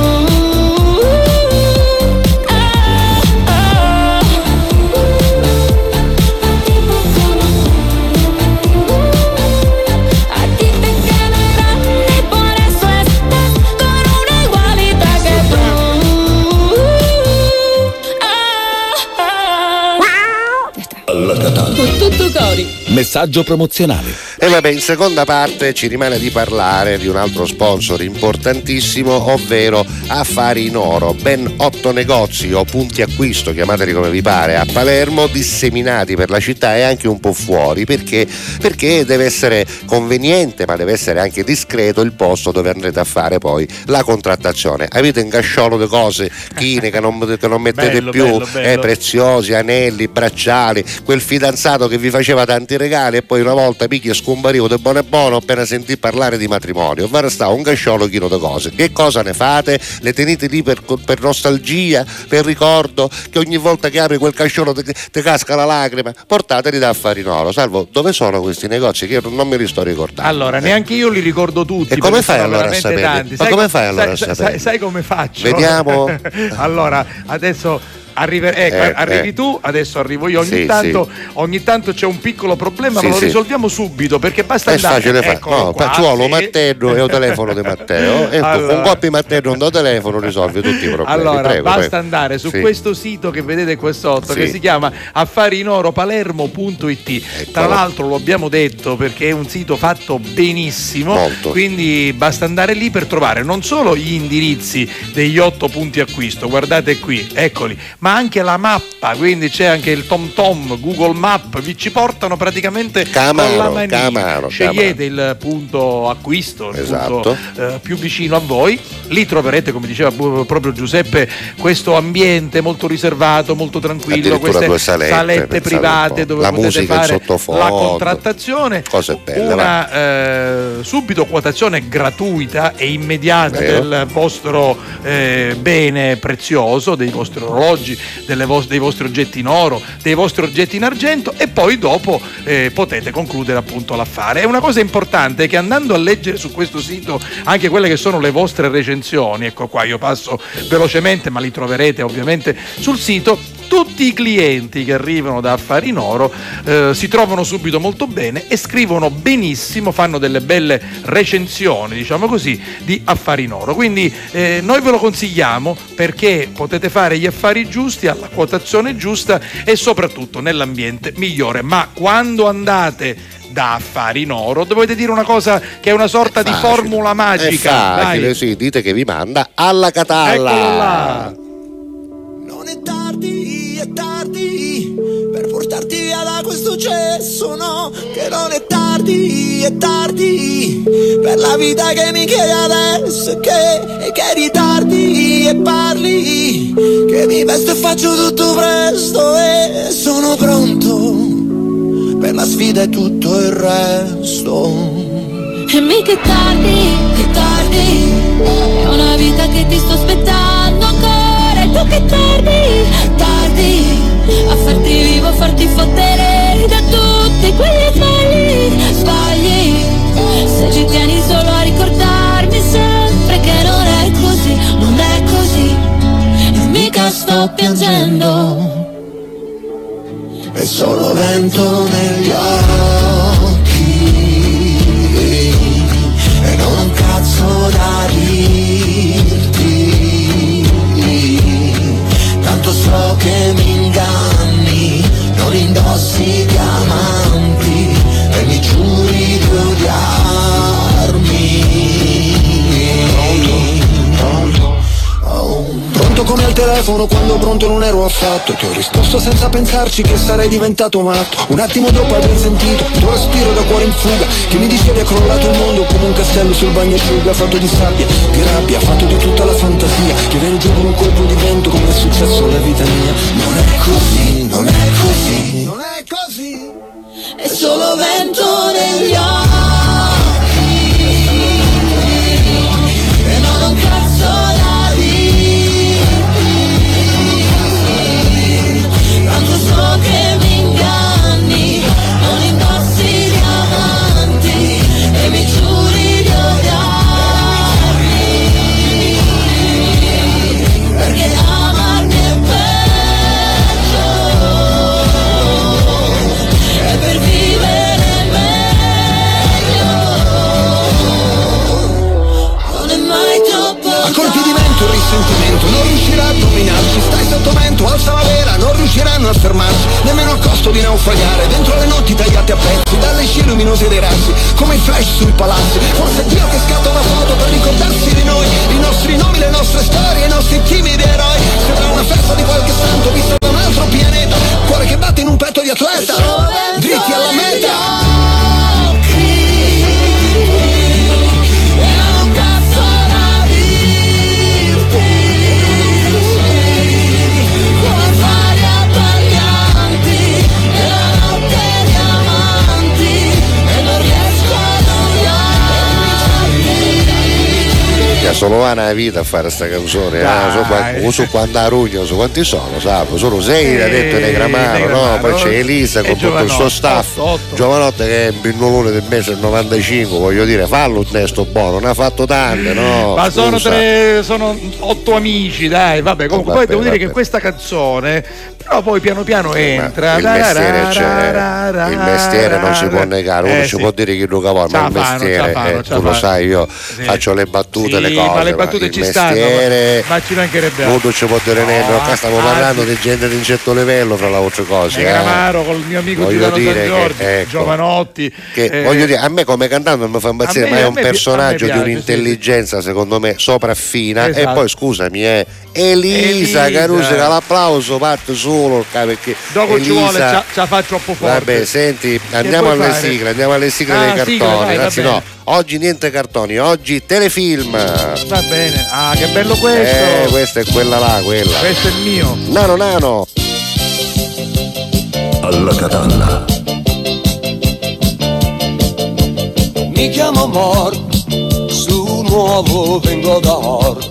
L: Messaggio promozionale.
B: E vabbè, in seconda parte ci rimane di parlare di un altro sponsor importantissimo, ovvero Affari in Oro. Ben 8 negozi o punti acquisto, chiamateli come vi pare, a Palermo, disseminati per la città e anche un po' fuori, perché deve essere conveniente, ma deve essere anche discreto il posto dove andrete a fare poi la contrattazione. Avete un casciolo di cose chine che non mettete più,
C: bello.
B: preziosi, anelli, bracciali, quel fidanzato che vi faceva tanti regali e poi una volta picchi e scomparivo de buono e buono appena sentì parlare di matrimonio. Va restare un casciolo chino di cose. Che cosa ne fate? Le tenete lì per nostalgia, per ricordo, che ogni volta che apri quel casciolo ti casca la lacrima? Portateli da Affari in Oro. Salvo, dove sono questi negozi che io non me li sto ricordando?
C: Allora, neanche io li ricordo tutti.
B: E come fai allora a sapere? Ma come fai allora a sapere?
C: Sai come faccio?
B: Vediamo.
C: Allora, adesso arrivi tu, adesso arrivo io. Ogni tanto c'è un piccolo problema, ma lo risolviamo subito, perché basta andare.
B: È facile fare. Ci vuole Matteo e il telefono di Matteo. Con coppi Matteo un telefono risolve tutti i problemi.
C: Allora, basta andare su questo sito che vedete qua sotto, che si chiama affarinoropalermo.it. Tra l'altro lo abbiamo detto perché è un sito fatto benissimo.
B: Molto.
C: Quindi basta andare lì per trovare non solo gli indirizzi degli 8 punti acquisto, guardate qui, eccoli, ma anche la mappa, quindi c'è anche il TomTom, Google Map, vi ci portano praticamente con la manina. Scegliete il punto acquisto, il punto più vicino a voi, lì troverete, come diceva proprio Giuseppe, questo ambiente molto riservato, molto tranquillo, queste salette private dove
B: la
C: potete fare la contrattazione,
B: cose belle,
C: una subito quotazione gratuita e immediata del vostro bene prezioso, dei vostri orologi, dei vostri oggetti in oro, dei vostri oggetti in argento, e poi dopo potete concludere appunto l'affare. È una cosa importante che andando a leggere su questo sito anche quelle che sono le vostre recensioni, ecco qua, io passo velocemente ma li troverete ovviamente sul sito. Tutti i clienti che arrivano da Affari in Oro si trovano subito molto bene e scrivono benissimo, fanno delle belle recensioni, diciamo così, di Affari in Oro. Quindi noi ve lo consigliamo perché potete fare gli affari giusti, alla quotazione giusta e soprattutto nell'ambiente migliore. Ma quando andate da Affari in Oro dovete dire una cosa che è una sorta di formula magica.
B: È facile, sì, dite che vi manda alla Catalla.
C: Eccolo là.
R: Non è tardi, è tardi per portarti via da questo cesso, no, che non è tardi per la vita che mi chiedi adesso, che ritardi e parli, che mi vesto e faccio tutto presto e sono pronto per la sfida e tutto il resto.
D: E mica è tardi, è una vita che ti sto aspettando ancora, e tu che tardi a farti vivo, a farti fottere da tutti quegli sbagli, se ci tieni solo a ricordarmi sempre che non è così, e mica sto piangendo,
R: è solo vento negli occhi e non un cazzo da dirti, tanto so che mi inganni, non indossi diamanti e mi giuri di odiarmi. Pronto come al telefono quando pronto non ero affatto. Ti ho risposto senza pensarci che sarei diventato matto. Un attimo dopo aver sentito il tuo respiro da cuore in fuga, che mi dicevi è crollato il mondo come un castello sul bagnasciuga, fatto di sabbia, di rabbia, fatto di tutta la fantasia, che viene giù con un colpo di vento come è successo alla vita mia. Non è così, non è così, non è così,
D: è solo vento negli occhi e non un cazzo da dirti, tanto so che mi inganni, non indossi diamanti e mi giuri di odiarmi, perché amarmi è peggio, è per vivere meglio, non è mai troppo
R: a colpi di vento il risentimento non riuscirà a dominarci. Stai sotto vento, alza la vela, non riusciranno a fermarci, nemmeno a costo di naufragare dentro le notti tagliate a pezzi dalle scie luminose dei razzi, come i flash sui palazzi. Forse è Dio che scatta una foto per ricordarsi di noi, i nostri nomi, le nostre storie, i nostri timidi eroi. Sembra una festa di qualche santo vista da un altro pianeta, cuore che batte in un petto di atleta, dritti alla meta.
B: Solo una vita a fare sta canzone, su quando a Rugno, su quanti sono, sapo? Sono 6, l'ha detto Negramaro, no? Poi c'è Elisa con tutto il suo staff, Giovanotte che è il binnolone del mese del 95, voglio dire, fallo un testo buono, ne ha fatto tante, no?
C: Ma sono 8 amici, dai, vabbè, comunque poi devo dire che questa canzone però poi piano piano entra.
B: Il mestiere c'è, il mestiere non si può negare, uno ci può dire chi lo cavò, ma il mestiere, tu lo sai, io faccio le battute, le cose,
C: ma le battute ci stanno, ma ci mancherebbe altro.
B: Tutto ci può dire qua stiamo parlando di gente di un certo livello fra le altre cose.
C: Negramaro col mio amico Giuliano San Giorgio, Giovanotti.
B: Voglio dire, a me come cantante non mi fa impazzire, ma è un personaggio di un'intelligenza secondo me sopraffina. E poi scusami, Elisa Caruso, che l'applauso parte solo perché
C: dopo
B: Elisa,
C: ci vuole, ci fa troppo forte.
B: Vabbè, senti, andiamo alle sigle dei cartoni. Anzi no, oggi niente cartoni, oggi telefilm.
C: Va bene, che bello questo.
B: Questa è quella là, quella.
C: Questo è il mio.
B: Nano.
G: Alla Catalla.
M: Mi chiamo Mor, su nuovo vengo da Or.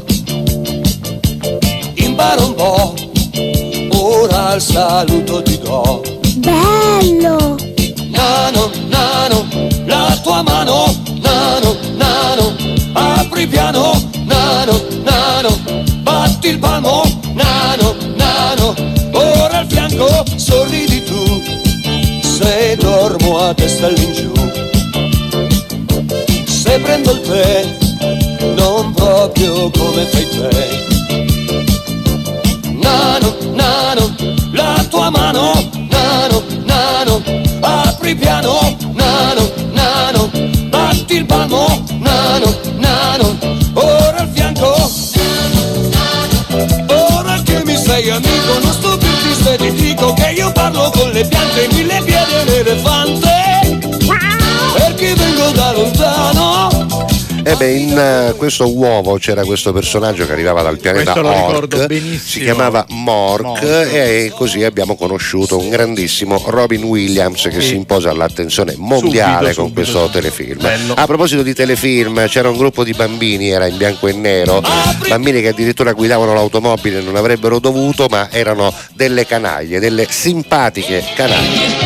M: Imparo un po', ora il saluto ti do.
J: Bello!
M: Nano, la tua mano, nano, apri piano, nano, batti il palmo, nano, ora al fianco sorridi tu, se dormo a testa all'ingiù, se prendo il tè, non proprio come fai te. Nano, la tua mano, nano, apri piano, nano, batti il palmo, nano, ora al fianco. Ora che mi sei amico, non stupirti se ti dico che io parlo con le piante, 1000 piedi e un elefante, perché vengo da lontano.
B: In questo uovo c'era questo personaggio che arrivava dal pianeta Orc, si chiamava Mork, e così abbiamo conosciuto un grandissimo Robin Williams che si impose all'attenzione mondiale con questo telefilm. Bello. A proposito di telefilm, c'era un gruppo di bambini, era in bianco e nero, bambini che addirittura guidavano l'automobile e non avrebbero dovuto, ma erano delle canaglie, delle simpatiche canaglie.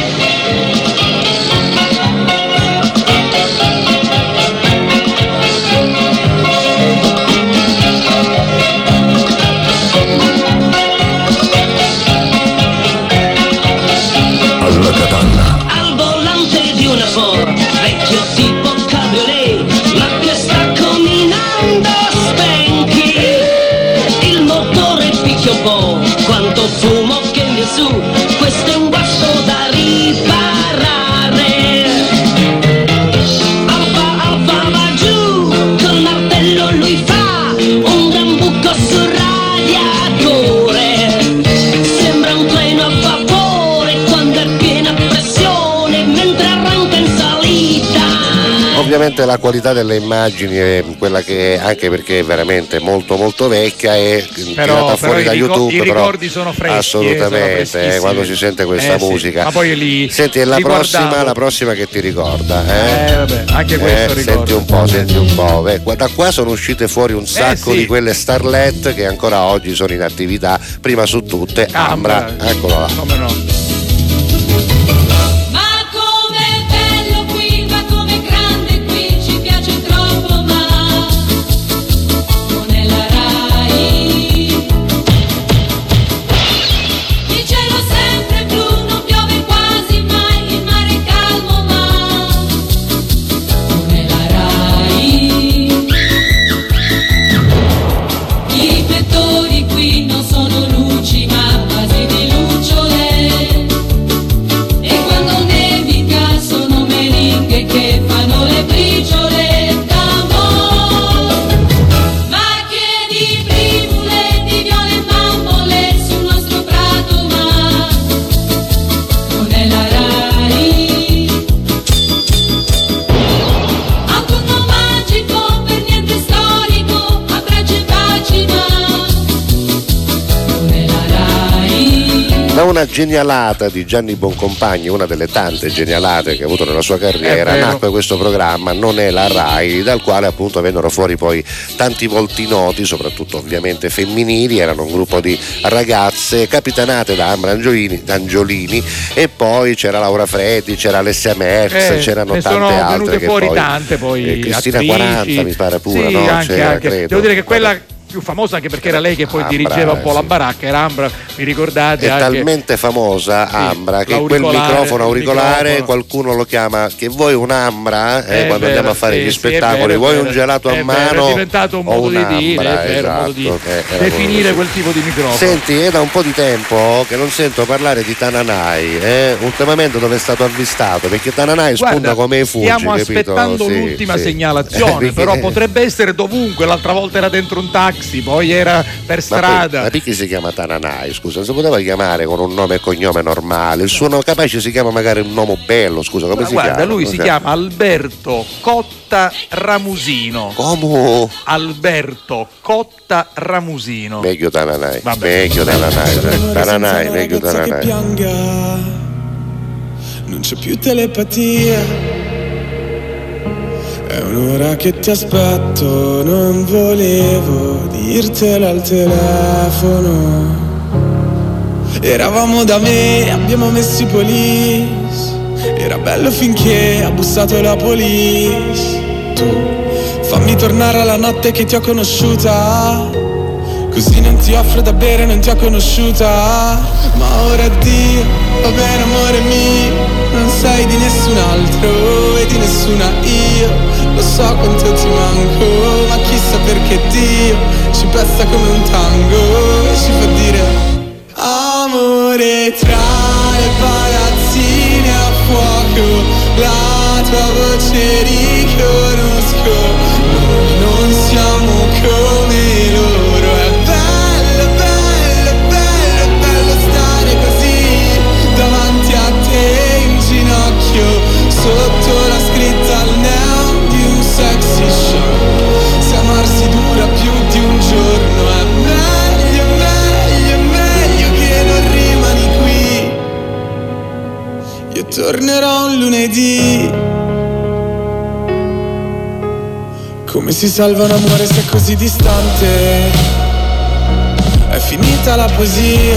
P: Al volante di una Ford, vecchio tipo cabriolet, ma che sta combinando spenchi. Il motore picchia un po', quanto fumo che viene su, questo è un guasto da riparare. Alfa va giù, col martello lui fa un gran buco sul radiatore. Sembra un treno a vapore quando è piena pressione mentre arranca in salita.
B: Ovviamente la qualità delle immagini è quella che è, anche perché è veramente molto molto vecchia e tirata fuori da YouTube,
C: i ricordi sono freschi,
B: assolutamente, quando si sente questa musica.
C: Ma poi
B: senti, è la prossima che ti ricorda,
C: vabbè, anche questo ricordo.
B: Senti un po', da qua sono uscite fuori un sacco di quelle starlet che ancora oggi sono in attività, prima su tutte Ambra, eccola là.
C: Come no?
D: Qui
B: una genialata di Gianni Boncompagni, una delle tante genialate che ha avuto nella sua carriera, nacque questo programma Non è la Rai, dal quale appunto vennero fuori poi tanti volti noti, soprattutto ovviamente femminili. Erano un gruppo di ragazze capitanate da Ambra Angiolini, e poi c'era Laura Freddi, c'era Alessia Merz, c'erano tante altre che
C: fuori
B: poi,
C: tante poi
B: Cristina
C: attrici,
B: 40 mi pare pure,
C: sì,
B: no?
C: anche.
B: Credo.
C: Devo dire che quella più famosa, anche perché era lei che poi
B: Ambra,
C: dirigeva un po' la
B: sì.
C: baracca, era Ambra, mi ricordate?
B: È
C: anche
B: talmente famosa Ambra che quel microfono auricolare qualcuno lo chiama, che vuoi un'ambra quando andiamo a fare gli spettacoli, vuoi un gelato a mano,
C: è diventato un modo di dire, un modo di definire quel tipo di microfono.
B: Senti, è da un po' di tempo che non sento parlare di Tananai, ultimamente dove è stato avvistato, perché Tananai spunta come i funghi.
C: Stiamo aspettando l'ultima segnalazione, però potrebbe essere dovunque. L'altra volta era dentro un taxi, poi era per strada.
B: Ma perché si chiama Tananai? Scusa, non si poteva chiamare con un nome e cognome normale? Il suo nome capace si chiama magari un nome bello, scusa, come si chiama?
C: Guarda, lui si chiama Alberto Cotta Ramusino.
B: Come?
C: Alberto Cotta Ramusino.
B: Meglio Tananai. Meglio Tananai. Tananai, meglio Tananai.
R: Non c'è più telepatia. È un'ora che ti aspetto, non volevo dirtelo al telefono. Eravamo da me, abbiamo messo i police. Era bello finché ha bussato la police. Tu, fammi tornare alla notte che ti ho conosciuta, così non ti offro da bere, non ti ho conosciuta. Ma ora addio, va bene amore mio, non sei di nessun altro e di nessuna io. Lo so quanto ti manco, ma chissà perché Dio ci pesta come un tango e ci fa dire amore tra le palazzine a fuoco. La tua voce riconosco, noi non siamo come loro. È bello, bello, bello, bello stare così davanti a te in ginocchio, sotto la scritta al neon di un sexy show. Se amarsi dura più di un giorno è meglio, meglio, meglio che non rimani qui. Io tornerò un lunedì. Come si salva un amore se è così distante? È finita la poesia.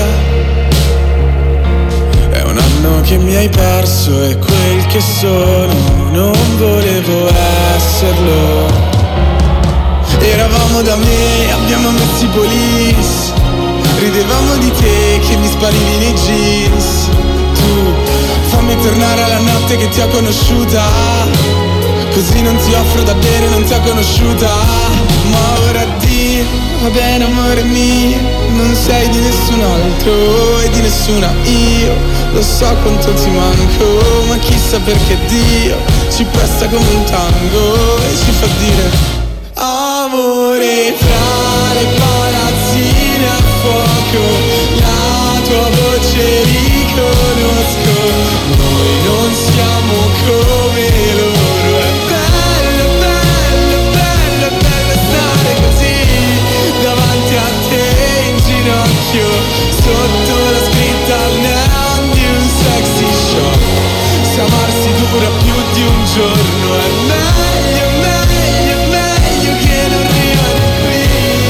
R: È un anno che mi hai perso e quel che sono non volevo esserlo. Eravamo da me, abbiamo messo i police. Ridevamo di te che mi sparivi nei jeans. Tu, fammi tornare alla notte che ti ho conosciuta, così non ti offro da bere, non ti ho conosciuta. Ma ora addio, va bene amore mio, non sei di nessun altro e di nessuna io. Lo so quanto ti manco, ma chissà perché Dio ci presta come un tango e ci fa dire amore tra le palazzine a fuoco. La tua voce riconosco, noi non siamo come loro. È bello, bello, bello, bello stare così davanti a te in ginocchio, sotto la scritta al neon di un sexy show. Se amarsi dura più di un giorno è meglio, meglio, meglio che non rimani qui.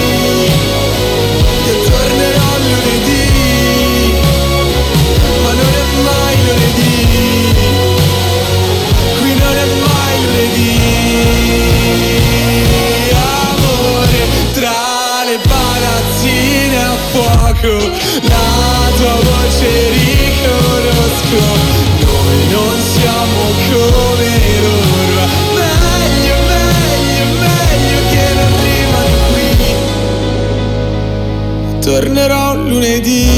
R: Io tornerò lunedì, ma non è mai lunedì. Qui non è mai lunedì. Amore tra le palazzine a fuoco, la tua voce riconosco, noi non siamo come loro. Meglio, meglio, meglio che non rimani qui. Tornerò lunedì,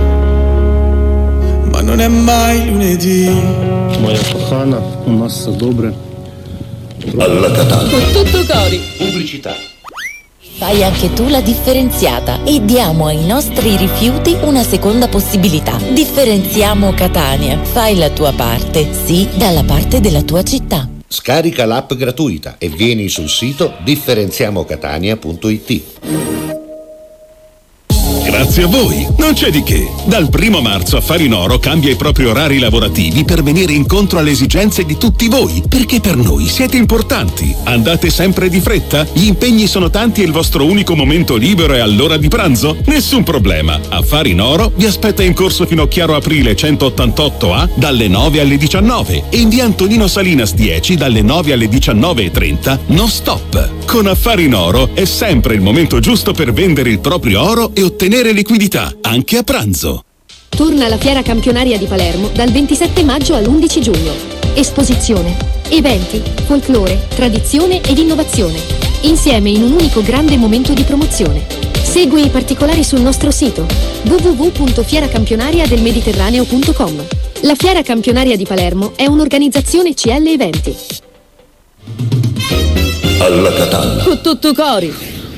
R: ma non è mai lunedì.
S: Моя кохана, у нас все добре.
G: Alla Catalla.
A: Con tutto cori.
G: Pubblicità.
A: Fai anche tu la differenziata e diamo ai nostri rifiuti una seconda possibilità. Differenziamo Catania. Fai la tua parte, sì, dalla parte della tua città.
B: Scarica l'app gratuita e vieni sul sito differenziamocatania.it.
L: Grazie a voi, non c'è di che. Dal 1 marzo Affari in Oro cambia i propri orari lavorativi per venire incontro alle esigenze di tutti voi, perché per noi siete importanti. Andate sempre di fretta? Gli impegni sono tanti e il vostro unico momento libero è all'ora di pranzo? Nessun problema. Affari in Oro vi aspetta in corso Finocchiaro Aprile 188A dalle 9 alle 19 e in via Antonino Salinas 10 dalle 9 alle 19:30 non stop. Con Affari in Oro è sempre il momento giusto per vendere il proprio oro e ottenere liquidità, anche a pranzo.
K: Torna la Fiera Campionaria di Palermo dal 27 maggio all'11 giugno. Esposizione, eventi, folklore, tradizione ed innovazione. Insieme in un unico grande momento di promozione. Segui i particolari sul nostro sito www.fieracampionariadelmediterraneo.com. La Fiera Campionaria di Palermo è un'organizzazione CL Eventi.
G: Alla Catalla.
A: Con tutto cori.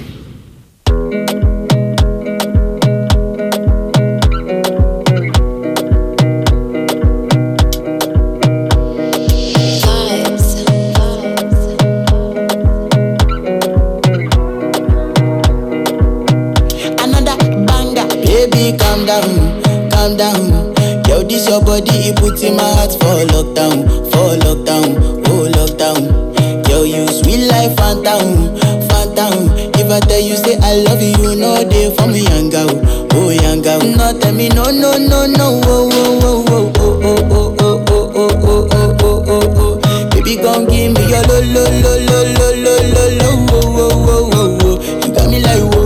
T: Calm down. Yo, this your body, it puts in my heart for lockdown, oh lockdown. Yo, you sweet life, phantom. If I tell you say I love you, no day for me, young girl, oh young girl. No tell me no, oh. Baby, gon' give me your lo. You got me like whoa.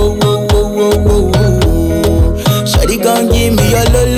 T: Shawty gon' give me your lo.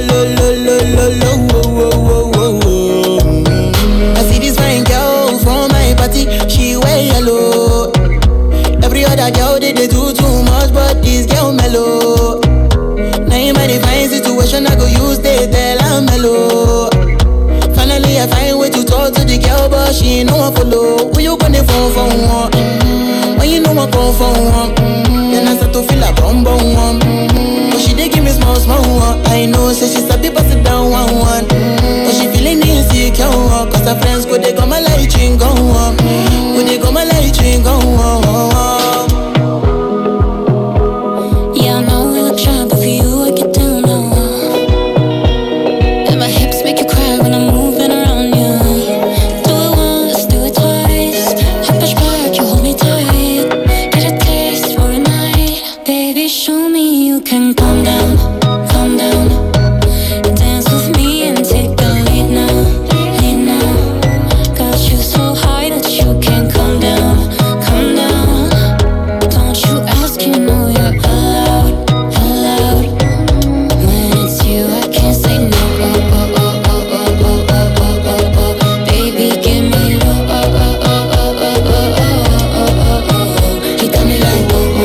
T: I see this fine girl from my party, she wear yellow. Every other girl they do too much, but this girl mellow. Now in my divine situation, I go use they tell I'm mellow. Finally I find way to talk to the girl, but she ain't no one follow. Who you gonna phone for one? When you know I come for one, then I start to feel a bum one. But she dey give me small one. I know, say she sabi pass it down one. But she feeling insecure, cause her friends go they come my light ring go on. Go they come my light ring go on.
D: Yeah, I know we look shy, but for you I get down low. And my hips make you cry when I'm moving around you. Do it once, do it twice. I push back, you hold me tight. Get a taste for a night. Baby, show me you can calm down. Dance with me and take the lead now. Got you so high that you can't come down. Don't you ask, you know you're allowed. When it's you, I can't say no. Baby, give me low. You got me like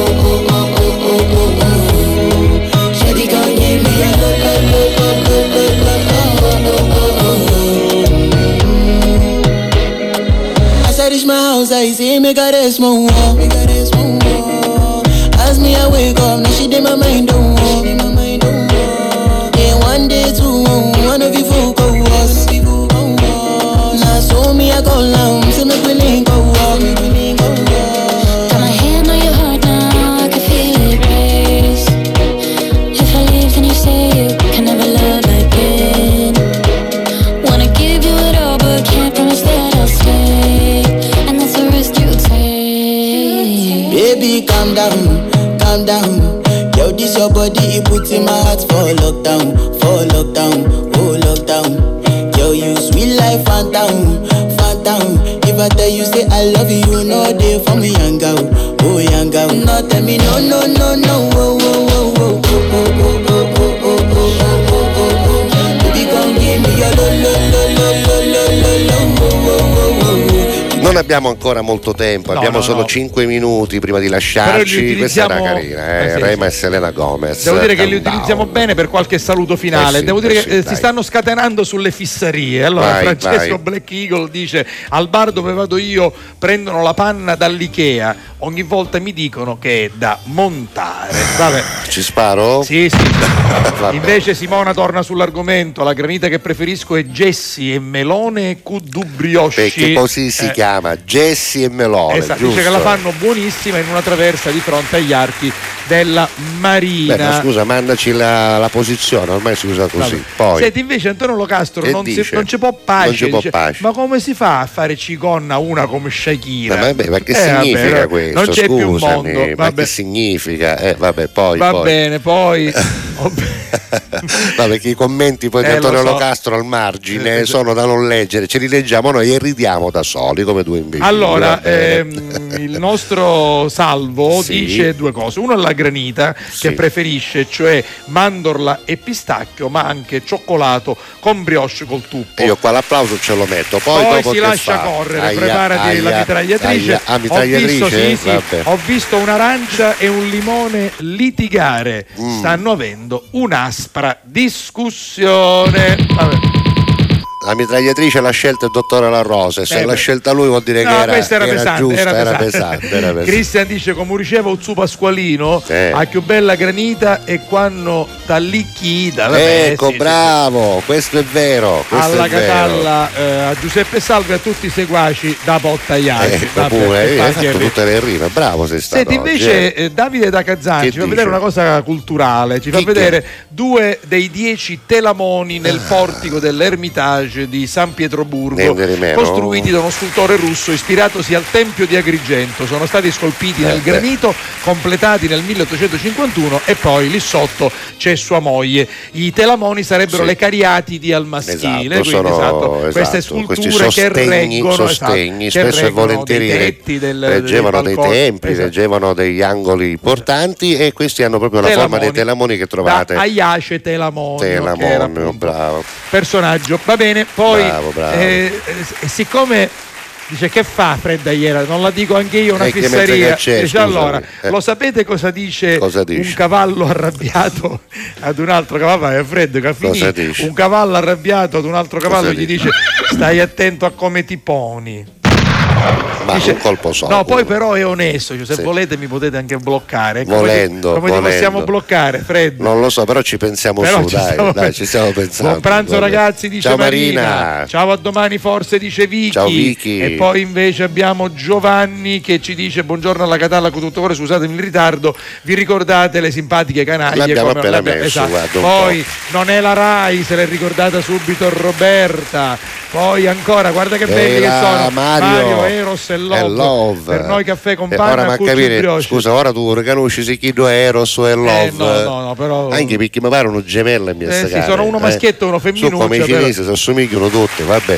D: Shawty gon' give me a lo.
T: As I reach my house, I see me got a small wall. As me I wake up, now she did my mind don't walk. Then one day two, one of you folk go was. Now so me I go long, so me willing go walk.
D: Got my hand on your heart now, I can feel it race. If I leave, then you say you can never love again. Wanna give you it all, but can't promise that I'll stay. And that's a risk you take.
T: Baby, calm down. Yo, this your body, it puts in my heart for lockdown, oh lockdown. Yo, you sweet life, phantom. If I tell you say I love you, no day for me, young girl, oh young girl. No tell me no, oh. Baby, gon' give me your lo.
B: Non abbiamo ancora molto tempo, abbiamo solo 5 minuti prima di lasciarci. Questa era carina, Rema e Selena Gomez.
C: Devo dire che li utilizziamo bene per qualche saluto finale. Devo dire che si stanno scatenando sulle fissarie. Allora Francesco Black Eagle dice: al bar dove vado io prendono la panna dall'Ikea, ogni volta mi dicono che è da montare. Vabbè.
B: Ci sparo?
C: Sì. Invece Simona torna sull'argomento: la granita che preferisco è Jessie e melone e Kudu brioche.
B: Perché così si chiama chiama Jessie e Melone.
C: Esatto,
B: giusto?
C: dice che la fanno buonissima in una traversa di fronte agli archi della Marina.
B: Beh, ma scusa, mandaci la posizione, ormai si usa così. Poi.
C: Senti, invece Antonio Locastro non ci può pace. Ma come si fa a fare ciconna una come Shakira?
B: Ma che significa questo?
C: Non c'è
B: Scusami,
C: più mondo.
B: Ma che significa? Poi.
C: Bene, poi.
B: No, perché i commenti poi di Antonio Locastro al margine sono da non leggere, ce li leggiamo noi e ridiamo da soli come due imbecilli.
C: Allora, il nostro Salvo dice due cose. Uno è la granita, che preferisce, cioè mandorla e pistacchio, ma anche cioccolato con brioche col tuppo.
B: Io qua l'applauso ce lo metto, poi dopo
C: si lascia correre, preparati la mitragliatrice. Ho visto un'arancia e un limone litigare, stanno avendo un'aspra discussione. Vabbè.
B: La mitragliatrice l'ha scelta il dottore La Rose, se l'ha scelta lui vuol dire che era
C: pesante,
B: giusta, era pesante.
C: Cristian dice come riceve un su Pasqualino a più bella granita e quando t'allicchida.
B: Ecco, bravo, questo è vero.
C: Alla Catalla, a Giuseppe Salvi e a tutti i seguaci da Pottagliati.
B: Tutte le rime, bravo sei stato.
C: Senti, invece Davide da Kazan ci fa vedere una cosa culturale, ci fa vedere 2 dei 10 telamoni nel portico dell'Ermitage di San Pietroburgo, costruiti da uno scultore russo ispiratosi al Tempio di Agrigento. Sono stati scolpiti nel granito, completati nel 1851 e poi lì sotto c'è sua moglie. I telamoni sarebbero le cariatidi al maschile, queste sculture che reggono
B: sostegni, spesso e volentieri reggevano dei templi, reggevano degli angoli importanti e questi hanno proprio la forma dei telamoni che trovate.
C: Aiace Telamonio,
B: bravo
C: personaggio. Va bene, poi
B: bravo.
C: siccome dice che fa Fred ieri, non la dico anche io, una fissaria. Dice, allora, lo sapete cosa dice un cavallo arrabbiato ad un altro cavallo? È Fred che ha finito. Un cavallo arrabbiato ad un altro cavallo gli dice stai attento a come ti poni.
B: Ma dice, un colpo solo.
C: No, poi però è onesto, cioè, se volete mi potete anche bloccare.
B: Volendo.
C: Come ti possiamo bloccare, Fred?
B: Non lo so, però ci pensiamo su, dai, ci stiamo pensando.
C: Buon pranzo ragazzi, dice
B: ciao
C: Marina. Ciao, a domani forse, dice Vicky.
B: Ciao Vicky.
C: E poi invece abbiamo Giovanni che ci dice buongiorno alla Catalla con tutto cuore, scusatemi il ritardo, vi ricordate le simpatiche canaglie?
B: L'abbiamo appena messo, guarda,
C: poi non è la Rai, se l'è ricordata subito Roberta. Poi ancora, guarda che belli che sono Mario, Eros e Love. Per noi caffè con panna
B: ora ma capire, scusa, ora tu riconosci se chi due Eros e Love.
C: No, però
B: anche perché mi pare uno gemello in mia
C: sì, sono uno maschietto e uno femminuccio.
B: Come i cinesi si assomigliano tutti, vabbè,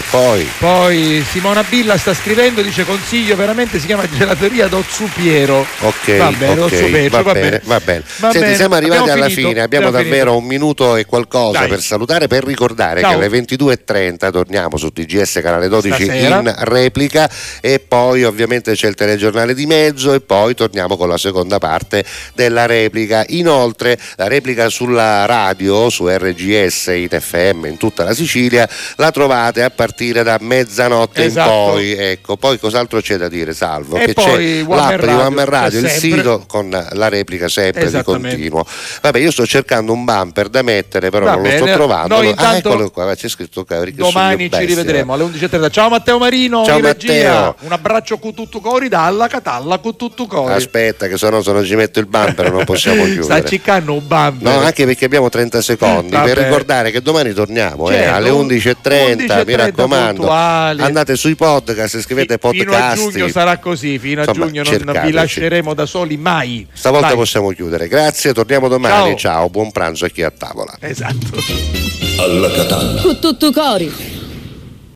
C: poi Simona Billa sta scrivendo, dice consiglio, veramente si chiama Gelateria Dozzu Piero.
B: Ok,
C: va bene.
B: Senti, siamo arrivati alla fine, abbiamo davvero un minuto e qualcosa per salutare, per ricordare che alle 22:30 torniamo su TGS canale 12 in replica e poi ovviamente c'è il telegiornale di mezzo e poi torniamo con la seconda parte della replica. Inoltre la replica sulla radio, su RGS, in FM in tutta la Sicilia, la trovate a partire da mezzanotte in poi. Ecco, poi cos'altro c'è da dire, Salvo?
C: E
B: che
C: poi
B: c'è l'app di One Man Radio, il sito con la replica sempre di continuo. Vabbè, io sto cercando un bumper da mettere, però non lo sto trovando. Eccolo qua, c'è scritto
C: domani ci rivedremo alle 11:30. Ciao Matteo Marino,
B: ciao Matteo.
C: Un abbraccio con tutto cori dalla Catalla con tutto cori.
B: Aspetta che se no ci metto il bumper non possiamo chiudere.
C: Sta ciccando un bumper.
B: No, anche perché abbiamo 30 secondi per ricordare che domani torniamo alle 11:30, mi raccomando.
C: Puntuali.
B: Andate sui podcast, scrivete podcast.
C: Fino a giugno sarà così, fino a giugno non vi lasceremo da soli mai.
B: Stavolta possiamo chiudere. Grazie, torniamo domani. Ciao, buon pranzo a chi è a tavola.
C: Esatto.
G: Alla Catalla.
A: Con tutto cori.